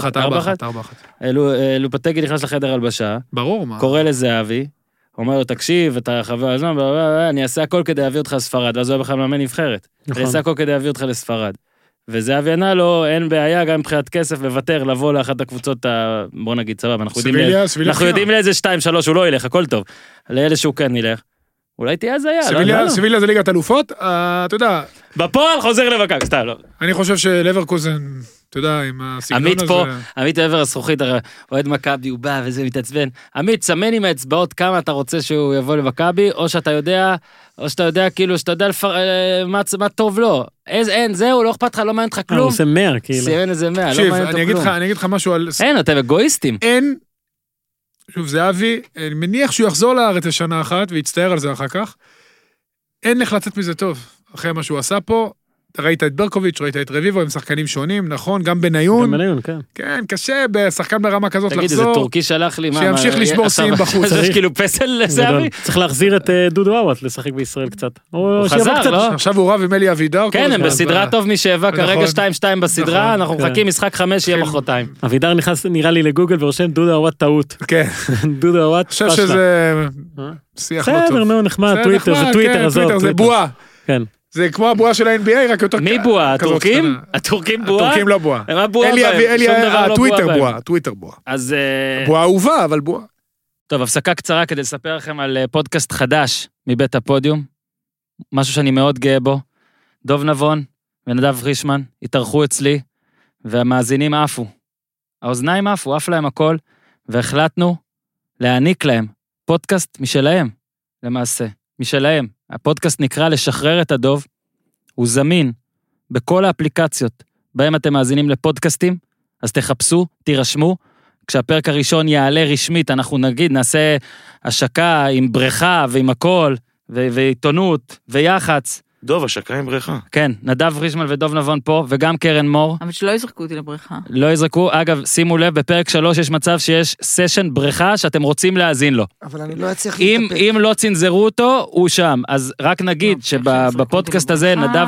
4-1. לופטגי נכנס לחדר הלבשה. ברור, מה. קורא לזהבי, אומר לו, תקשיב, אתה חבר הזמן, אני אעשה הכל כדי להביא אותך לספרד, ואז הוא היה בכלל מאמן נבחרת. אני אעשה הכל כדי להביא אותך לספרד. וזהבי ענה לו, אין בעיה, גם מבחינת כסף, לוותר, לבוא לאחת הקבוצות, בוא נגיד, סבבה, אנחנו יודעים לאיזה 2-3, הוא לא ילך, הכל טוב. לאלה שהוא כן ילך. אולי תהיה הזיה, סביליה זה ליגת אלופות, אתה יודע. בפועל חוזר לבקק, סתם, לא. אני חושב שלברקוזן, אתה יודע, עם הסגנון הזה... עמית עבר הזכוכית, אוהד מכבי, הוא בא וזה מתעצבן. עמית, סמן עם האצבעות כמה אתה רוצה שהוא יבוא לבקבי, או שאתה יודע כאילו, שאתה יודע מה טוב לו. אין, זהו, לא אכפת לך, לא מעניין לך כלום. הוא עושה 100, כאילו. סימן איזה 100, לא מעניין אותו כלום. אני אגיד לך משהו על... אין, אתם אגואיסטים. אין, שוב, זהבי, אני מניח שהוא יחזור לארץ לשנה אחת, ויצטער על זה אחר כך. אין לך לצאת מזה טוב. אחרי מה שהוא עשה פה, ראית את ברקוביץ', ראית את רביבו, הם שחקנים שונים, נכון? גם בניון. גם בניון, כן. כן, קשה, בשחקן ברמה כזאת לחזור. תגיד, איזה טורקי שלח לי, שימשיך לשבור שיאים בחוץ. יש כאילו פסל לזהבי? צריך להחזיר את דודו אוואט לשחק בישראל קצת. הוא חזר, לא? עכשיו הוא רב עם אלי אבידר. כן, הם בסדרה טוב משבע, כרגע 2-2 בסדרה, אנחנו מחכים משחק 5 יהיה מחרתיים. אבידר נכנס, נראה לי לגוגל ורושם דודו אוואט טעות. כן. דודו אוואט פשלה. אני חושב שזה שיח לא טוב. בסדר, מאוד נחמד, טוויטר, זה טוויטר הזאת. זה בועה. כן. זה כמו הבועה של ה-NBA, רק יותר... מי בועה? הטורקים? הטורקים בועה? הטורקים לא בועה. מה בועה בהם? טוויטר בועה. אז... בועה אהובה, אבל בועה. טוב, הפסקה קצרה כדי לספר לכם על פודקאסט חדש מבית הפודיום. משהו שאני מאוד גאה בו. דוב נבון ונדב פרישמן התארחו אצלי, והמאזינים עפו. האוזניים עפו, עף להם הכל, והחלטנו להעניק להם פודקאסט משלהם, למעשה, משלהם. הפודקאסט נקרא לשחרר את הדוב, הוא זמין בכל האפליקציות בהם אתם מאזינים לפודקאסטים, אז תחפשו, תירשמו, כשהפרק הראשון יעלה רשמית, אנחנו נגיד, נעשה השקה עם בריכה ועם הכל, ועיתונות ויח"צ. דוב, השקה עם בריכה. כן, נדב פרישמן ודוב נבון פה, וגם קרן מור. אבל שלא יזרקו אותי לבריכה. לא יזרקו, אגב, שימו לב, בפרק 3 יש מצב שיש סשן בריכה שאתם רוצים להאזין לו. אבל אני לא אצליח להתאפק. אם לא צנזרו אותו, הוא שם. אז רק נגיד שבפודקאסט הזה נדב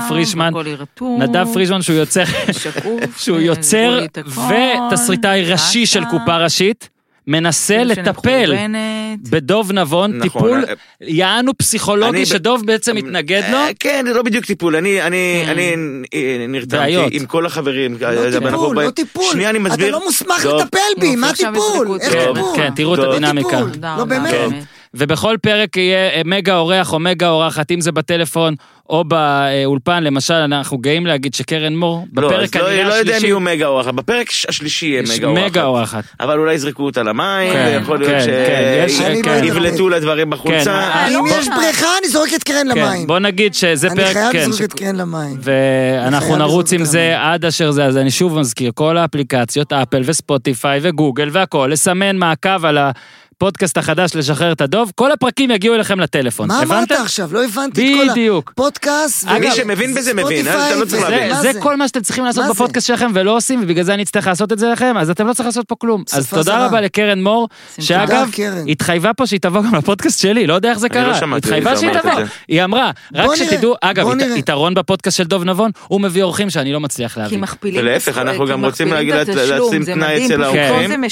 פרישמן שהוא יוצר ותסריטאי ראשי של קופה ראשית, מנסה לטפל בדוב נבון, טיפול יענו פסיכולוגי שדוב בעצם מתנגד לו. כן, זה לא בדיוק טיפול, אני נרתמתי עם כל החברים. לא טיפול, אתה לא מוסמך לטפל בי, מה טיפול? איך טיפול? כן, תראו את הדינמיקה. לא באמת. ובכל פרק יהיה מגה אורח או מגה אורחת, אם זה בטלפון או באולפן, למשל, אנחנו גאים להגיד שקרן מור, בפרק כנראה השלישי... לא יודע מי הוא מגה אורחת, בפרק השלישי יהיה מגה אורחת. אבל אולי יזרקו אותה למים, ויכול להיות שיבלטו לדברים בחולצה. אם יש בריכה, אני זורק את קרן למים. בוא נגיד שזה פרק... אני חייב לזרוק את קרן למים. ואנחנו נרוץ עם זה עד אשר זה, אז אני שוב מזכיר, כל האפליקציות, אפל וספוטיפיי וגוגל והכל, לסמן מעקב על הפודקאסט החדש לשחרר את הדוב, כל הפרקים יגיעו אליכם לטלפון. מה אמרת עכשיו? לא הבנתי את כל הפודקאסט. מי שמבין בזה מבין, אתה לא צריך להבין. זה כל מה שאתם צריכים לעשות בפודקאסט שלכם ולא עושים, ובגלל זה אני אצטרך לעשות את זה לכם, אז אתם לא צריכים לעשות פה כלום. אז תודה רבה לקרן מור, שאגב, התחייבה פה שהיא תבוא גם לפודקאסט שלי, לא יודע איך זה קרה. התחייבה שהיא תבוא. היא אמרה, רק שתדעו, אגב, יתרון בפודקאסט של דוב נבון, הוא מביא אורחים שאני לא מצליח להביא. ולהפך, אנחנו גם רוצים לשים תנאי אצל האורחים.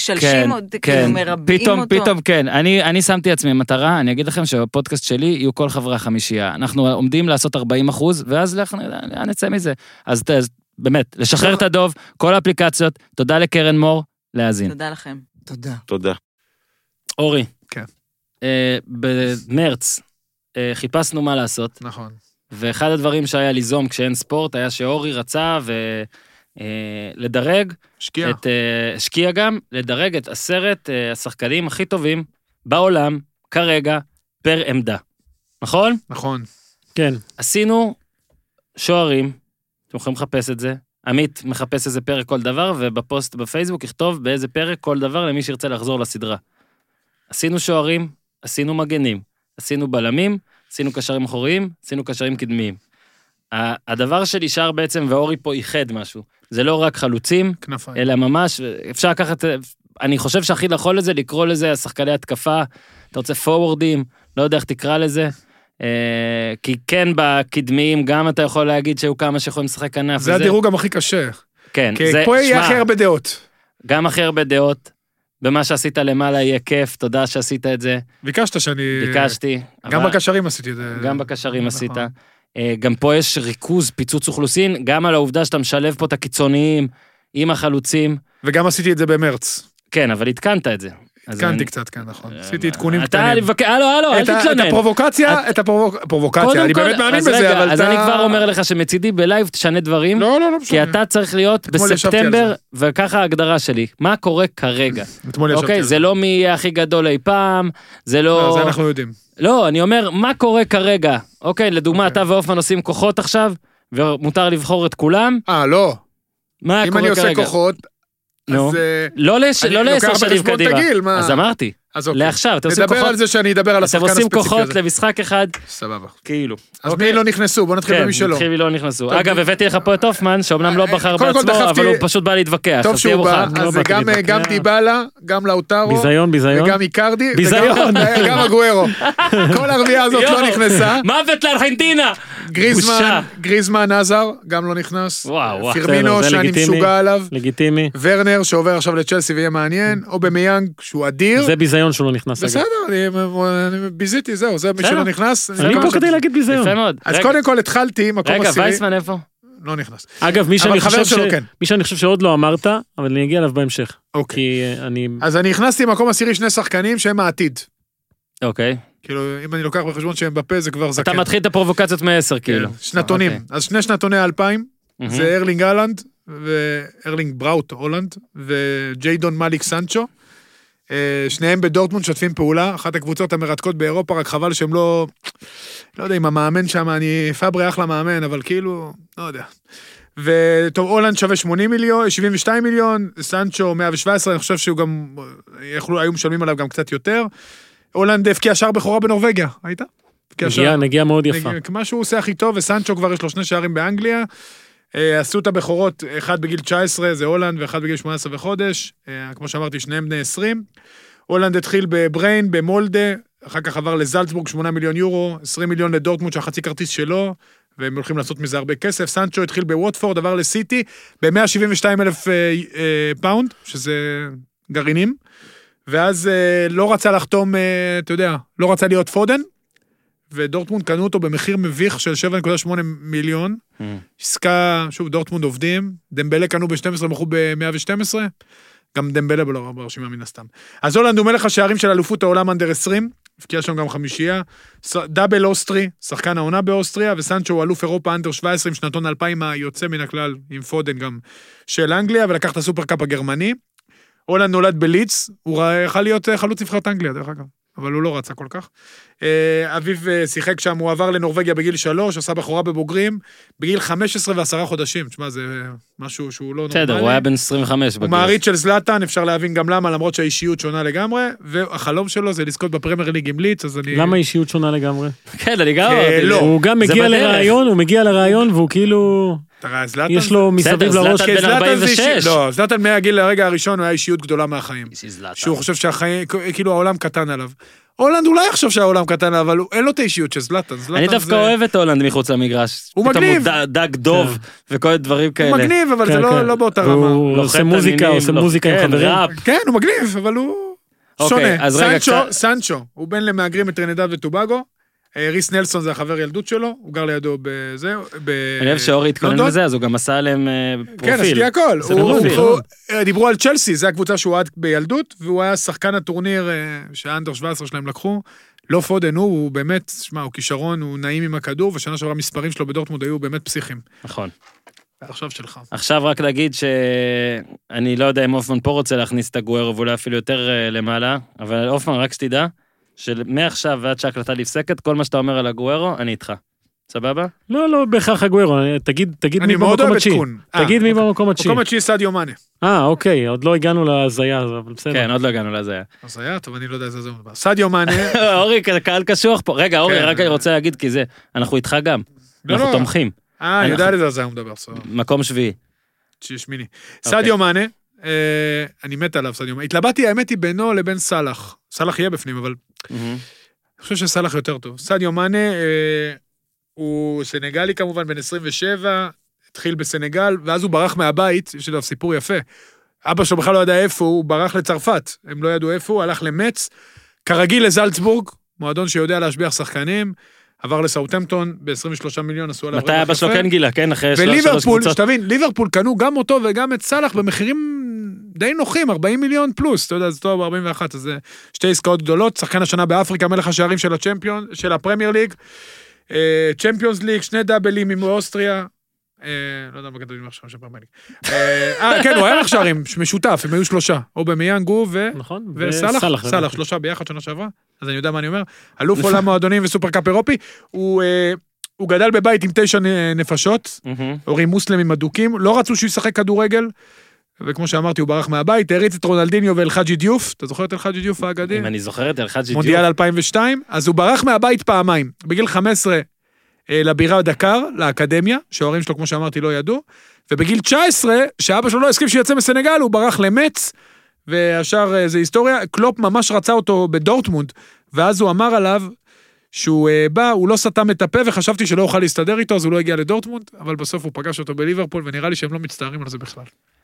פתאום כן, אני שמתי עצמי מטרה, אני אגיד לכם שבפודקאסט שלי יהיו כל חברי החמישייה. אנחנו עומדים לעשות 40%, ואז נצא מזה. אז באמת, לשחרר את הדוב, כל האפליקציות, תודה לקרן מור, להאזין. תודה לכם. תודה. אורי. כן. במרץ, חיפשנו מה לעשות. נכון. ואחד הדברים שהיה ליזום כשאין ספורט, היה שאורי רצה לדרג, השקיע גם, לדרג את 10 השחקנים הכי טובים בעולם, כרגע, פר עמדה. נכון? נכון. כן. עשינו שוערים, אתם יכולים לחפש את זה, עמית מחפש איזה פרק כל דבר, ובפוסט בפייסבוק יכתוב באיזה פרק כל דבר למי שירצה לחזור לסדרה. עשינו שוערים, עשינו מגנים, עשינו בלמים, עשינו קשרים אחוריים, עשינו קשרים קדמיים. הדבר שנשאר בעצם, ואורי פה ייחד משהו, זה לא רק חלוצים, אלא ממש, אפשר לקחת, אני חושב שהכי נכון לזה, לקרוא לזה השחקני התקפה, אתה רוצה פורורדים, לא יודע איך תקרא לזה, כי כן בקדמיים, גם אתה יכול להגיד שהיו כמה שיכולים לשחק כנף. זה הדירוג גם הכי קשה. כן. כי פה יהיה הכי הרבה דעות. גם הכי הרבה דעות, במה שעשית למעלה יהיה כיף, תודה שעשית את זה. ביקשת שאני... ביקשתי. גם בקשרים עשיתי את זה. גם בקשרים עשית. גם פה יש ריכוז, פיצוץ אוכלוסין, גם על העובדה שאתה משלב פה את הקיצוניים עם החלוצים. וגם עשיתי את זה במרץ. כן, אבל התקנת את זה. התקנתי קצת, כן, נכון. עשיתי עדכונים קטנים. הלו, אל תתלונן. את הפרובוקציה, אני באמת מאמין בזה, אבל אתה... אז אני כבר אומר לך שמצידי בלייב תשנה דברים, כי אתה צריך להיות בספטמבר, וככה ההגדרה שלי, מה קורה כרגע. אוקיי, זה לא מי יהיה הכי גדול אי פעם, זה לא... זה אנחנו יודעים. לא, אני אומר, מה קורה כרגע? אוקיי, לדוגמה, אתה ואופמן עושים כוחות עכשיו, ומותר לבחור את כולם. לא. מה אם קורה אני כרגע? עושה כוחות, נו, לא ל10 שנים קדימה. אז אמרתי, לעכשיו, אתם עושים כוחות. נדבר על זה שאני אדבר על השחקן הספציפי הזה. אתם עושים כוחות למשחק אחד. סבבה. כאילו. אז מי לא נכנסו? בוא נתחיל במי שלא. כן, נתחיל מי לא נכנסו. אגב, הבאתי לך פה את אופמן, שאומנם לא בחר בעצמו, אבל הוא פשוט בא להתווכח. טוב שהוא בא, אז זה גם דיבאלה, גם לאוטרו. ביזיון. וגם איקרדי. ביזיון. וגם הגוארו. כל הרביעה הזאת לא נכנסה. מוות לארגנטינה. גריזמן, עזר, גם לא נכנס. וואו. פירמינו, שאני משוגע עליו. לגיטימי. ורנר, שעובר עכשיו לצ'לסי ויהיה מעניין. או במיאנג, שהוא אדיר. זה ביזיון שהוא לא נכנס. בסדר, אני ביזיתי, זהו, זה מי שלא נכנס. אני פה כדי להגיד ביזיון. יפה מאוד. אז קודם כל התחלתי, מקום עשירי. רגע, וייסמן איפה? לא נכנס. אגב, מי שאני חושב שעוד לא אמרת, אבל אני אגיע אליו בהמשך. אוקיי. אז אני הכנסתי מקום עשירי 2 שחקנים שהם העתיד. אוקיי. כאילו, אם אני לוקח בחשבון שהם בפה, זה כבר זקן. אתה מתחיל את הפרובוקציות מ10, כאילו. שנתונים. אז 2 שנתוני 2000, זה ארלינג הלנד, וארלינג בראוט הולנד, וג'יידון מליק סנצ'ו. שניהם בדורטמונד שותפים פעולה, אחת הקבוצות המרתקות באירופה, רק חבל שהם לא יודע אם המאמן שם, אני פאברי אחלה מאמן, אבל כאילו, לא יודע. וטוב, הולנד שווה 72 מיליון, סנצ'ו 117, אני חושב שהוא גם, היו משלמים עליו גם קצת יותר. הולנד הפקיע שער בכורה בנורווגיה, היית? נגיעה מאוד יפה. מה שהוא עושה הכי טוב, וסנצ'ו כבר יש לו 2 שערים באנגליה, עשו את הבכורות, אחד בגיל 19, זה הולנד, ואחד בגיל 18 וחודש, כמו שאמרתי, שניהם בני 20. הולנד התחיל בבריין, במולדה, אחר כך עבר לזלצבורג, 8 מיליון יורו, 20 מיליון לדורטמונד, שהחצי כרטיס שלו, והם הולכים לעשות מזה הרבה כסף. סנצ'ו התחיל בווטפורד, עבר לסיטי, ב-172,000 פאונד, שזה גרעינים, ואז לא רצה לחתום, אתה יודע, לא רצה להיות פודן, ודורטמונד קנו אותו במחיר מביך של 7.8 מיליון, עסקה, שוב, דורטמונד עובדים, דמבלה קנו ב-12, מכרו ב-112, גם דמבלה ברשימה מן הסתם. אז הולנד הוא מלך השערים של אלופות העולם אנדר 20, הפקיע שם גם חמישייה, דאבל אוסטרי, שחקן העונה באוסטריה, וסנצ'ו הוא אלוף אירופה אנדר 17 עם שנתון 2000 היוצא מן הכלל, עם פודן גם של אנגליה, ולקח את הסופרקאפ הגרמני. הולנד נולד בליץ, הוא יכול להיות חלוץ נבחרת אנגליה, דרך אגב, אבל הוא לא רצה כל כך. אביו שיחק שם, הוא עבר לנורווגיה בגיל 3, עשה בחורה בבוגרים, בגיל 15 ו10 חודשים, תשמע, זה משהו שהוא לא נורמלי. בסדר, הוא היה בן 25 בגיל. הוא מעריץ של זלאטן, אפשר להבין גם למה, למרות שהאישיות שונה לגמרי, והחלום שלו זה לזכות בפרמייר ליג עם ליץ, אז אני... למה האישיות שונה לגמרי? כן, אני גם... הוא גם מגיע לרעיון, והוא כאילו... יש לו מסביב לראש... זלאטן בן 46. לא, זלאטן מהגיל לרגע הראשון הוא היה אישיות גדולה מהחיים. שהוא חושב שהחיים, כאילו העולם קטן עליו. הולנד אולי יחשוב שהעולם קטן, אבל אין לו את האישיות של זלאטן. אני דווקא אוהב את הולנד מחוץ למגרש. הוא מגניב. פתאום הוא דג דוב וכל דברים כאלה. הוא מגניב, אבל זה לא באותה רמה. הוא עושה מוזיקה עם חברים. כן, הוא מגניב, אבל הוא שונה. סנצ'ו, הוא בן למהגרים מטרינדד וטובגו. ריס נלסון זה החבר ילדות שלו, הוא גר לידו בזה. אני אוהב שאורי התכונן בזה, אז הוא גם עשה עליהם פרופיל. כן, עשיתי הכל. דיברו על צ'לסי, זו הקבוצה שהוא עד בילדות, והוא היה שחקן הטורניר שהאנדר 17 שלהם לקחו. לא פודן, הוא באמת, שמע, הוא כישרון, הוא נעים עם הכדור, ושנה שעברה המספרים שלו בדורטמונד היו באמת פסיכיים. נכון. עכשיו שלך. עכשיו רק להגיד שאני לא יודע אם אופמן פה רוצה להכניס את הגוארו, ואולי אפילו יותר למעלה, אבל אופמן, רק שתדע, שמעכשיו ועד שהקלטה נפסקת, כל מה שאתה אומר על הגוארו, אני איתך. סבבה? לא בהכרח הגוארו, תגיד מי במקום התשיעי. תגיד מי במקום התשיעי. במקום התשיעי סדיו מאנה. אוקיי, עוד לא הגענו להזיה, אבל בסדר. כן, עוד לא הגענו להזיה. הזיה, טוב, אני לא יודע איזה זה מדבר. סדיו מאנה. אורי, קהל קשוח פה. רגע, אורי, רק אני רוצה להגיד, כי זה, אנחנו איתך גם. אנחנו תומכים. אני יודע איזה זה הוא מדבר. מקום שביעי. שמיני. סדיו מאנה, אני מת עליו, סדיו מאנה. התלבטתי, האמת היא בינו לבין סלח. סלח יהיה בפנים, אבל אני חושב שסלח יותר טוב. סדיו מאנה, הוא סנגלי כמובן, בן 27, התחיל בסנגל, ואז הוא ברח מהבית, יש לו סיפור יפה. אבא שלו בכלל לא ידע איפה, הוא ברח לצרפת, הם לא ידעו איפה, הוא הלך למץ, כרגיל לזלצבורג, מועדון שיודע להשביח שחקנים, עבר לסאוטהמפטון, ב-23 מיליון עשו עליו. מתי אבא שלו כן גילה, כן, אחרי וליברפול, שתבין, ליברפול קנו גם אותו וגם את סלח במחירים די נוחים, 40 מיליון פלוס, אתה יודע, זה טוב, 41, אז זה שתי עסקאות גדולות, שחקן השנה באפריקה, מלך השערים של הפרמייר ליג, צ'מפיונס ליג, שני דאבלים עם אוסטריה, לא יודע מה כתבים עכשיו של פרמייר ליג. כן, הוא היה מחשרים, משותף, הם היו שלושה, או במיאנגו וסלח, שלושה ביחד שנה שעברה, אז אני יודע מה אני אומר, אלוף עולם מועדונים וסופרקאפ אירופי, הוא גדל בבית עם 9 נפשות, הורים מוסלמים אדוקים, לא רצו שהוא ישחק כדורגל, וכמו שאמרתי, הוא ברח מהבית, הריץ את רונלדיניו ואלחאג'י דיוף, אתה זוכר את אלחאג'י דיוף האגדי? אם אני זוכר את אלחאג'י דיוף. מונדיאל 2002, אז הוא ברח מהבית פעמיים, בגיל 15 לבירה דקר, לאקדמיה, שההורים שלו, כמו שאמרתי, לא ידעו, ובגיל 19, שאבא שלו לא הסכים שיצא מסנגל, הוא ברח למץ, והשאר זה היסטוריה, קלופ ממש רצה אותו בדורטמונד, ואז הוא אמר עליו, שהוא בא, הוא לא סתם את הפה, וחשבתי שלא אוכל להסתדר איתו, אז הוא לא הגיע לדורטמונד, אבל בסוף הוא פגש אותו בליברפול, ונראה לי שהם לא מצטערים על זה בכלל.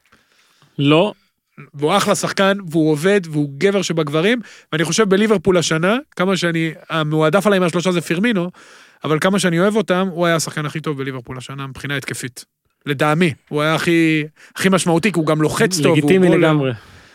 לא. והוא אחלה שחקן, והוא עובד, והוא גבר שבגברים, ואני חושב בליברפול השנה, כמה שאני, המועדף עליי מהשלושה זה פירמינו, אבל כמה שאני אוהב אותם, הוא היה השחקן הכי טוב בליברפול השנה, מבחינה התקפית. לדעמי, הוא היה הכי משמעותי, כי הוא גם לוחץ טוב. לגיטימי לגמרי.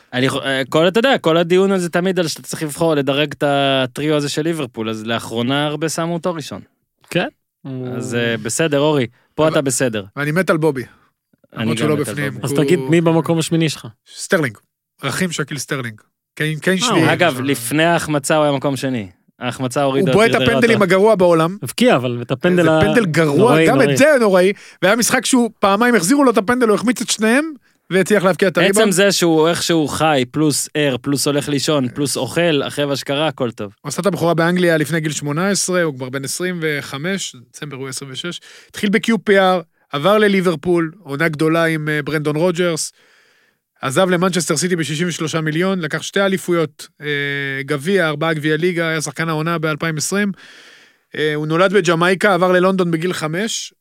אתה יודע, כל הדיון הזה תמיד על שאתה צריך לבחור, לדרג את הטריו הזה של ליברפול, אז לאחרונה הרבה שמו אותו ראשון. כן. אז בסדר, אורי, פה אתה בסדר. ואני מת על בובי. אני גם מת על בובי. אז תגיד, מי במקום השמיני שלך? סטרלינג. רחים שקיל סטרלינג. קיין שביעי. אגב, לפני ההחמצה הוא היה מקום שני. ההחמצה הורידה. הוא בועט את הפנדלים הגרוע בעולם. הבקיע, אבל את הפנדל זה פנדל גרוע, גם את זה נוראי. והיה משחק שהוא פעמיים החזירו לו את הפנדל, הוא החמיץ את שניהם, והצליח להבקיע את הריבאונד. עצם זה שהוא איכשהו חי, פלוס ער, פלוס הולך לישון, פלוס אוכל, אחרי והשקרה, הכל טוב. הוא עשה את הבחורה באנגליה לפני גיל 18, הוא כבר בן 25, דצמבר הוא 26, התחיל ב-QPR, עבר לליברפול, עונה גדולה עם ברנדון רוג'רס, עזב למנצ'סטר סיטי ב-63 מיליון, לקח 2 אליפויות, גביע, 4 גביע ליגה, היה שחקן העונה ב-2020, הוא נולד בג'מייקה, עבר ללונדון בגיל 5,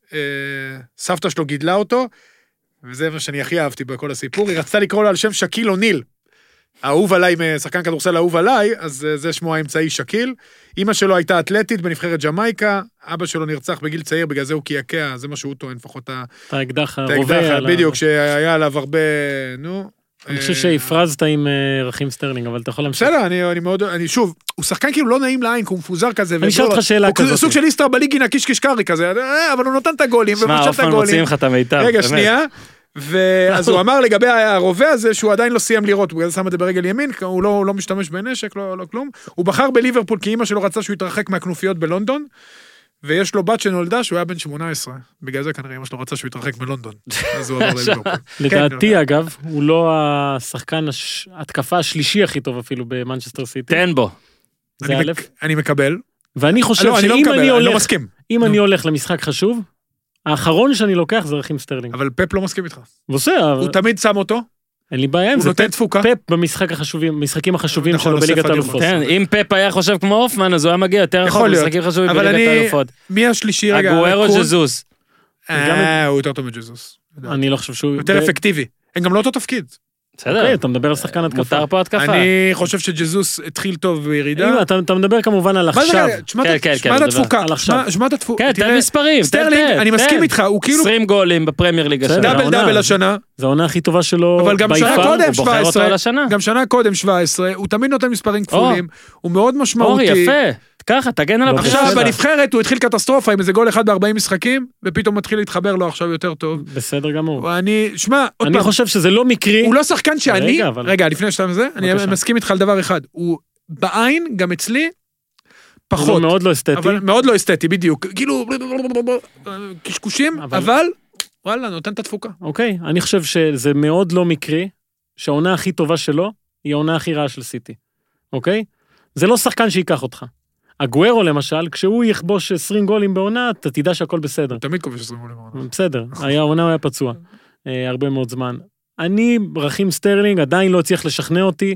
סבתא שלו גידלה אותו, וזה מה שאני הכי אהבתי בכל הסיפור, היא רצתה לקרוא לו על שם שקיל אוניל, אהוב עליי, שחקן כדורסל אהוב עליי, אז זה שמו האמצעי שקיל. אמא שלו הייתה אתלטית בנבחרת ג'מייקה, אבא שלו נרצח בגיל צעיר, בגלל זה הוא קעקע, זה מה שהוא טוען, לפחות האקדח הרובה. בדיוק, שהיה עליו הרבה, אני חושב שהפרזת עם רכים סטרלינג, אבל אתה יכול להמשיך. בסדר, אני מאוד, שוב, הוא שחקן כאילו לא נעים לעין, כי הוא מפוזר כזה. אני אשאל אותך שאלה כזאת. הוא סוג של איסטר בליגינה קישקשקרי כזה, אבל הוא נותן את הגולים, שמע, אופן מוציאים לך את המיטב. רגע, שנייה. ואז הוא אמר לגבי הרובה הזה, שהוא עדיין לא סיים לראות, בגלל זה שם את זה ברגל ימין, הוא לא משתמש בנשק, לא כלום. הוא בחר בליברפול, כי אמא שלו רצה שהוא יתרחק מהכנופיות בלונדון, ויש לו בת שנולדה שהוא היה בן 18. בגלל זה כנראה אמא שלו רצה שהוא יתרחק מלונדון. אז הוא עבר לליברפול. לדעתי, אגב, הוא לא השחקן התקפה השלישי הכי טוב אפילו במנצ'סטר סיטי. תן בו. זה א'. אני מקבל. ואני חושב שאם אני הולך למשחק חשוב, האחרון שאני לוקח זה רכים סטרלינג. אבל פפ לא מסכים איתך. בסדר. הוא תמיד שם אותו. אין לי בעיה עם זה. הוא נותן תפוקה. פפ במשחקים החשובים שלו בליגת האלופות. אם פפ היה חושב כמו אופמן, אז הוא היה מגיע יותר רחוק במשחקים חשובים בליגת האלופות. מי השלישי רגע? אגוארו ג'זוס. הוא יותר טוב מג'זוס. אני לא חושב שהוא... יותר אפקטיבי. הם גם לא אותו תפקיד. בסדר. אתה מדבר על שחקן התקפה. מותר פה התקפה. אני חושב שג'זוס התחיל טוב בירידה. אתה מדבר כמובן על עכשיו. שמע את התפוקה. שמע את התפוקה. כן, תן מספרים. סטרלינג, אני מסכים איתך, הוא כאילו... 20 גולים בפרמייר ליג השנה. דאבל השנה. זה העונה הכי טובה שלו. אבל גם שנה קודם 17. גם שנה קודם 17. הוא תמיד נותן מספרים כפולים. הוא מאוד משמעותי. אורי, יפה. ככה, תגן על הבחירה. עכשיו בנבחרת הוא התחיל קטסטרופה עם איזה גול אחד ב-40 משחקים, ופתאום מתחיל להתחבר לו עכשיו יותר טוב. בסדר גמור. ואני, שמע, עוד פעם. אני חושב שזה לא מקרי. הוא לא שחקן שאני, רגע, לפני השלב הזה, אני מסכים איתך על דבר אחד. הוא בעין, גם אצלי, פחות. הוא מאוד לא אסתטי. אבל מאוד לא אסתטי, בדיוק. כאילו, קשקושים, אבל, וואלה, נותן את התפוקה. אוקיי, אני חושב שזה מאוד לא מקרי, שהעונה הכי טובה שלו, היא העונה הכי רעה של סיטי. אוקיי? זה לא שחקן שיקח אותך. אגוארו למשל, כשהוא יכבוש 20 גולים בעונה, אתה תדע שהכל בסדר. הוא תמיד כובש 20 גולים בעונה. בסדר, העונה הוא היה פצוע, הרבה מאוד זמן. אני, רכים סטרלינג, עדיין לא הצליח לשכנע אותי,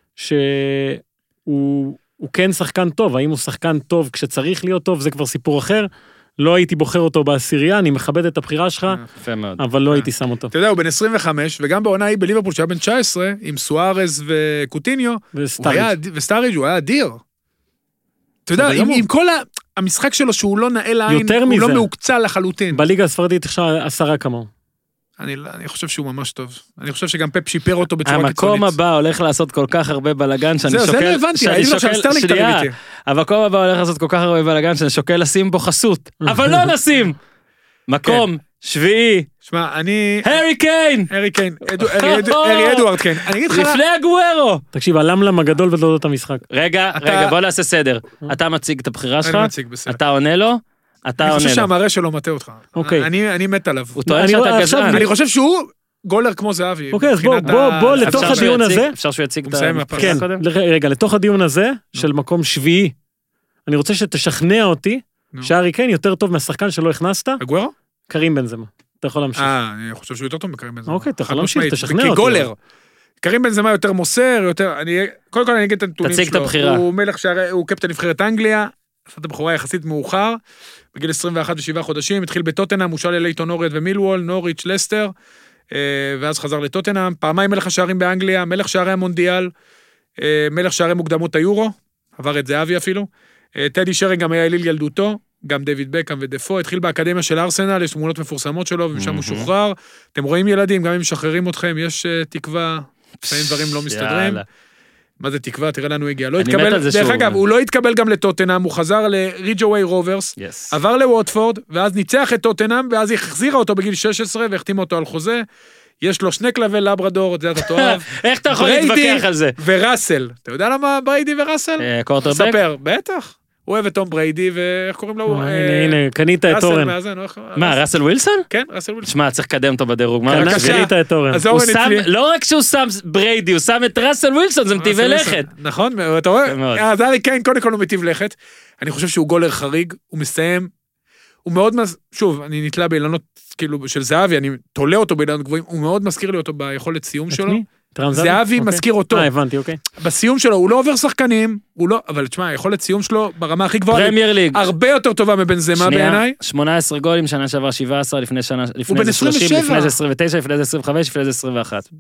שהוא כן שחקן טוב, האם הוא שחקן טוב כשצריך להיות טוב, זה כבר סיפור אחר, לא הייתי בוחר אותו בעשירייה, אני מכבד את הבחירה שלך, אבל לא הייתי שם אותו. אתה יודע, הוא בן 25, וגם בעונה היא בליברפול שהיה בן 19, עם סוארז וקוטיניו, וסטאריג' הוא היה אדיר. אתה יודע, עם כל המשחק שלו שהוא לא נאה לעין, הוא לא מעוקצה לחלוטין. בליגה הספרדית עכשיו 10 כמוהו. אני חושב שהוא ממש טוב. אני חושב שגם פפ שיפר אותו בצורה קיצונית. המקום הבא הולך לעשות כל כך הרבה בלגן שאני שוקל... זה לא הבנתי, הייתי עכשיו סטרלינג תמיד איתי. המקום הבא הולך לעשות כל כך הרבה בלגן שאני שוקל לשים בו חסות. אבל לא נשים! מקום שביעי. שמע, אני... הרי קיין! הרי אדוארד קיין. לפני אגוארו! תקשיב, הלמלם הגדול בתולדות המשחק. רגע, בוא נעשה סדר. אתה מציג את הבחירה שלך, אני מציג, בסדר. אתה עונה לו, אני חושב שהמראה שלו מטה אותך. אני מת עליו. הוא טוען שאתה גזען. אני חושב שהוא גולר כמו זהבי. אוקיי, אז בוא לתוך הדיון הזה. אפשר שהוא יציג את הבחירה קודם? רגע, לתוך הדיון הזה, של מקום שביעי, אני רוצה שתשכנע אותי, שהרי קיין יותר טוב מהשחקן שלא הכנסת. אגוארו? קרים בנזמה. אתה יכול להמשיך. אני חושב שהוא יותר טוב מקרים בנזמה. אוקיי, אתה יכול להמשיך, תשכנע אותי. כגולר. קרים בנזמה יותר מוסר, יותר... קודם כל אני אגיד את הנתונים שלו. תציג את הבחירה. הוא מלך הוא קפטן נבחרת אנגליה, עשה את הבחורה יחסית מאוחר, בגיל 21 ו7 חודשים, התחיל בטוטנהאם, מושל ללייטון אורד ומילוול, נוריץ' לסטר, ואז חזר לטוטנהאם, פעמיים מלך השערים באנגליה, מלך שערי המונדיאל, מלך שערי מוקדמות היורו, עבר את זהבי אפילו, טדי שרינג גם היה אליל ילדותו, גם דיוויד בקאם ודפו, התחיל באקדמיה של ארסנל, יש תמונות מפורסמות שלו, ומשם הוא שוחרר, אתם רואים ילדים, גם אם משחררים אתכם, יש תקווה, לפעמים דברים לא מסתדרים. מה זה תקווה? תראה לנו הגיע. לא התקבל, דרך אגב, הוא לא התקבל גם לטוטנהאם, הוא חזר לריג'ווי רוברס, עבר לווטפורד, ואז ניצח את טוטנהאם, ואז החזירה אותו בגיל 16, והחתימה אותו על חוזה. יש לו 2 כלבי לברדור, את זה אתה תאהב. איך אתה יכול להתווכח על זה? וראסל. אתה יודע למה בריידי וראסל? קורטרבק? ספר, בטח. הוא אוהב את תום בריידי, ואיך קוראים לו? הנה, קנית את אורן. מה, ראסל ווילסון? כן, ראסל ווילסון. שמע, צריך לקדם אותו בדירוג. קנית את אורן. לא רק שהוא שם בריידי, הוא שם את ראסל ווילסון, זה מטיבי לכת. נכון, אתה רואה? אז הארי קיין קודם כל הוא מטיב לכת. אני חושב שהוא גולר חריג, הוא מסיים, הוא מאוד, שוב, אני נתלה באילנות כאילו של זהבי, אני תולה אותו באילנות גבוהים, הוא מאוד מזכיר לי אותו ביכולת סיום שלו. זהבי מזכיר אותו. הבנתי, אוקיי. בסיום שלו, הוא לא עובר שחקנים, הוא לא, אבל תשמע, היכולת סיום שלו ברמה הכי גבוהה, פרמייר ליג. הרבה יותר טובה מבנזמה בעיניי. 18 גולים, שנה שעבר 17, לפני זה 30, לפני זה 29, לפני זה 25, לפני זה 21.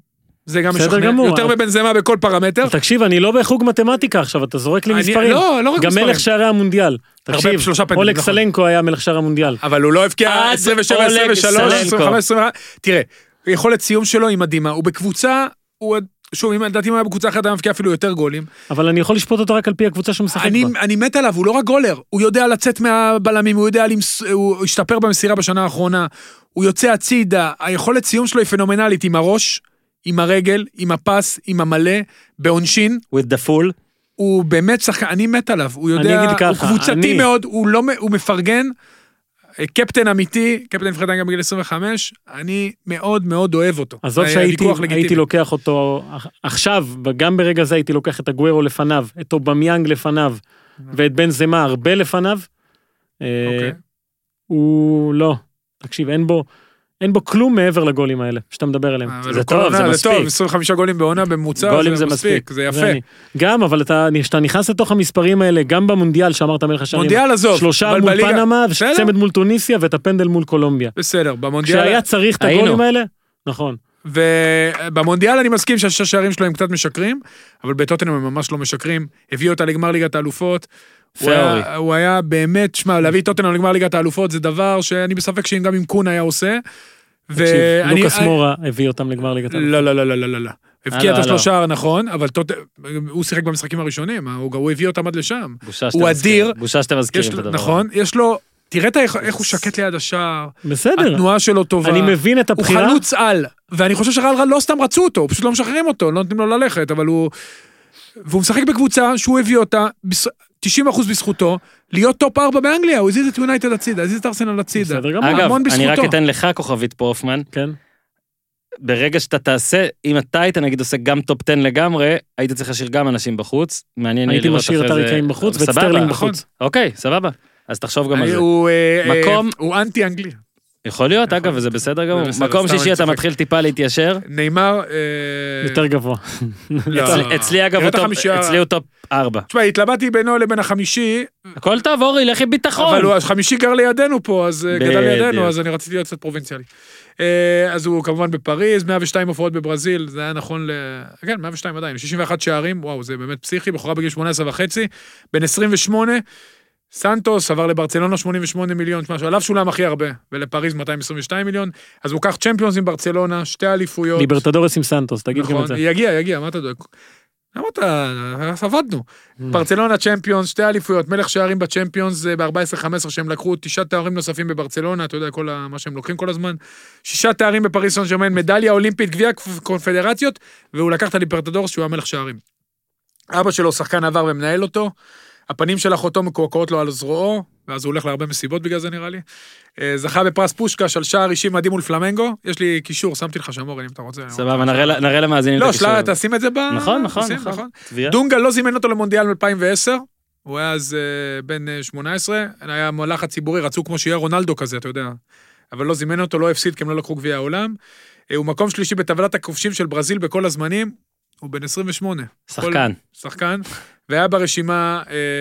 זה גם משכנע, יותר מבנזמה בכל פרמטר. תקשיב, אני לא בחוג מתמטיקה עכשיו, אתה זורק לי מספרים. לא רק גם מלך שערי המונדיאל. תקשיב, אולג סלנקו היה מלך שערי המונדיאל. אבל הוא לא הבקיע 27, 23, 25, 21. תראה, יכולת סיום שלו היא מדהימה. הוא בקבוצה, שוב, אם לדעתי היה בקבוצה אחת, היה מבקיע אפילו יותר גולים. אבל אני יכול לשפוט אותו רק על פי הקבוצה שהוא משחק בה. אני מת עליו, הוא לא רק גולר. הוא יודע לצאת מהבלמים, הוא השתפר במסירה בשנה האחרונה. הוא יוצא הצידה, היכולת סיום שלו היא פנומנלית עם הראש, עם הרגל, עם הפס, עם המלא, בעונשין. with the full. הוא באמת שחקן, אני מת עליו, הוא יודע, הוא קבוצתי מאוד, הוא מפרגן, קפטן אמיתי, קפטן נבחרת גם בגיל 25, אני מאוד מאוד אוהב אותו. אז זאת שהייתי לוקח אותו, עכשיו, גם ברגע זה הייתי לוקח את הגוורו לפניו, את אובמיאנג לפניו, ואת בנזמה הרבה לפניו, הוא לא, תקשיב, אין בו כלום מעבר לגולים האלה, שאתה מדבר עליהם. זה טוב, זה מספיק. 25 גולים בעונה בממוצע, זה מספיק, זה יפה. גם, אבל כשאתה נכנס לתוך המספרים האלה, גם במונדיאל שאמרת מלך השערים, מונדיאל עזוב. 3 מול פנמה, וצמד מול טוניסיה, ואת הפנדל מול קולומביה. בסדר, במונדיאל... כשהיה צריך את הגולים האלה, נכון. ובמונדיאל אני מסכים שהשערים שלהם קצת משקרים, אבל בטוטנהאם הם ממש לא משקרים. הביאו אותה לגמר ליגת האלופות. הוא היה באמת, שמה, להביא טוטנהאם לגמר ליגת האלופות זה דבר שאני בספק שאם גם עם קון היה עושה. לוקאס מורה הביא אותם לגמר ליגת האלופות. לא. הבקיע את השלושה נכון, אבל הוא שיחק במשחקים הראשונים, הוא הביא אותם עד לשם. הוא אדיר. בושה שאתם מזכירים את הדבר. נכון, יש לו... תראה איך הוא שקט ליד השער. בסדר. התנועה שלו טובה. אני מבין את הבחירה. הוא חלוץ על. ואני חושב שרעל לא סתם רצו אותו, פשוט לא משחררים אותו, לא נותנים לו ללכת, אבל הוא... והוא משחק בקבוצה שהוא הביא אותה, 90% בזכותו, להיות טופ 4 באנגליה, הוא הזיז את יונייטד הצידה, הזיז את ארסנל הצידה. אגב, אני רק אתן לך כוכבית פה, הופמן. כן. ברגע שאתה תעשה, אם אתה היית נגיד עושה גם טופ 10 לגמרי, היית צריך להשאיר גם אנשים בחוץ, מעניין לי לראות אחרי זה. הייתי משאיר את הריקאים בחוץ ואת סטרלינג בחוץ. אוקיי, סבבה. אז תחשוב גם על זה. הוא אנטי אנגלי. יכול להיות, אגב, וזה בסדר גמור. מקום שישי אתה מתחיל טיפה להתיישר. ניימר... יותר גבוה. אצלי אגב, אצלי הוא טופ 4. תשמע, התלבטתי בינו לבין החמישי. הכל טוב, אורי, לכי ביטחון. אבל החמישי גר לידינו פה, אז גדל לידינו, אז אני רציתי להיות קצת פרובינציאלי. אז הוא כמובן בפריז, 102 הופעות בברזיל, זה היה נכון כן, 102 עדיין, 61 שערים, וואו, זה באמת פסיכי, בחורה בגיל 18 וחצי, בין 28, סנטוס עבר לברצלונה 88 מיליון, עליו שולם הכי הרבה, ולפריז 222 מיליון, אז הוא קח צ'מפיונס עם ברצלונה, 2 אליפויות. ליברטדורס עם סנטוס, תגיד גם את זה. יגיע, מה אתה דואג? אמרת, עבדנו. ברצלונה צ'מפיונס, 2 אליפויות, מלך שערים בצ'מפיונס ב-14-15 שהם לקחו 9 תארים נוספים בברצלונה, אתה יודע, מה שהם לוקחים כל הזמן, 6 תארים בפריז סן ז'רמן, מדליה אולימפית, גביע קונפדרציות, והוא לקח את הליברטדורס שהוא המלך שערים. אבא שלו שחקן עבר ומנהל אותו, הפנים של אחותו מקועקעות לו על זרועו, ואז הוא הולך להרבה מסיבות בגלל זה נראה לי. זכה בפרס פושקש על שער אישי מדהים מול פלמנגו, יש לי קישור, שמתי לך שמור, אם אתה רוצה. סבבה, נראה למאזינים את הקישור. לא, תשים את זה ב... נכון. דונגל לא זימן אותו למונדיאל מ-2010, הוא היה אז בן 18, היה לחץ ציבורי, רצו כמו שיהיה רונלדו כזה, אתה יודע. אבל לא זימן אותו, לא הפסיד, כי הם לא לקחו גביע העולם. הוא מקום שלישי בטבלת הכובשים של ברזיל בכל הזמנים, הוא בן 28. שחקן. והיה ברשימה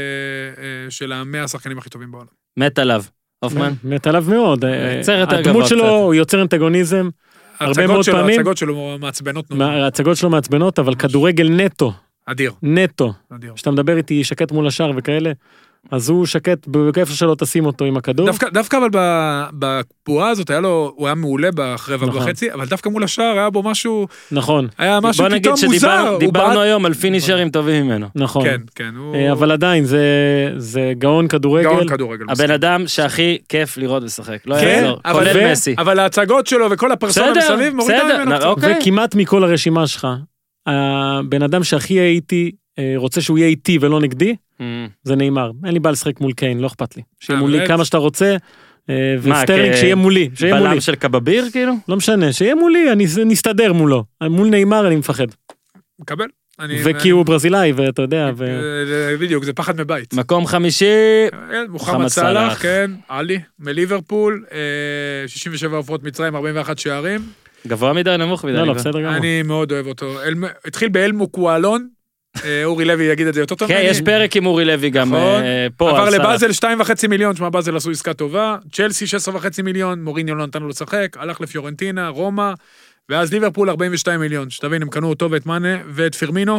של 100 השחקנים הכי טובים בעולם. מת עליו, הופמן. מת עליו מאוד. הדמות שלו, הוא יוצר אנטגוניזם, הרבה מאוד פעמים. ההצגות שלו מעצבנות. ההצגות שלו מעצבנות, אבל כדורגל נטו. אדיר. נטו. כשאתה מדבר איתי שקט מול השאר וכאלה, אז הוא שקט, בכיפה שלו תשים אותו עם הכדור. דווקא אבל בפועה הזאת, הוא היה מעולה באחרי וחצי, אבל דווקא מול השאר היה בו משהו... נכון. היה משהו פתאום מוזר. בוא נגיד שדיברנו היום על פינישרים טובים ממנו. נכון. כן. אבל עדיין, זה גאון כדורגל. גאון כדורגל. הבן אדם שהכי כיף לראות לשחק. לא יעזור. כולל מסי. אבל ההצגות שלו וכל הפרסונה מסביב מורידה ממנו. וכמעט מכל הרשימה שלך, הבן אדם שהכי הייתי רוצה שהוא יהיה איתי ולא נגדי, זה ניימר. אין לי בעיה לשחק מול קיין, לא אכפת לי. שיהיה מולי כמה שאתה רוצה, וסטרלינג שיהיה מולי. בלם של קבביר כאילו? לא משנה, שיהיה מולי, אני נסתדר מולו. מול ניימר אני מפחד. מקבל. וכי הוא ברזילאי, ואתה יודע. בדיוק, זה פחד מבית. מקום חמישי, מוחמד סלאח, כן, עלי, מליברפול, 67 הופעות מצרים, 41 שערים. גבוה מדי, נמוך מדי. לא, בסדר גמור. אני מאוד אוהב אותו. התחיל באלמו קואלון, אורי לוי יגיד את זה יותר טוב. כן, יש פרק עם אורי לוי גם פה. עבר לבאזל 2.5 מיליון, שמה באזל עשו עסקה טובה, צ'לסי 16.5 מיליון, מוריניו לא נתן לו לשחק, הלך לפיורנטינה, רומא, ואז ליברפול 42 מיליון, שתבין, הם קנו אותו ואת מאנה ואת פירמינו,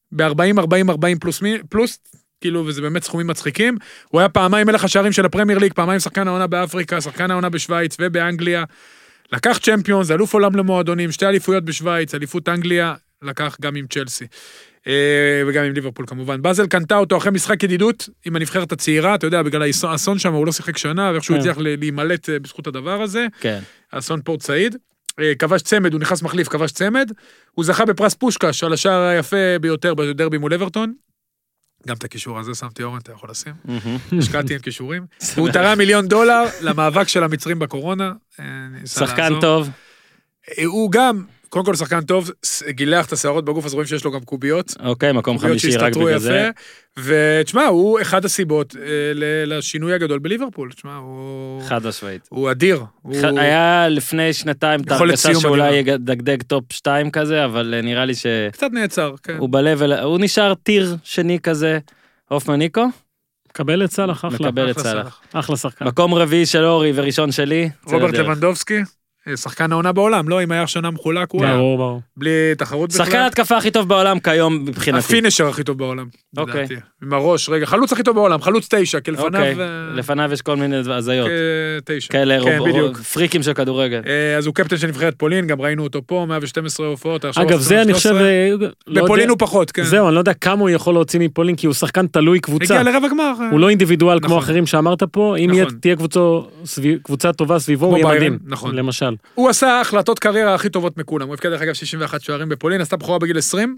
ב-40 פלוס, כאילו, וזה באמת סכומים מצחיקים. הוא היה פעמיים מלך השערים של הפרמייר ליג, פעמיים שחקן העונה באפריקה, שחקן העונה בשוויץ ובאנגליה. לקח צ'מפיונס, אלוף עולם למועדונים, 2 אליפויות בשוויץ, אליפות אנגליה, לקח גם עם צ'לסי. וגם עם ליברפול כמובן. באזל קנתה אותו אחרי משחק ידידות עם הנבחרת הצעירה, אתה יודע, בגלל האסון שם הוא לא שיחק שנה, ואיכשהו הצליח להימלט בזכות הדבר הזה. כן. האסון פורט סעיד. כבש צמד, הוא נכנס מחליף, כבש צמד. הוא זכה בפרס פושקש על השער היפה ביותר בדרבי מול אברטון. גם את הקישור הזה שמתי אורן, אתה יכול לשים. השקעתי עם קישורים. הוא תרם $1 מיליון למאבק של המצרים בקורונה. שחקן טוב. הוא גם, קודם כל שחקן טוב, גילח את השערות בגוף, אז רואים שיש לו גם קוביות. אוקיי, מקום חמישי רק בגלל זה. ותשמע, הוא אחד הסיבות לשינוי הגדול בליברפול. תשמע, חד משמעית. הוא אדיר. היה לפני שנתיים תרגשה שאולי ידגדג טופ 2 כזה, אבל נראה לי ש... קצת נעצר, כן. הוא בלבל, הוא נשאר טיר שני כזה. הופמן ניקו? מקבל את סלח, אחלה. מקבל את סלח. אחלה שחקן. מקום רביעי של אורי וראשון שלי. רוברט לבנדובסקי. שחקן העונה בעולם, לא? אם היה שנה מחולק, הוא היה. ברור. בלי תחרות בכלל. שחקן התקפה הכי טוב בעולם כיום מבחינתי. הפינשר הכי טוב בעולם. אוקיי. עם הראש, רגע, חלוץ הכי טוב בעולם, חלוץ 9, כי לפניו... לפניו יש כל מיני הזיות. 9. כאלה פריקים של כדורגל. אז הוא קפטן של נבחרת פולין, גם ראינו אותו פה, 112 הופעות. אגב, זה אני חושב... בפולין הוא פחות, כן. זהו, אני לא יודע כמה הוא יכול להוציא מפולין, כי הוא שחקן תלוי קבוצה. הגיע לרבע גמר. הוא לא אינדיבידואל כמו אחרים שאמרת פה, אם תהיה קבוצה טובה סביבו, הוא יהיה מדהים, למשל. הוא עשה החלטות קריירה הכי טובות מכולם. הוא הפקד דרך אגב 61 שערים בפולין, עשתה בחורה בגיל 20,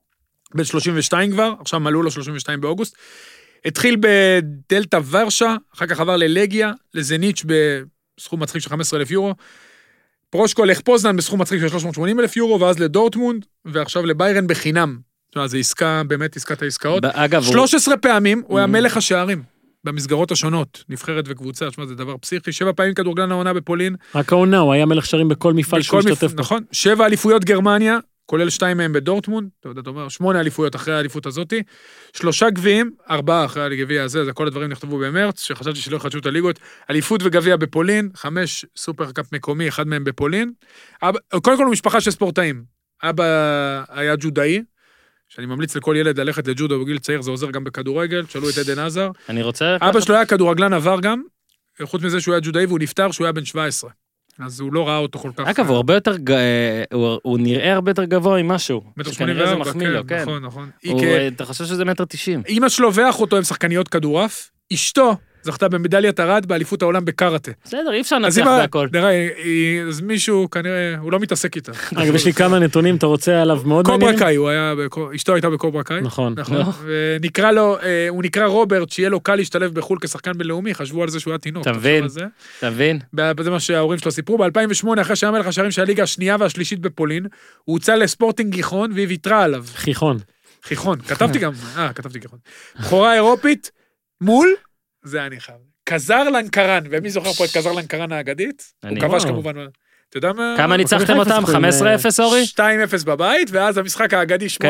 בן 32 כבר, עכשיו מלאו לו 32 באוגוסט. התחיל בדלטה ורשה, אחר כך עבר ללגיה, לזניץ' בסכום מצחיק של 15,000 יורו. פרושקו לך פוזנן בסכום מצחיק של 380,000 יורו, ואז לדורטמונד, ועכשיו לביירן בחינם. זה עסקה, באמת עסקת העסקאות. 13 פעמים הוא היה מלך השערים. במסגרות השונות, נבחרת וקבוצה, שמה, זה דבר פסיכי, 7 פעמים כדורגלן העונה בפולין. רק העונה, הוא היה מלך שערים בכל מפעל שהוא השתתף בו. נכון, 7 אליפויות גרמניה, כולל 2 מהם בדורטמונד, אתה אומר, 8 אליפויות אחרי האליפות הזאת, 3 גביעים, 4 אחרי הגביע הזה, זה כל הדברים נכתבו במרץ, שחשבתי שלא יחדשו את הליגות, אליפות וגביע בפולין, 5 סופרקאפ מקומי, 1 מהם בפולין. קודם כל הוא משפחה של ספורטאים. אבא היה ג'ודאי, שאני ממליץ לכל ילד ללכת לג'ודו בגיל צעיר, זה עוזר גם בכדורגל, תשאלו את עדן עזר. אני רוצה... אבא שלו היה כדורגלן עבר גם, חוץ מזה שהוא היה ג'ודאי והוא נפטר שהוא היה בן 17. אז הוא לא ראה אותו כל כך... אגב, הוא הרבה יותר... הוא נראה הרבה יותר גבוה ממשהו. 1.84, כן, נכון. אתה חושב שזה 1.90 מטר? אמא שלו ואחותו הם שחקניות כדורעף, אשתו זכתה במדליית ארד באליפות העולם בקראטה. בסדר, אי אפשר לנצח בהכל. אז מישהו כנראה, הוא לא מתעסק איתה. אגב, יש לי כמה נתונים, אתה רוצה עליו מאוד מעניינים? קוברה קאי, אשתו הייתה בקוברה קאי. נכון. ונקרא לו, הוא נקרא רוברט, שיהיה לו קל להשתלב בחול כשחקן בינלאומי, חשבו על זה שהוא היה תינוק. תבין. זה מה שההורים שלו סיפרו. ב-2008, אחרי שהיה מלך השערים של הליגה השנייה והשלישית בפולין, הוא הוצא לספורטינג גיחון והיא ויתרה עליו. גיחון. כתבתי גיחון. בחורה אירופית מול זה אני חייב. קזר לנקרן, ומי זוכר פה את קזר לנקרן האגדית? הוא כבש כמובן. אתה יודע מה? כמה ניצחתם אותם? 15-0 אורי? 2-0 בבית, ואז המשחק האגדי 8-0,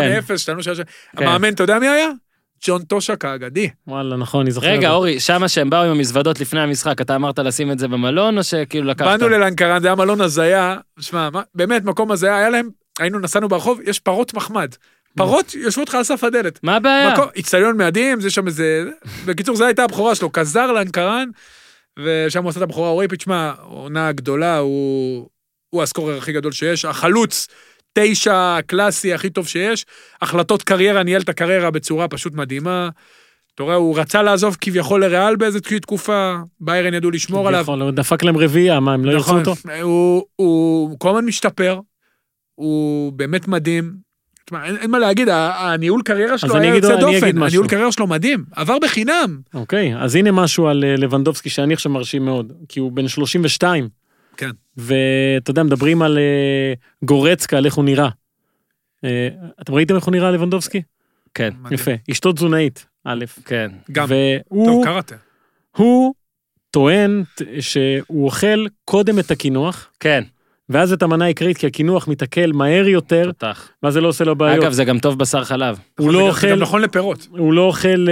המאמן, אתה יודע מי היה? ג'ון טושק האגדי. וואלה, נכון, אני זוכר. רגע, אורי, שמה שהם באו עם המזוודות לפני המשחק, אתה אמרת לשים את זה במלון, או שכאילו לקחת? באנו ללנקרן, זה היה מלון הזיה, שמע, באמת, מקום הזיה, היה להם, נסענו ברחוב, יש פרות מחמד. פרות יושבות לך על סף הדלת. מה הבעיה? הצטדיון מאדים, זה שם איזה... בקיצור, זו הייתה הבחורה שלו, קזר לנקרן, ושם הוא עשה את הבחורה האוריפית, שמה, עונה גדולה, הוא הסקורר הכי גדול שיש, החלוץ, 9 קלאסי הכי טוב שיש, החלטות קריירה, ניהל את הקריירה בצורה פשוט מדהימה, אתה רואה, הוא רצה לעזוב כביכול לריאל באיזושהי תקופה, ביירן ידעו לשמור עליו. הוא דפק להם רביעייה, מה, הם לא ירצו אותו? הוא כל הזמן משתפר, הוא באמת מדהים, אין מה להגיד, הניהול קריירה שלו היה יוצא דופן, הניהול קריירה שלו מדהים, עבר בחינם. אוקיי, אז הנה משהו על לבנדובסקי שאני עכשיו מרשים מאוד, כי הוא בן 32. כן. ואתה יודע, מדברים על גורצקה, על איך הוא נראה. אתם ראיתם איך הוא נראה לבנדובסקי? כן. יפה, אשתו תזונאית, א'. כן. גם, טוב, קראתי. הוא טוען שהוא אוכל קודם את הקינוח. כן. ואז את המנה העיקרית, כי הקינוח מתעכל מהר יותר, ואז זה לא עושה לו בעיות. אגב, זה גם טוב בשר חלב. זה גם נכון לפירות. הוא לא אוכל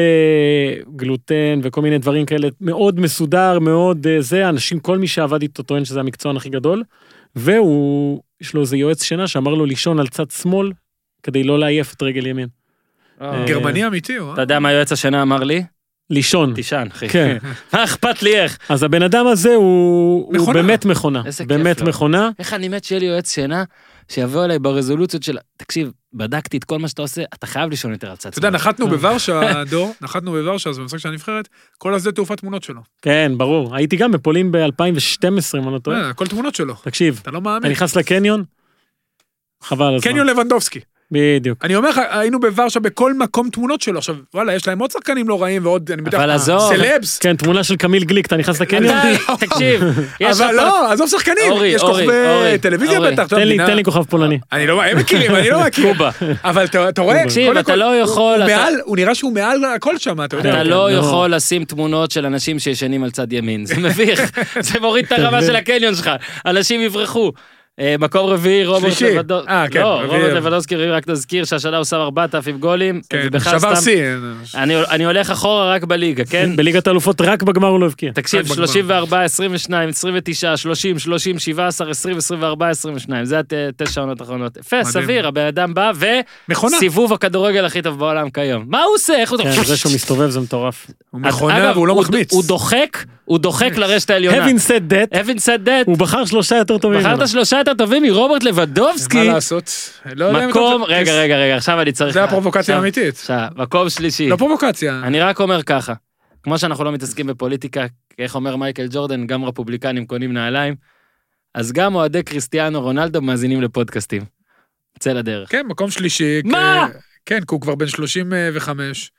גלוטן וכל מיני דברים כאלה, מאוד מסודר, מאוד זה, אנשים, כל מי שעבד איתו טוען שזה המקצוען הכי גדול, והוא יש לו איזה יועץ שינה שאמר לו לישון על צד שמאל, כדי לא להעייף את רגל ימין. גרמני אמיתי, אתה יודע מה יועץ השינה אמר לי? לישון. תישן, אחי. כן. מה אכפת לי איך? אז הבן אדם הזה הוא באמת מכונה. באמת מכונה. איך אני מת שיהיה לי יועץ שינה, שיבוא אליי ברזולוציות של, תקשיב, בדקתי את כל מה שאתה עושה, אתה חייב לישון יותר על צד. אתה יודע, נחתנו בוורשה, דור, נחתנו בוורשה, זה במשחק של הנבחרת, כל הזה תעופה תמונות שלו. כן, ברור. הייתי גם בפולין ב-2012, אם אני לא טועה. כל תמונות שלו. תקשיב, אתה לא מאמין. אתה נכנס לקניון, חבל הזמן. קניון לבנדובסקי. בדיוק. אני אומר לך, היינו בוורשה בכל מקום תמונות שלו. עכשיו, וואלה, יש להם עוד שחקנים לא רעים ועוד, אני אבל עזוב. סלבס. כן, תמונה של קמיל גליק, אתה נכנס לקניון? תקשיב. אבל לא, עזוב שחקנים. יש כוכבי טלוויזיה בטח. תן לי כוכב פולני. אני לא, הם מכירים, אני לא מכיר. קובה. אבל אתה רואה, תקשיב, אתה לא יכול... הוא נראה שהוא מעל הכל שם, אתה יודע. אתה לא יכול לשים תמונות של אנשים שישנים על צד ימין. זה מביך. זה מוריד את הרמה של הקניון שלך. אנשים יברחו. מקום רביעי, רוברט לבנדובסקי. לא, רוברט לבנדובסקי, רק תזכיר שהשנה הוא שם 4,000 גולים. שבר סי. אני הולך אחורה רק בליגה, כן? בליגת האלופות רק בגמר הוא לא הבקיע. תקשיב, 34, 22, 29, 30, 30, 17, 20, 24, 22. זה 9 עונות האחרונות. יפה, סביר, הבן אדם בא וסיבוב הכדורגל הכי טוב בעולם כיום. מה הוא עושה? איך הוא דוחק? זה שהוא מסתובב זה מטורף. הוא מכונה והוא לא מחמיץ. הוא דוחק לרשת העליונה. Having said that, הוא בחר 3 יותר טובים. בחרת 3 יותר טובים מרוברט לבנדובסקי. מה לעשות? מקום, רגע, עכשיו אני צריך... זה הפרובוקציה האמיתית. מקום שלישי. לא פרובוקציה. אני רק אומר ככה, כמו שאנחנו לא מתעסקים בפוליטיקה, איך אומר מייקל ג'ורדן, גם רפובליקנים קונים נעליים, אז גם אוהדי קריסטיאנו רונלדו מאזינים לפודקאסטים. צא לדרך. כן, מקום שלישי. מה? כן, כי הוא כבר בן 35.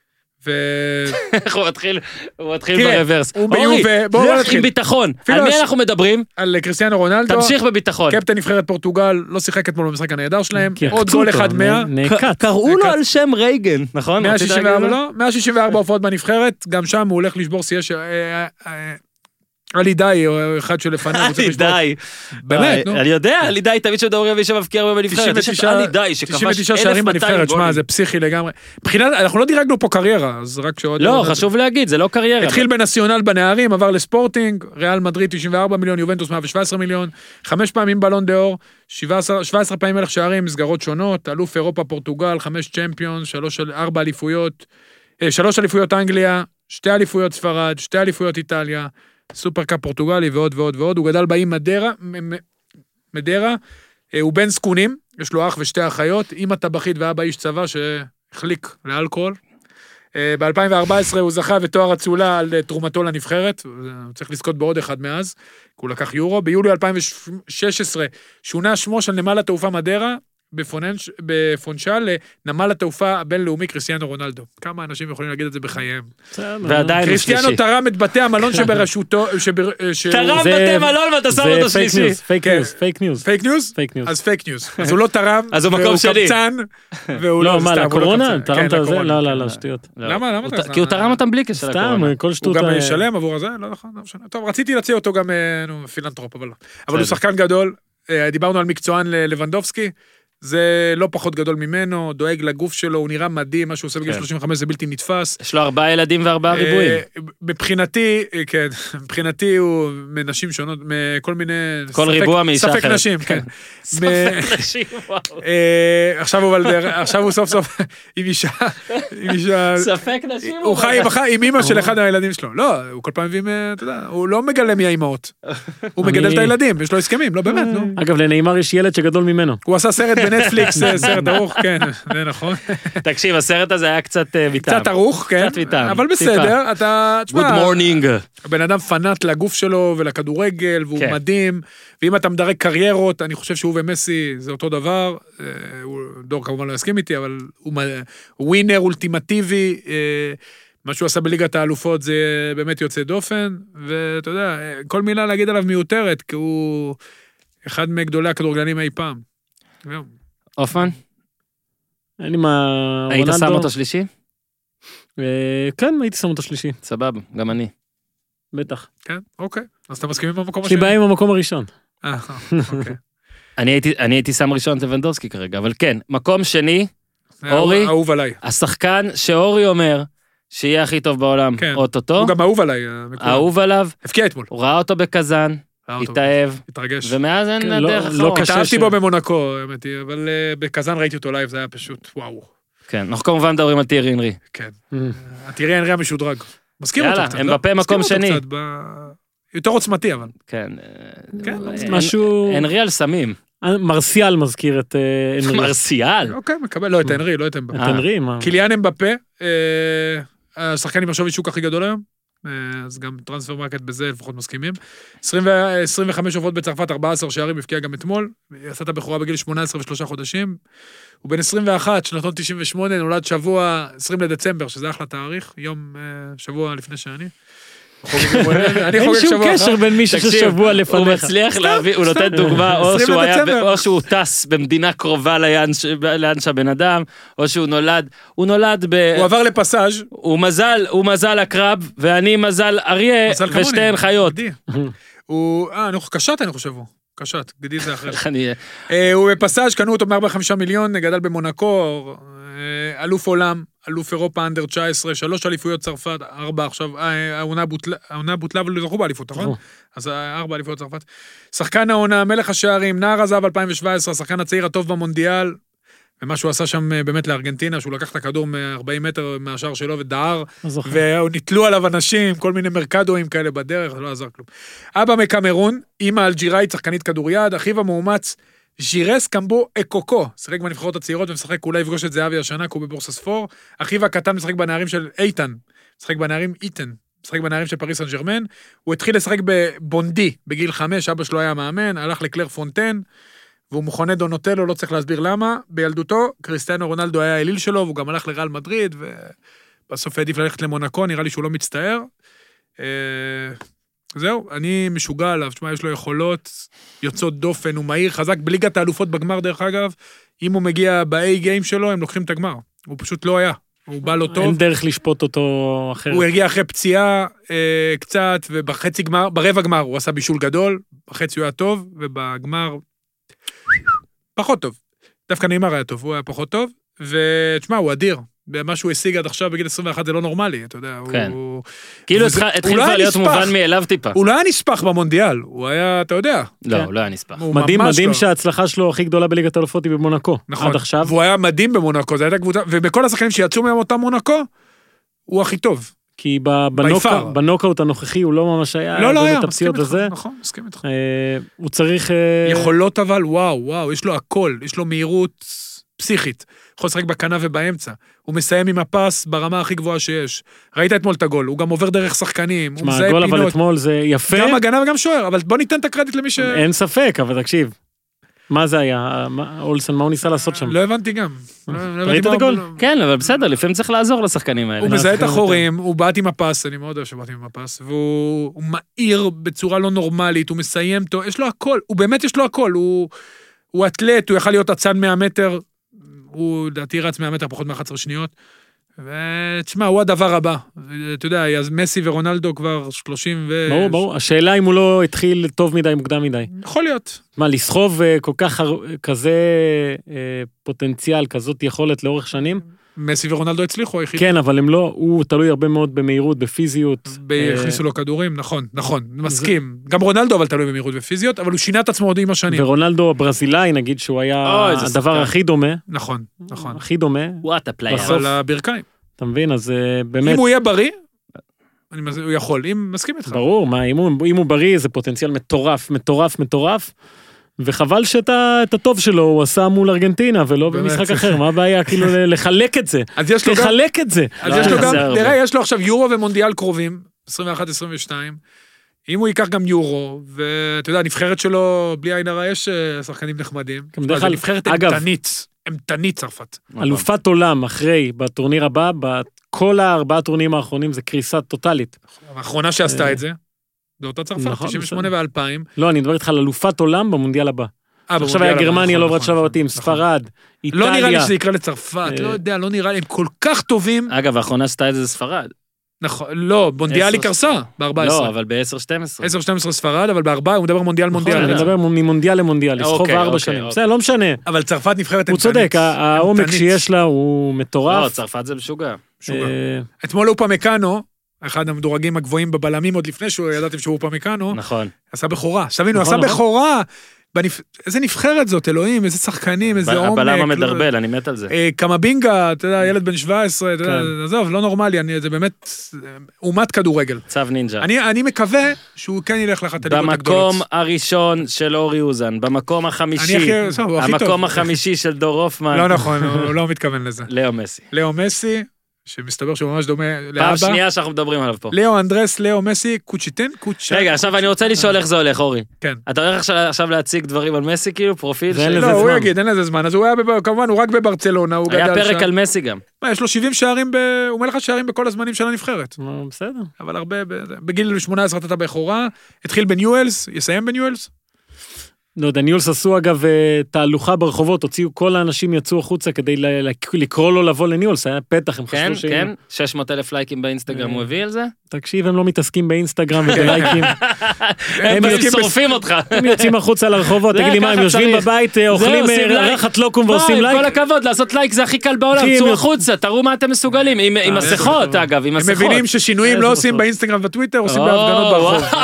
הוא מתחיל ברוורס. אורי, לך עם ביטחון. על מי אנחנו מדברים? על קריסטיאנו רונלדו. תמשיך בביטחון. קפטן נבחרת פורטוגל, לא שיחק אתמול במשחק הנהדר שלהם. עוד גול 1-100. קראו לו על שם רייגן, נכון? 164 הופעות בנבחרת, גם שם הוא הולך לשבור שיהיה עלי די, או אחד שלפניו. עלי די. באמת, נו. אני יודע, עלי די, תמיד שמדברים על מי שמבקיע הרבה בנבחרת. יש את עלי די, שכבש 99 שערים בנבחרת, שמה, זה פסיכי לגמרי. מבחינת, אנחנו לא דירגנו פה קריירה, אז רק שעוד... לא, חשוב להגיד, זה לא קריירה. התחיל בנציונל בנערים, עבר לספורטינג, ריאל מדריד 94 מיליון, יובנטוס 117 מיליון, 5 פעמים בלון דאור, 17 פעמים מלך שערים, מסגרות שונות, אלוף אירופה, פורטוגל, 5 צ'מפיון, 4 אליפויות, 3 אליפויות אנגליה, 2 אליפויות ספרד, 2 אליפויות איטליה, סופרקאפ פורטוגלי ועוד ועוד ועוד. הוא גדל באי מדרה, הוא בן זקונים, יש לו אח ו2 אחיות, אמא טבחית ואבא איש צבא שהחליק לאלכוהול. ב-2014 הוא זכה בתואר אצולה על תרומתו לנבחרת, הוא צריך לזכות בעוד אחד מאז, כי הוא לקח יורו. ביולי 2016 שונה שמו של נמל התעופה מדרה, בפונשל, לנמל התעופה הבינלאומי קריסטיאנו רונלדו. כמה אנשים יכולים להגיד את זה בחייהם. ועדיין קריסטיאנו תרם את בתי המלון שבראשותו... תרם בתי מלון ואתה שם אותו שלישי. פייק ניוז. פייק ניוז? אז פייק ניוז. אז הוא לא תרם, אז הוא מקום שני. והוא קמצן, והוא לא, מה, לקורונה? תרמת על זה? לא, שטויות. למה? כי הוא תרם אותם בלי קשר לקורונה. סתם, כל שטות... הוא גם משלם עבור זה? לא נכון, לא משנה. טוב, רציתי להציע אותו גם פילנטרופ, אבל הוא שחקן גדול. דיברנו על מקצוען לבנדובסקי. זה לא פחות גדול ממנו, דואג לגוף שלו, הוא נראה מדהים, מה שהוא עושה בגיל 35 זה בלתי נתפס. יש לו 4 ילדים ו4 ריבועים. מבחינתי, כן, מבחינתי הוא מנשים שונות, מכל מיני... כל ריבוע מאישה אחרת. ספק נשים, כן. ספק נשים, וואו. עכשיו הוא סוף סוף עם אישה... ספק נשים. הוא חי עם אמא של אחד מהילדים שלו. לא, הוא כל פעם מביא, אתה יודע, הוא לא מגלה מי האמהות. הוא מגדל את הילדים, יש לו הסכמים, לא באמת, נו. אגב, לנאמר יש ילד שגדול ממנו. הוא עשה סרט בנטפליקס, סרט ארוך, כן, זה נכון. תקשיב, הסרט הזה היה קצת ויטם. קצת ארוך, כן. קצת ויטם. אבל בסדר, אתה... Good morning. הבן אדם פנאט לגוף שלו ולכדורגל, והוא מדהים, ואם אתה מדרג קריירות, אני חושב שהוא ומסי זה אותו דבר, דור כמובן לא יסכים איתי, אבל הוא ווינר אולטימטיבי, מה שהוא עשה בליגת האלופות זה באמת יוצא דופן, ואתה יודע, כל מילה להגיד עליו מיותרת, כי הוא אחד מגדולי הכדורגלנים אי פעם. אופן? אין לי מה... היית שם אותו שלישי? כן, הייתי שם אותו שלישי. סבבה, גם אני. בטח. כן, אוקיי. אז אתה מסכים עם המקום השני? יש לי בעיה עם המקום הראשון. אוקיי. אני הייתי שם ראשון לבנדובסקי כרגע, אבל כן, מקום שני, אורי, אהוב עליי. השחקן שאורי אומר שיהיה הכי טוב בעולם, אוטוטו. הוא גם אהוב עליי. אהוב עליו. הפקיע אתמול. הוא ראה אותו בקזן, התאהב, התרגש. ומאז אין דרך אחרות. התאהבתי בו במונקו, אבל בקזן ראיתי אותו לייב, זה היה פשוט וואו. כן, אנחנו כמובן מדברים על תיארי אנרי. כן. תיארי אנרי המשודרג. מזכיר אותו קצת, יאללה, אמבפה מקום שני. יותר עוצמתי, אבל. כן. משהו... אנרי על סמים. מרסיאל מזכיר את אנרי. מרסיאל? אוקיי, מקבל, לא את אנרי, לא את אמבפה. את אנרי, מה? קיליאן אמבפה, השחקן עם השווי שוק הכי גדול היום, אז גם טרנספר מרקט בזה לפחות מסכימים. 25 עוברות בצרפת, 14 שערים, הפקיע גם אתמול, עשה את הבכורה בגיל 18 ו3 חודשים, הוא בן 21, שנתון 98, נולד שבוע 20 לדצמבר, שזה אחלה תאריך, יום, שבוע לפני שאני. אין שום קשר בין מישהו ששבוע לפניך. הוא מצליח להביא, הוא נותן דוגמה, או שהוא טס במדינה קרובה לאן שהבן אדם, או שהוא נולד הוא עבר לפסאז' הוא מזל הקרב, ואני מזל אריה, ושתיהן חיות. הוא, קשת אני חושב הוא. קשת, גדי זה אחרי. הוא בפסאז' קנו אותו ב-45 מיליון, גדל במונקו, אלוף עולם, אלוף אירופה אנדר 19, 3 אליפויות צרפת, 4 עכשיו, העונה בוטלה ולא זכו באליפות, נכון? אז 4 אליפויות צרפת. שחקן העונה, מלך השערים, נער הזהב 2017, השחקן הצעיר הטוב במונדיאל, ומה שהוא עשה שם באמת לארגנטינה, שהוא לקח את הכדור מ-40 מטר מהשער שלו ודהר, ונתלו עליו אנשים, כל מיני מרקדואים כאלה בדרך, זה לא עזר כלום. אבא מקמרון, אמא אלג'יראית, שחקנית כדוריד, אחיו המאומץ, ז'ירס קמבו אקוקו, שחק בנבחרות הצעירות ומשחק, אולי יפגוש את זהבי השנה, כי הוא בבורסה ספור, אחיו הקטן משחק בנערים של איתן, משחק בנערים איתן, משחק בנערים של פריס סן ז'רמן, הוא התחיל לשחק בבונדי, בגיל 5, אבא שלו היה מאמן, הלך לקלר פונטן, והוא מכונה דונוטלו, לא צריך להסביר למה, בילדותו, קריסטיאנו רונלדו היה האליל שלו, והוא גם הלך לריאל מדריד, ובסוף העדיף ללכת למונקו, נראה לי שהוא לא מצטער. זהו, אני משוגע עליו, תשמע, יש לו יכולות, יוצאות דופן, הוא מהיר, חזק, בליגת האלופות בגמר דרך אגב, אם הוא מגיע ב-A גיים שלו, הם לוקחים את הגמר, הוא פשוט לא היה, הוא בא לא טוב. אין דרך לשפוט אותו אחרת. הוא הגיע אחרי פציעה קצת, ובחצי גמר, ברבע גמר הוא עשה בישול גדול, בחצי הוא היה טוב, ובגמר פחות טוב. דווקא נאמר היה טוב, הוא היה פחות טוב, ותשמע, הוא אדיר. במה שהוא השיג עד עכשיו בגיל 21 זה לא נורמלי, אתה יודע. כן. כאילו התחיל כבר להיות מובן מאליו טיפה. הוא לא היה נספח במונדיאל, הוא היה, אתה יודע. לא, הוא לא היה נספח. מדהים שההצלחה שלו הכי גדולה בליגת האלופות היא במונקו. נכון. עד עכשיו. והוא היה מדהים במונקו, זה הייתה קבוצה, ובכל השחקנים שיצאו מהם אותם מונקו, הוא הכי טוב. כי בנוקאוט הנוכחי הוא לא ממש היה. לא היה, מסכים איתך. הוא צריך... יכולות אבל, וואו, יש לו הכל, יש לו מהירות פסיכית. יכול לשחק בקנה ובאמצע. הוא מסיים עם הפס ברמה הכי גבוהה שיש. ראית אתמול את הגול, הוא גם עובר דרך שחקנים, הוא מזהה פינות. הגול אבל אתמול זה יפה. גם הגנה וגם שוער, אבל בוא ניתן את הקרדיט למי ש... אין ספק, אבל תקשיב. מה זה היה? אולסן, מה הוא ניסה לעשות שם? לא הבנתי גם. ראית את הגול? כן, אבל בסדר, לפעמים צריך לעזור לשחקנים האלה. הוא מזהה את החורים, הוא בעט עם הפס, אני מאוד אוהב שבעט עם הפס, והוא מהיר בצורה לא נורמלית, הוא מסיים, יש לו הכל, הוא באמת יש לו הכל, הוא אתלט, הוא יכל להיות אצן 100 מטר, הוא דעתי רץ 100 מטר פחות מ-11 שניות, ותשמע, הוא הדבר הבא. אתה יודע, אז מסי ורונלדו כבר 30 ו... ברור. השאלה אם הוא לא התחיל טוב מדי, מוקדם מדי. יכול להיות. מה, לסחוב כל כך כזה פוטנציאל, כזאת יכולת לאורך שנים? מסי ורונלדו הצליחו, היחיד. כן, אבל הם לא, הוא תלוי הרבה מאוד במהירות, בפיזיות. הכניסו לו כדורים, נכון, מסכים. גם רונלדו אבל תלוי במהירות ופיזיות, אבל הוא שינה את עצמו עוד עם השנים. ורונלדו הברזילאי, נגיד שהוא היה הדבר הכי דומה. נכון. הכי דומה. וואט הפלייר. על הברכיים. אתה מבין, אז באמת... אם הוא יהיה בריא, הוא יכול, אם מסכים איתך. ברור, מה, אם הוא בריא, זה פוטנציאל מטורף. וחבל שאת הטוב שלו הוא עשה מול ארגנטינה, ולא במשחק אחר, מה הבעיה? כאילו לחלק את זה. לחלק את זה. אז יש לו גם, נראה, יש לו עכשיו יורו ומונדיאל קרובים, 21-22, אם הוא ייקח גם יורו, ואתה יודע, הנבחרת שלו, בלי עין הרע, יש שחקנים נחמדים. זה נבחרת אמתנית צרפת. אלופת עולם אחרי, בטורניר הבא, בכל 4 טורנירים האחרונים, זה קריסה טוטלית. האחרונה שעשתה את זה, זה אותה צרפת, 98 ו-2000. לא, אני מדבר איתך על אלופת עולם במונדיאל הבא. עכשיו היה גרמניה, לא ברצ'ה בבתים, ספרד, איטליה. לא נראה לי שזה יקרה לצרפת, לא יודע, לא נראה לי, הם כל כך טובים. אגב, האחרונה עשתה את זה ספרד. נכון, לא, מונדיאל היא קרסה, ב-14. לא, אבל ב-10-12. 10-12 ספרד, אבל ב-4 הוא מדבר מונדיאל. אני מדבר ממונדיאל למונדיאל, לסחוב 4 שנים. זה לא משנה. אבל צרפת נבחרת הוא צודק, העומק שיש לה הוא מטורף. לא, צרפת זה משוגע. אתמול אופמקאנו, אחד המדורגים הגבוהים בבלמים עוד לפני שהוא ידעתם שהוא פמיקנו. נכון. עשה בכורה, שתבינו, עשה בכורה. איזה נבחרת זאת, אלוהים, איזה שחקנים, איזה עומק. הבלם המדרבל, אני מת על זה. קמבינגה, אתה יודע, ילד בן 17, אתה יודע, עזוב, לא נורמלי, זה באמת אומת כדורגל. צו נינג'ה. אני מקווה שהוא כן ילך לך את הליגות הגדולות. במקום הראשון של אורי אוזן, במקום החמישי, המקום החמישי של דור הופמן. לא נכון, הוא לא מתכוון לזה. לאו מסי. לאו מסי, שמסתבר שהוא ממש דומה לאבא. פעם שנייה שאנחנו מדברים עליו פה. לאו אנדרס, לאו מסי, קוצ'יטן, רגע, עכשיו אני רוצה לשאול איך זה הולך, אורי. כן. אתה הולך עכשיו להציג דברים על מסי, כאילו, פרופיל? לא, הוא יגיד, אין לזה זמן. אז הוא היה, כמובן, הוא רק בברצלונה, היה פרק על מסי גם. יש לו 70 שערים, הוא מלך שערים בכל הזמנים של הנבחרת. בסדר. אבל הרבה, בגיל 18 אתה בחורה, התחיל בניואלס, יסיים בניואלס. לא יודע, ניולס עשו אגב תהלוכה ברחובות, הוציאו, כל האנשים יצאו החוצה כדי לקרוא לו לבוא לניולס, היה פתח, הם חשבו ש... כן, 600,000 לייקים באינסטגרם, הוא הביא על זה? תקשיב, הם לא מתעסקים באינסטגרם ובלייקים. הם שורפים אותך. הם יוצאים החוצה לרחובות, תגיד לי מה, הם יושבים בבית, אוכלים רחת לוקום ועושים לייק? כל הכבוד, לעשות לייק זה הכי קל בעולם, צאו החוצה, תראו מה אתם מסוגלים, עם מסכות אגב, עם מסכות. הם מבינים ששינויים לא עושים באינסטגרם וטוויטר, עושים בהפגנות ברחוב.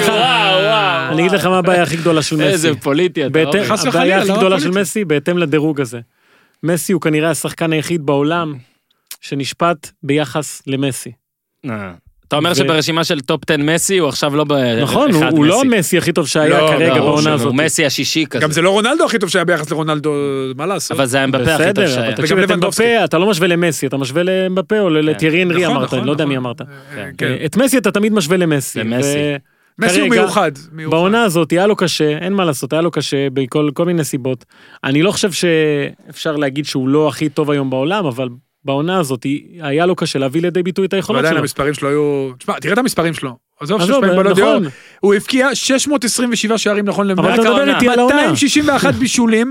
אני אגיד לך מה הבעיה הכי גדולה של מסי. איזה פוליטי. הבעיה הכי גדולה של מסי, בהתאם לדירוג הזה. מסי הוא כנראה השחקן היחיד בעולם שנשפט ביחס למסי. אתה אומר שברשימה של טופ 10 מסי הוא עכשיו לא באחד נכון, הוא לא המסי הכי טוב שהיה כרגע בעונה הזאת. הוא מסי השישי כזה. גם זה לא רונלדו הכי טוב שהיה ביחס לרונלדו, מה לעשות? אבל זה אמבפה הכי טוב שהיה. תקשיב, את אמבפה, אתה לא משווה למסי, אתה משווה לאמבפה או לטיירי אנרי אמרת, אני לא יודע מי אמרת. את מסי אתה תמיד משווה למסי. מסי הוא מיוחד. בעונה הזאת היה לו קשה, אין מה לעשות, היה לו קשה בכל מיני סיבות. אני לא חושב שאפשר להגיד שהוא לא הכי טוב היום בעולם, אבל בעונה הזאת היה לו קשה להביא לידי ביטוי את היכולות שלו. ועדיין המספרים שלו היו... תשמע, תראה את המספרים שלו. עזוב, הוא הבקיע 627 שערים נכון למעלה. אבל אתה מדבר איתי על העונה. 261 בישולים,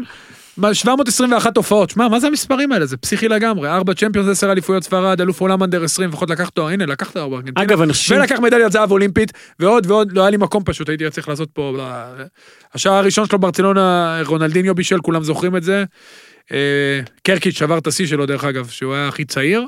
721 הופעות. שמע, מה זה המספרים האלה? זה פסיכי לגמרי. 4 צ'מפיונס, 10 אליפויות ספרד, אלוף עולם אנדר 20, לפחות לקח תואר, הנה, לקח תואר בארגנטינה. אגב, אנשים... ולקח מדליית זהב אולימפית, ועוד, לא היה לי מקום פשוט, הייתי צריך לעשות פה... השער הראשון שלו ברצלונה, רונלדיניו בישל, כולם זוכרים את זה. קרקיץ' שבר את השיא שלו, דרך אגב, שהוא היה הכי צעיר.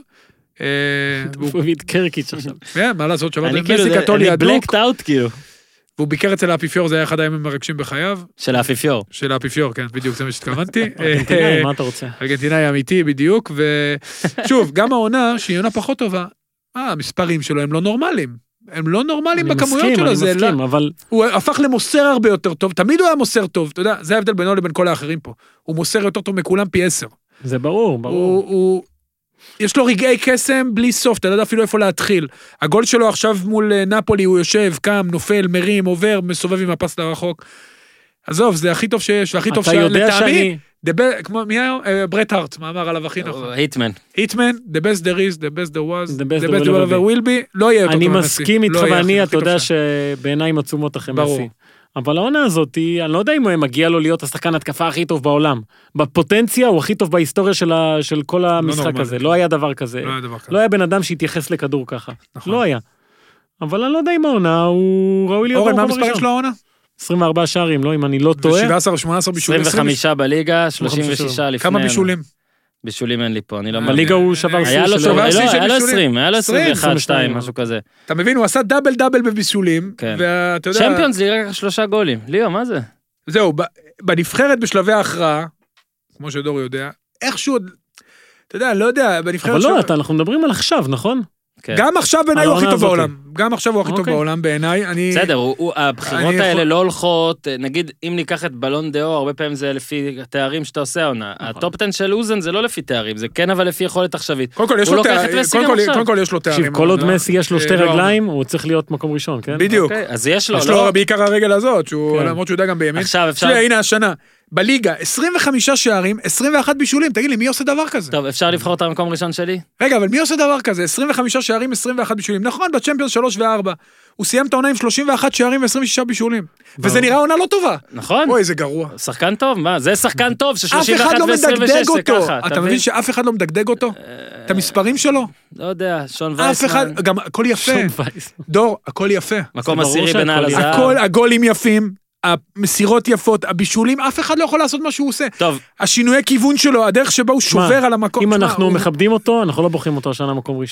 הוא הביא את קרקיץ' עכשיו. מה לעשות, שבר את מסי קתולי הדוק. אני בלקט אאוט כאילו. והוא ביקר אצל האפיפיור, זה היה אחד הימים מרגשים בחייו. של האפיפיור. של האפיפיור, כן, בדיוק, זה מה שהתכוונתי. ארגנטינאי, מה אתה רוצה? ארגנטינאי אמיתי, בדיוק, ושוב, גם העונה, שהיא עונה פחות טובה, המספרים שלו הם לא נורמליים. הם לא נורמליים בכמויות שלו. אני מסכים, אבל... הוא הפך למוסר הרבה יותר טוב, תמיד הוא היה מוסר טוב, אתה יודע, זה ההבדל בינו לבין כל האחרים פה. הוא מוסר יותר טוב מכולם פי 10. זה ברור. יש לו רגעי קסם בלי סוף, אתה לא יודע אפילו איפה להתחיל. הגול שלו עכשיו מול נפולי, הוא יושב, קם, נופל, מרים, עובר, מסובב עם הפס לרחוק. עזוב, זה הכי טוב שיש, והכי טוב לטעמי, מי היה? ברט הארט, מה אמר עליו הכי נכון? היטמן. היטמן, the best there is, the best there was, the best there will be, לא יהיה אותו אני מסכים איתך, ואני, אתה יודע שבעיניים עצומות אחרי מסי. אבל העונה הזאת, אני לא יודע אם הוא מגיע לו להיות השחקן התקפה הכי טוב בעולם. בפוטנציה הוא הכי טוב בהיסטוריה של כל המשחק הזה. לא היה דבר כזה. לא היה בן אדם שהתייחס לכדור ככה. לא היה. אבל אני לא יודע אם העונה, הוא ראוי להיות... אורן, מה המספרים של העונה? 24 שערים, לא, אם אני לא טועה. 17 או 18 בישולים. 25 בליגה, 36 לפני. כמה בישולים? בישולים אין לי פה, אני לא... בליגה הוא שבר היה לו 20, היה לו 21, 2, משהו כזה. אתה מבין, הוא עשה דאבל בבישולים, ואתה יודע... צ'מפיונס ליג רק 3 גולים. ליאו, מה זה? זהו, בנבחרת בשלבי ההכרעה, כמו שדור יודע, איכשהו, אתה יודע, לא יודע, בנבחרת... אבל לא, אנחנו מדברים על עכשיו, נכון? גם עכשיו בעיניי הוא הכי טוב בעולם. גם עכשיו הוא הכי טוב בעולם בעיניי. בסדר, הבחירות האלה לא הולכות, נגיד, אם ניקח את בלון דאו, הרבה פעמים זה לפי התארים שאתה עושה עונה. הטופ 10 של אוזן זה לא לפי תארים, זה כן אבל לפי יכולת עכשווית. קודם כל יש לו תארים. כל עוד מסי יש לו 2 רגליים, הוא צריך להיות מקום ראשון, כן? בדיוק. אז יש לו, יש לו בעיקר הרגל הזאת, למרות שהוא יודע גם בימין. עכשיו אפשר... הנה השנה. בליגה, 25 שערים, 21 בישולים, תגיד לי, מי עושה דבר כזה? טוב, אפשר לבחור את המקום ראשון שלי? רגע, אבל מי עושה דבר כזה? 25 שערים, 21 בישולים. נכון, בצ'מפיונס 3 ו-4. הוא סיים את העונה עם 31 שערים ו-26 בישולים. וזה נראה עונה לא טובה. נכון. אוי, זה גרוע. שחקן טוב, מה? זה שחקן טוב, ש-31 ו-26 זה ככה. אתה מבין שאף אחד לא מדגדג אותו? את המספרים שלו? לא יודע, שון וייסמן. גם הכל יפה. דור, הכל יפה. מקום עשירי בנעל הזהב. הגולים יפים. המסירות יפות, הבישולים, אף אחד לא יכול לעשות מה שהוא עושה. טוב. השינויי כיוון שלו, הדרך שבה הוא שובר על המקום. אם אנחנו מכבדים אותו, אנחנו לא בוחרים אותו השנה מקום ראשון.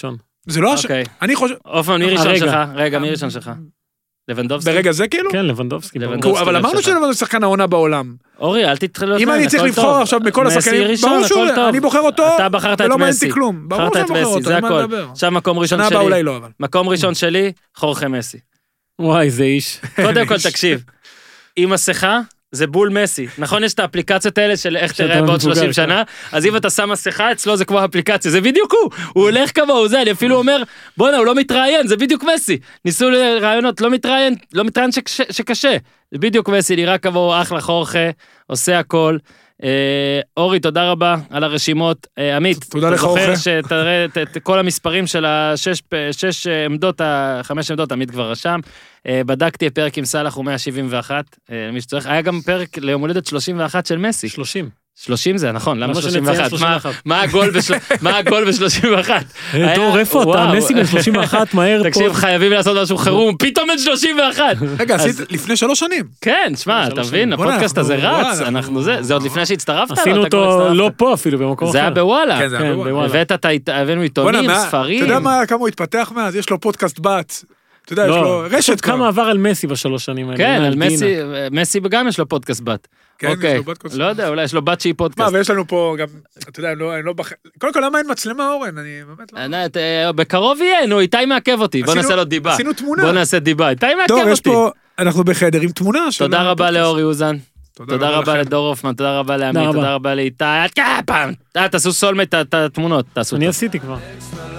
זה לא אני חושב... אופן, מי ראשון שלך? רגע, מי ראשון שלך? לבנדובסקי? ברגע זה כאילו? כן, לבנדובסקי. אבל אמרנו שלבנדובסקי שחקן העונה בעולם. אורי, אל תתחיל אותם, אם אני צריך לבחור עכשיו מכל השחקנים, ברור שהוא, אני בוחר אותו, אתה בחרת את מסי. ברור שאני בוחר אותו, אין מה לדבר. עכשיו מקום ראשון שלי. מקום ראשון שלי, חורכה מסי. וואי, זה איש. קודם כל תקשיב, עם מסכה, זה בול מסי. נכון, יש את האפליקציות האלה של איך תראה בעוד 30 שנה, אז אם אתה שם מסכה, אצלו זה כמו האפליקציה, זה בדיוק הוא הולך כמוהו, אני אפילו אומר, בוא'נה, הוא לא מתראיין, זה בדיוק מסי. ניסו לרעיונות, לא מתראיין שקשה. זה בדיוק מסי, נראה כמוהו, אחלה חורכה, עושה הכל. אורי, תודה רבה על הרשימות. עמית, תודה לך זוכר שתראה את כל המספרים של השש עמדות, החמש עמדות, עמית כבר רשם. בדקתי הפרק עם סלח הוא 171, מי שצריך. היה גם פרק ליום הולדת 31 של מסי. 30 זה, נכון, למה 31? מה הגול ב-31? דור, איפה אתה? מסי ב-31, מהר פה. תקשיב, חייבים לעשות משהו חירום, פתאום את 31. רגע, עשית לפני 3 שנים. כן, שמע, אתה מבין, הפודקאסט הזה רץ, זה עוד לפני שהצטרפת. עשינו אותו לא פה אפילו, במקום אחר. זה היה בוואלה. כן, זה היה בוואלה. הבאנו עיתונים, ספרים. אתה יודע כמה הוא התפתח מאז? יש לו פודקאסט בת. אתה יודע, יש לו רשת כבר. כמה עבר על מסי ב3 שנים האלה. כן, על מסי גם יש לו פודקאסט בת. כן, יש לו בת קודם. לא יודע, אולי יש לו בת שהיא פודקאסט. מה, ויש לנו פה גם, אתה יודע, אני לא קודם כל, למה אין מצלמה אורן? אני באמת לא... בקרוב יהיה, נו, איתי מעכב אותי. בוא נעשה לו דיבה. עשינו תמונה. בוא נעשה דיבה. איתי מעכב אותי. יש אותי. פה, אנחנו בחדר עם תמונה. תודה רבה לאורי אוזן. תודה רבה לדור הופמן, תודה רבה לעמית, תודה רבה לאיתי. תעשו סולמט את התמונות. אני עשיתי כבר.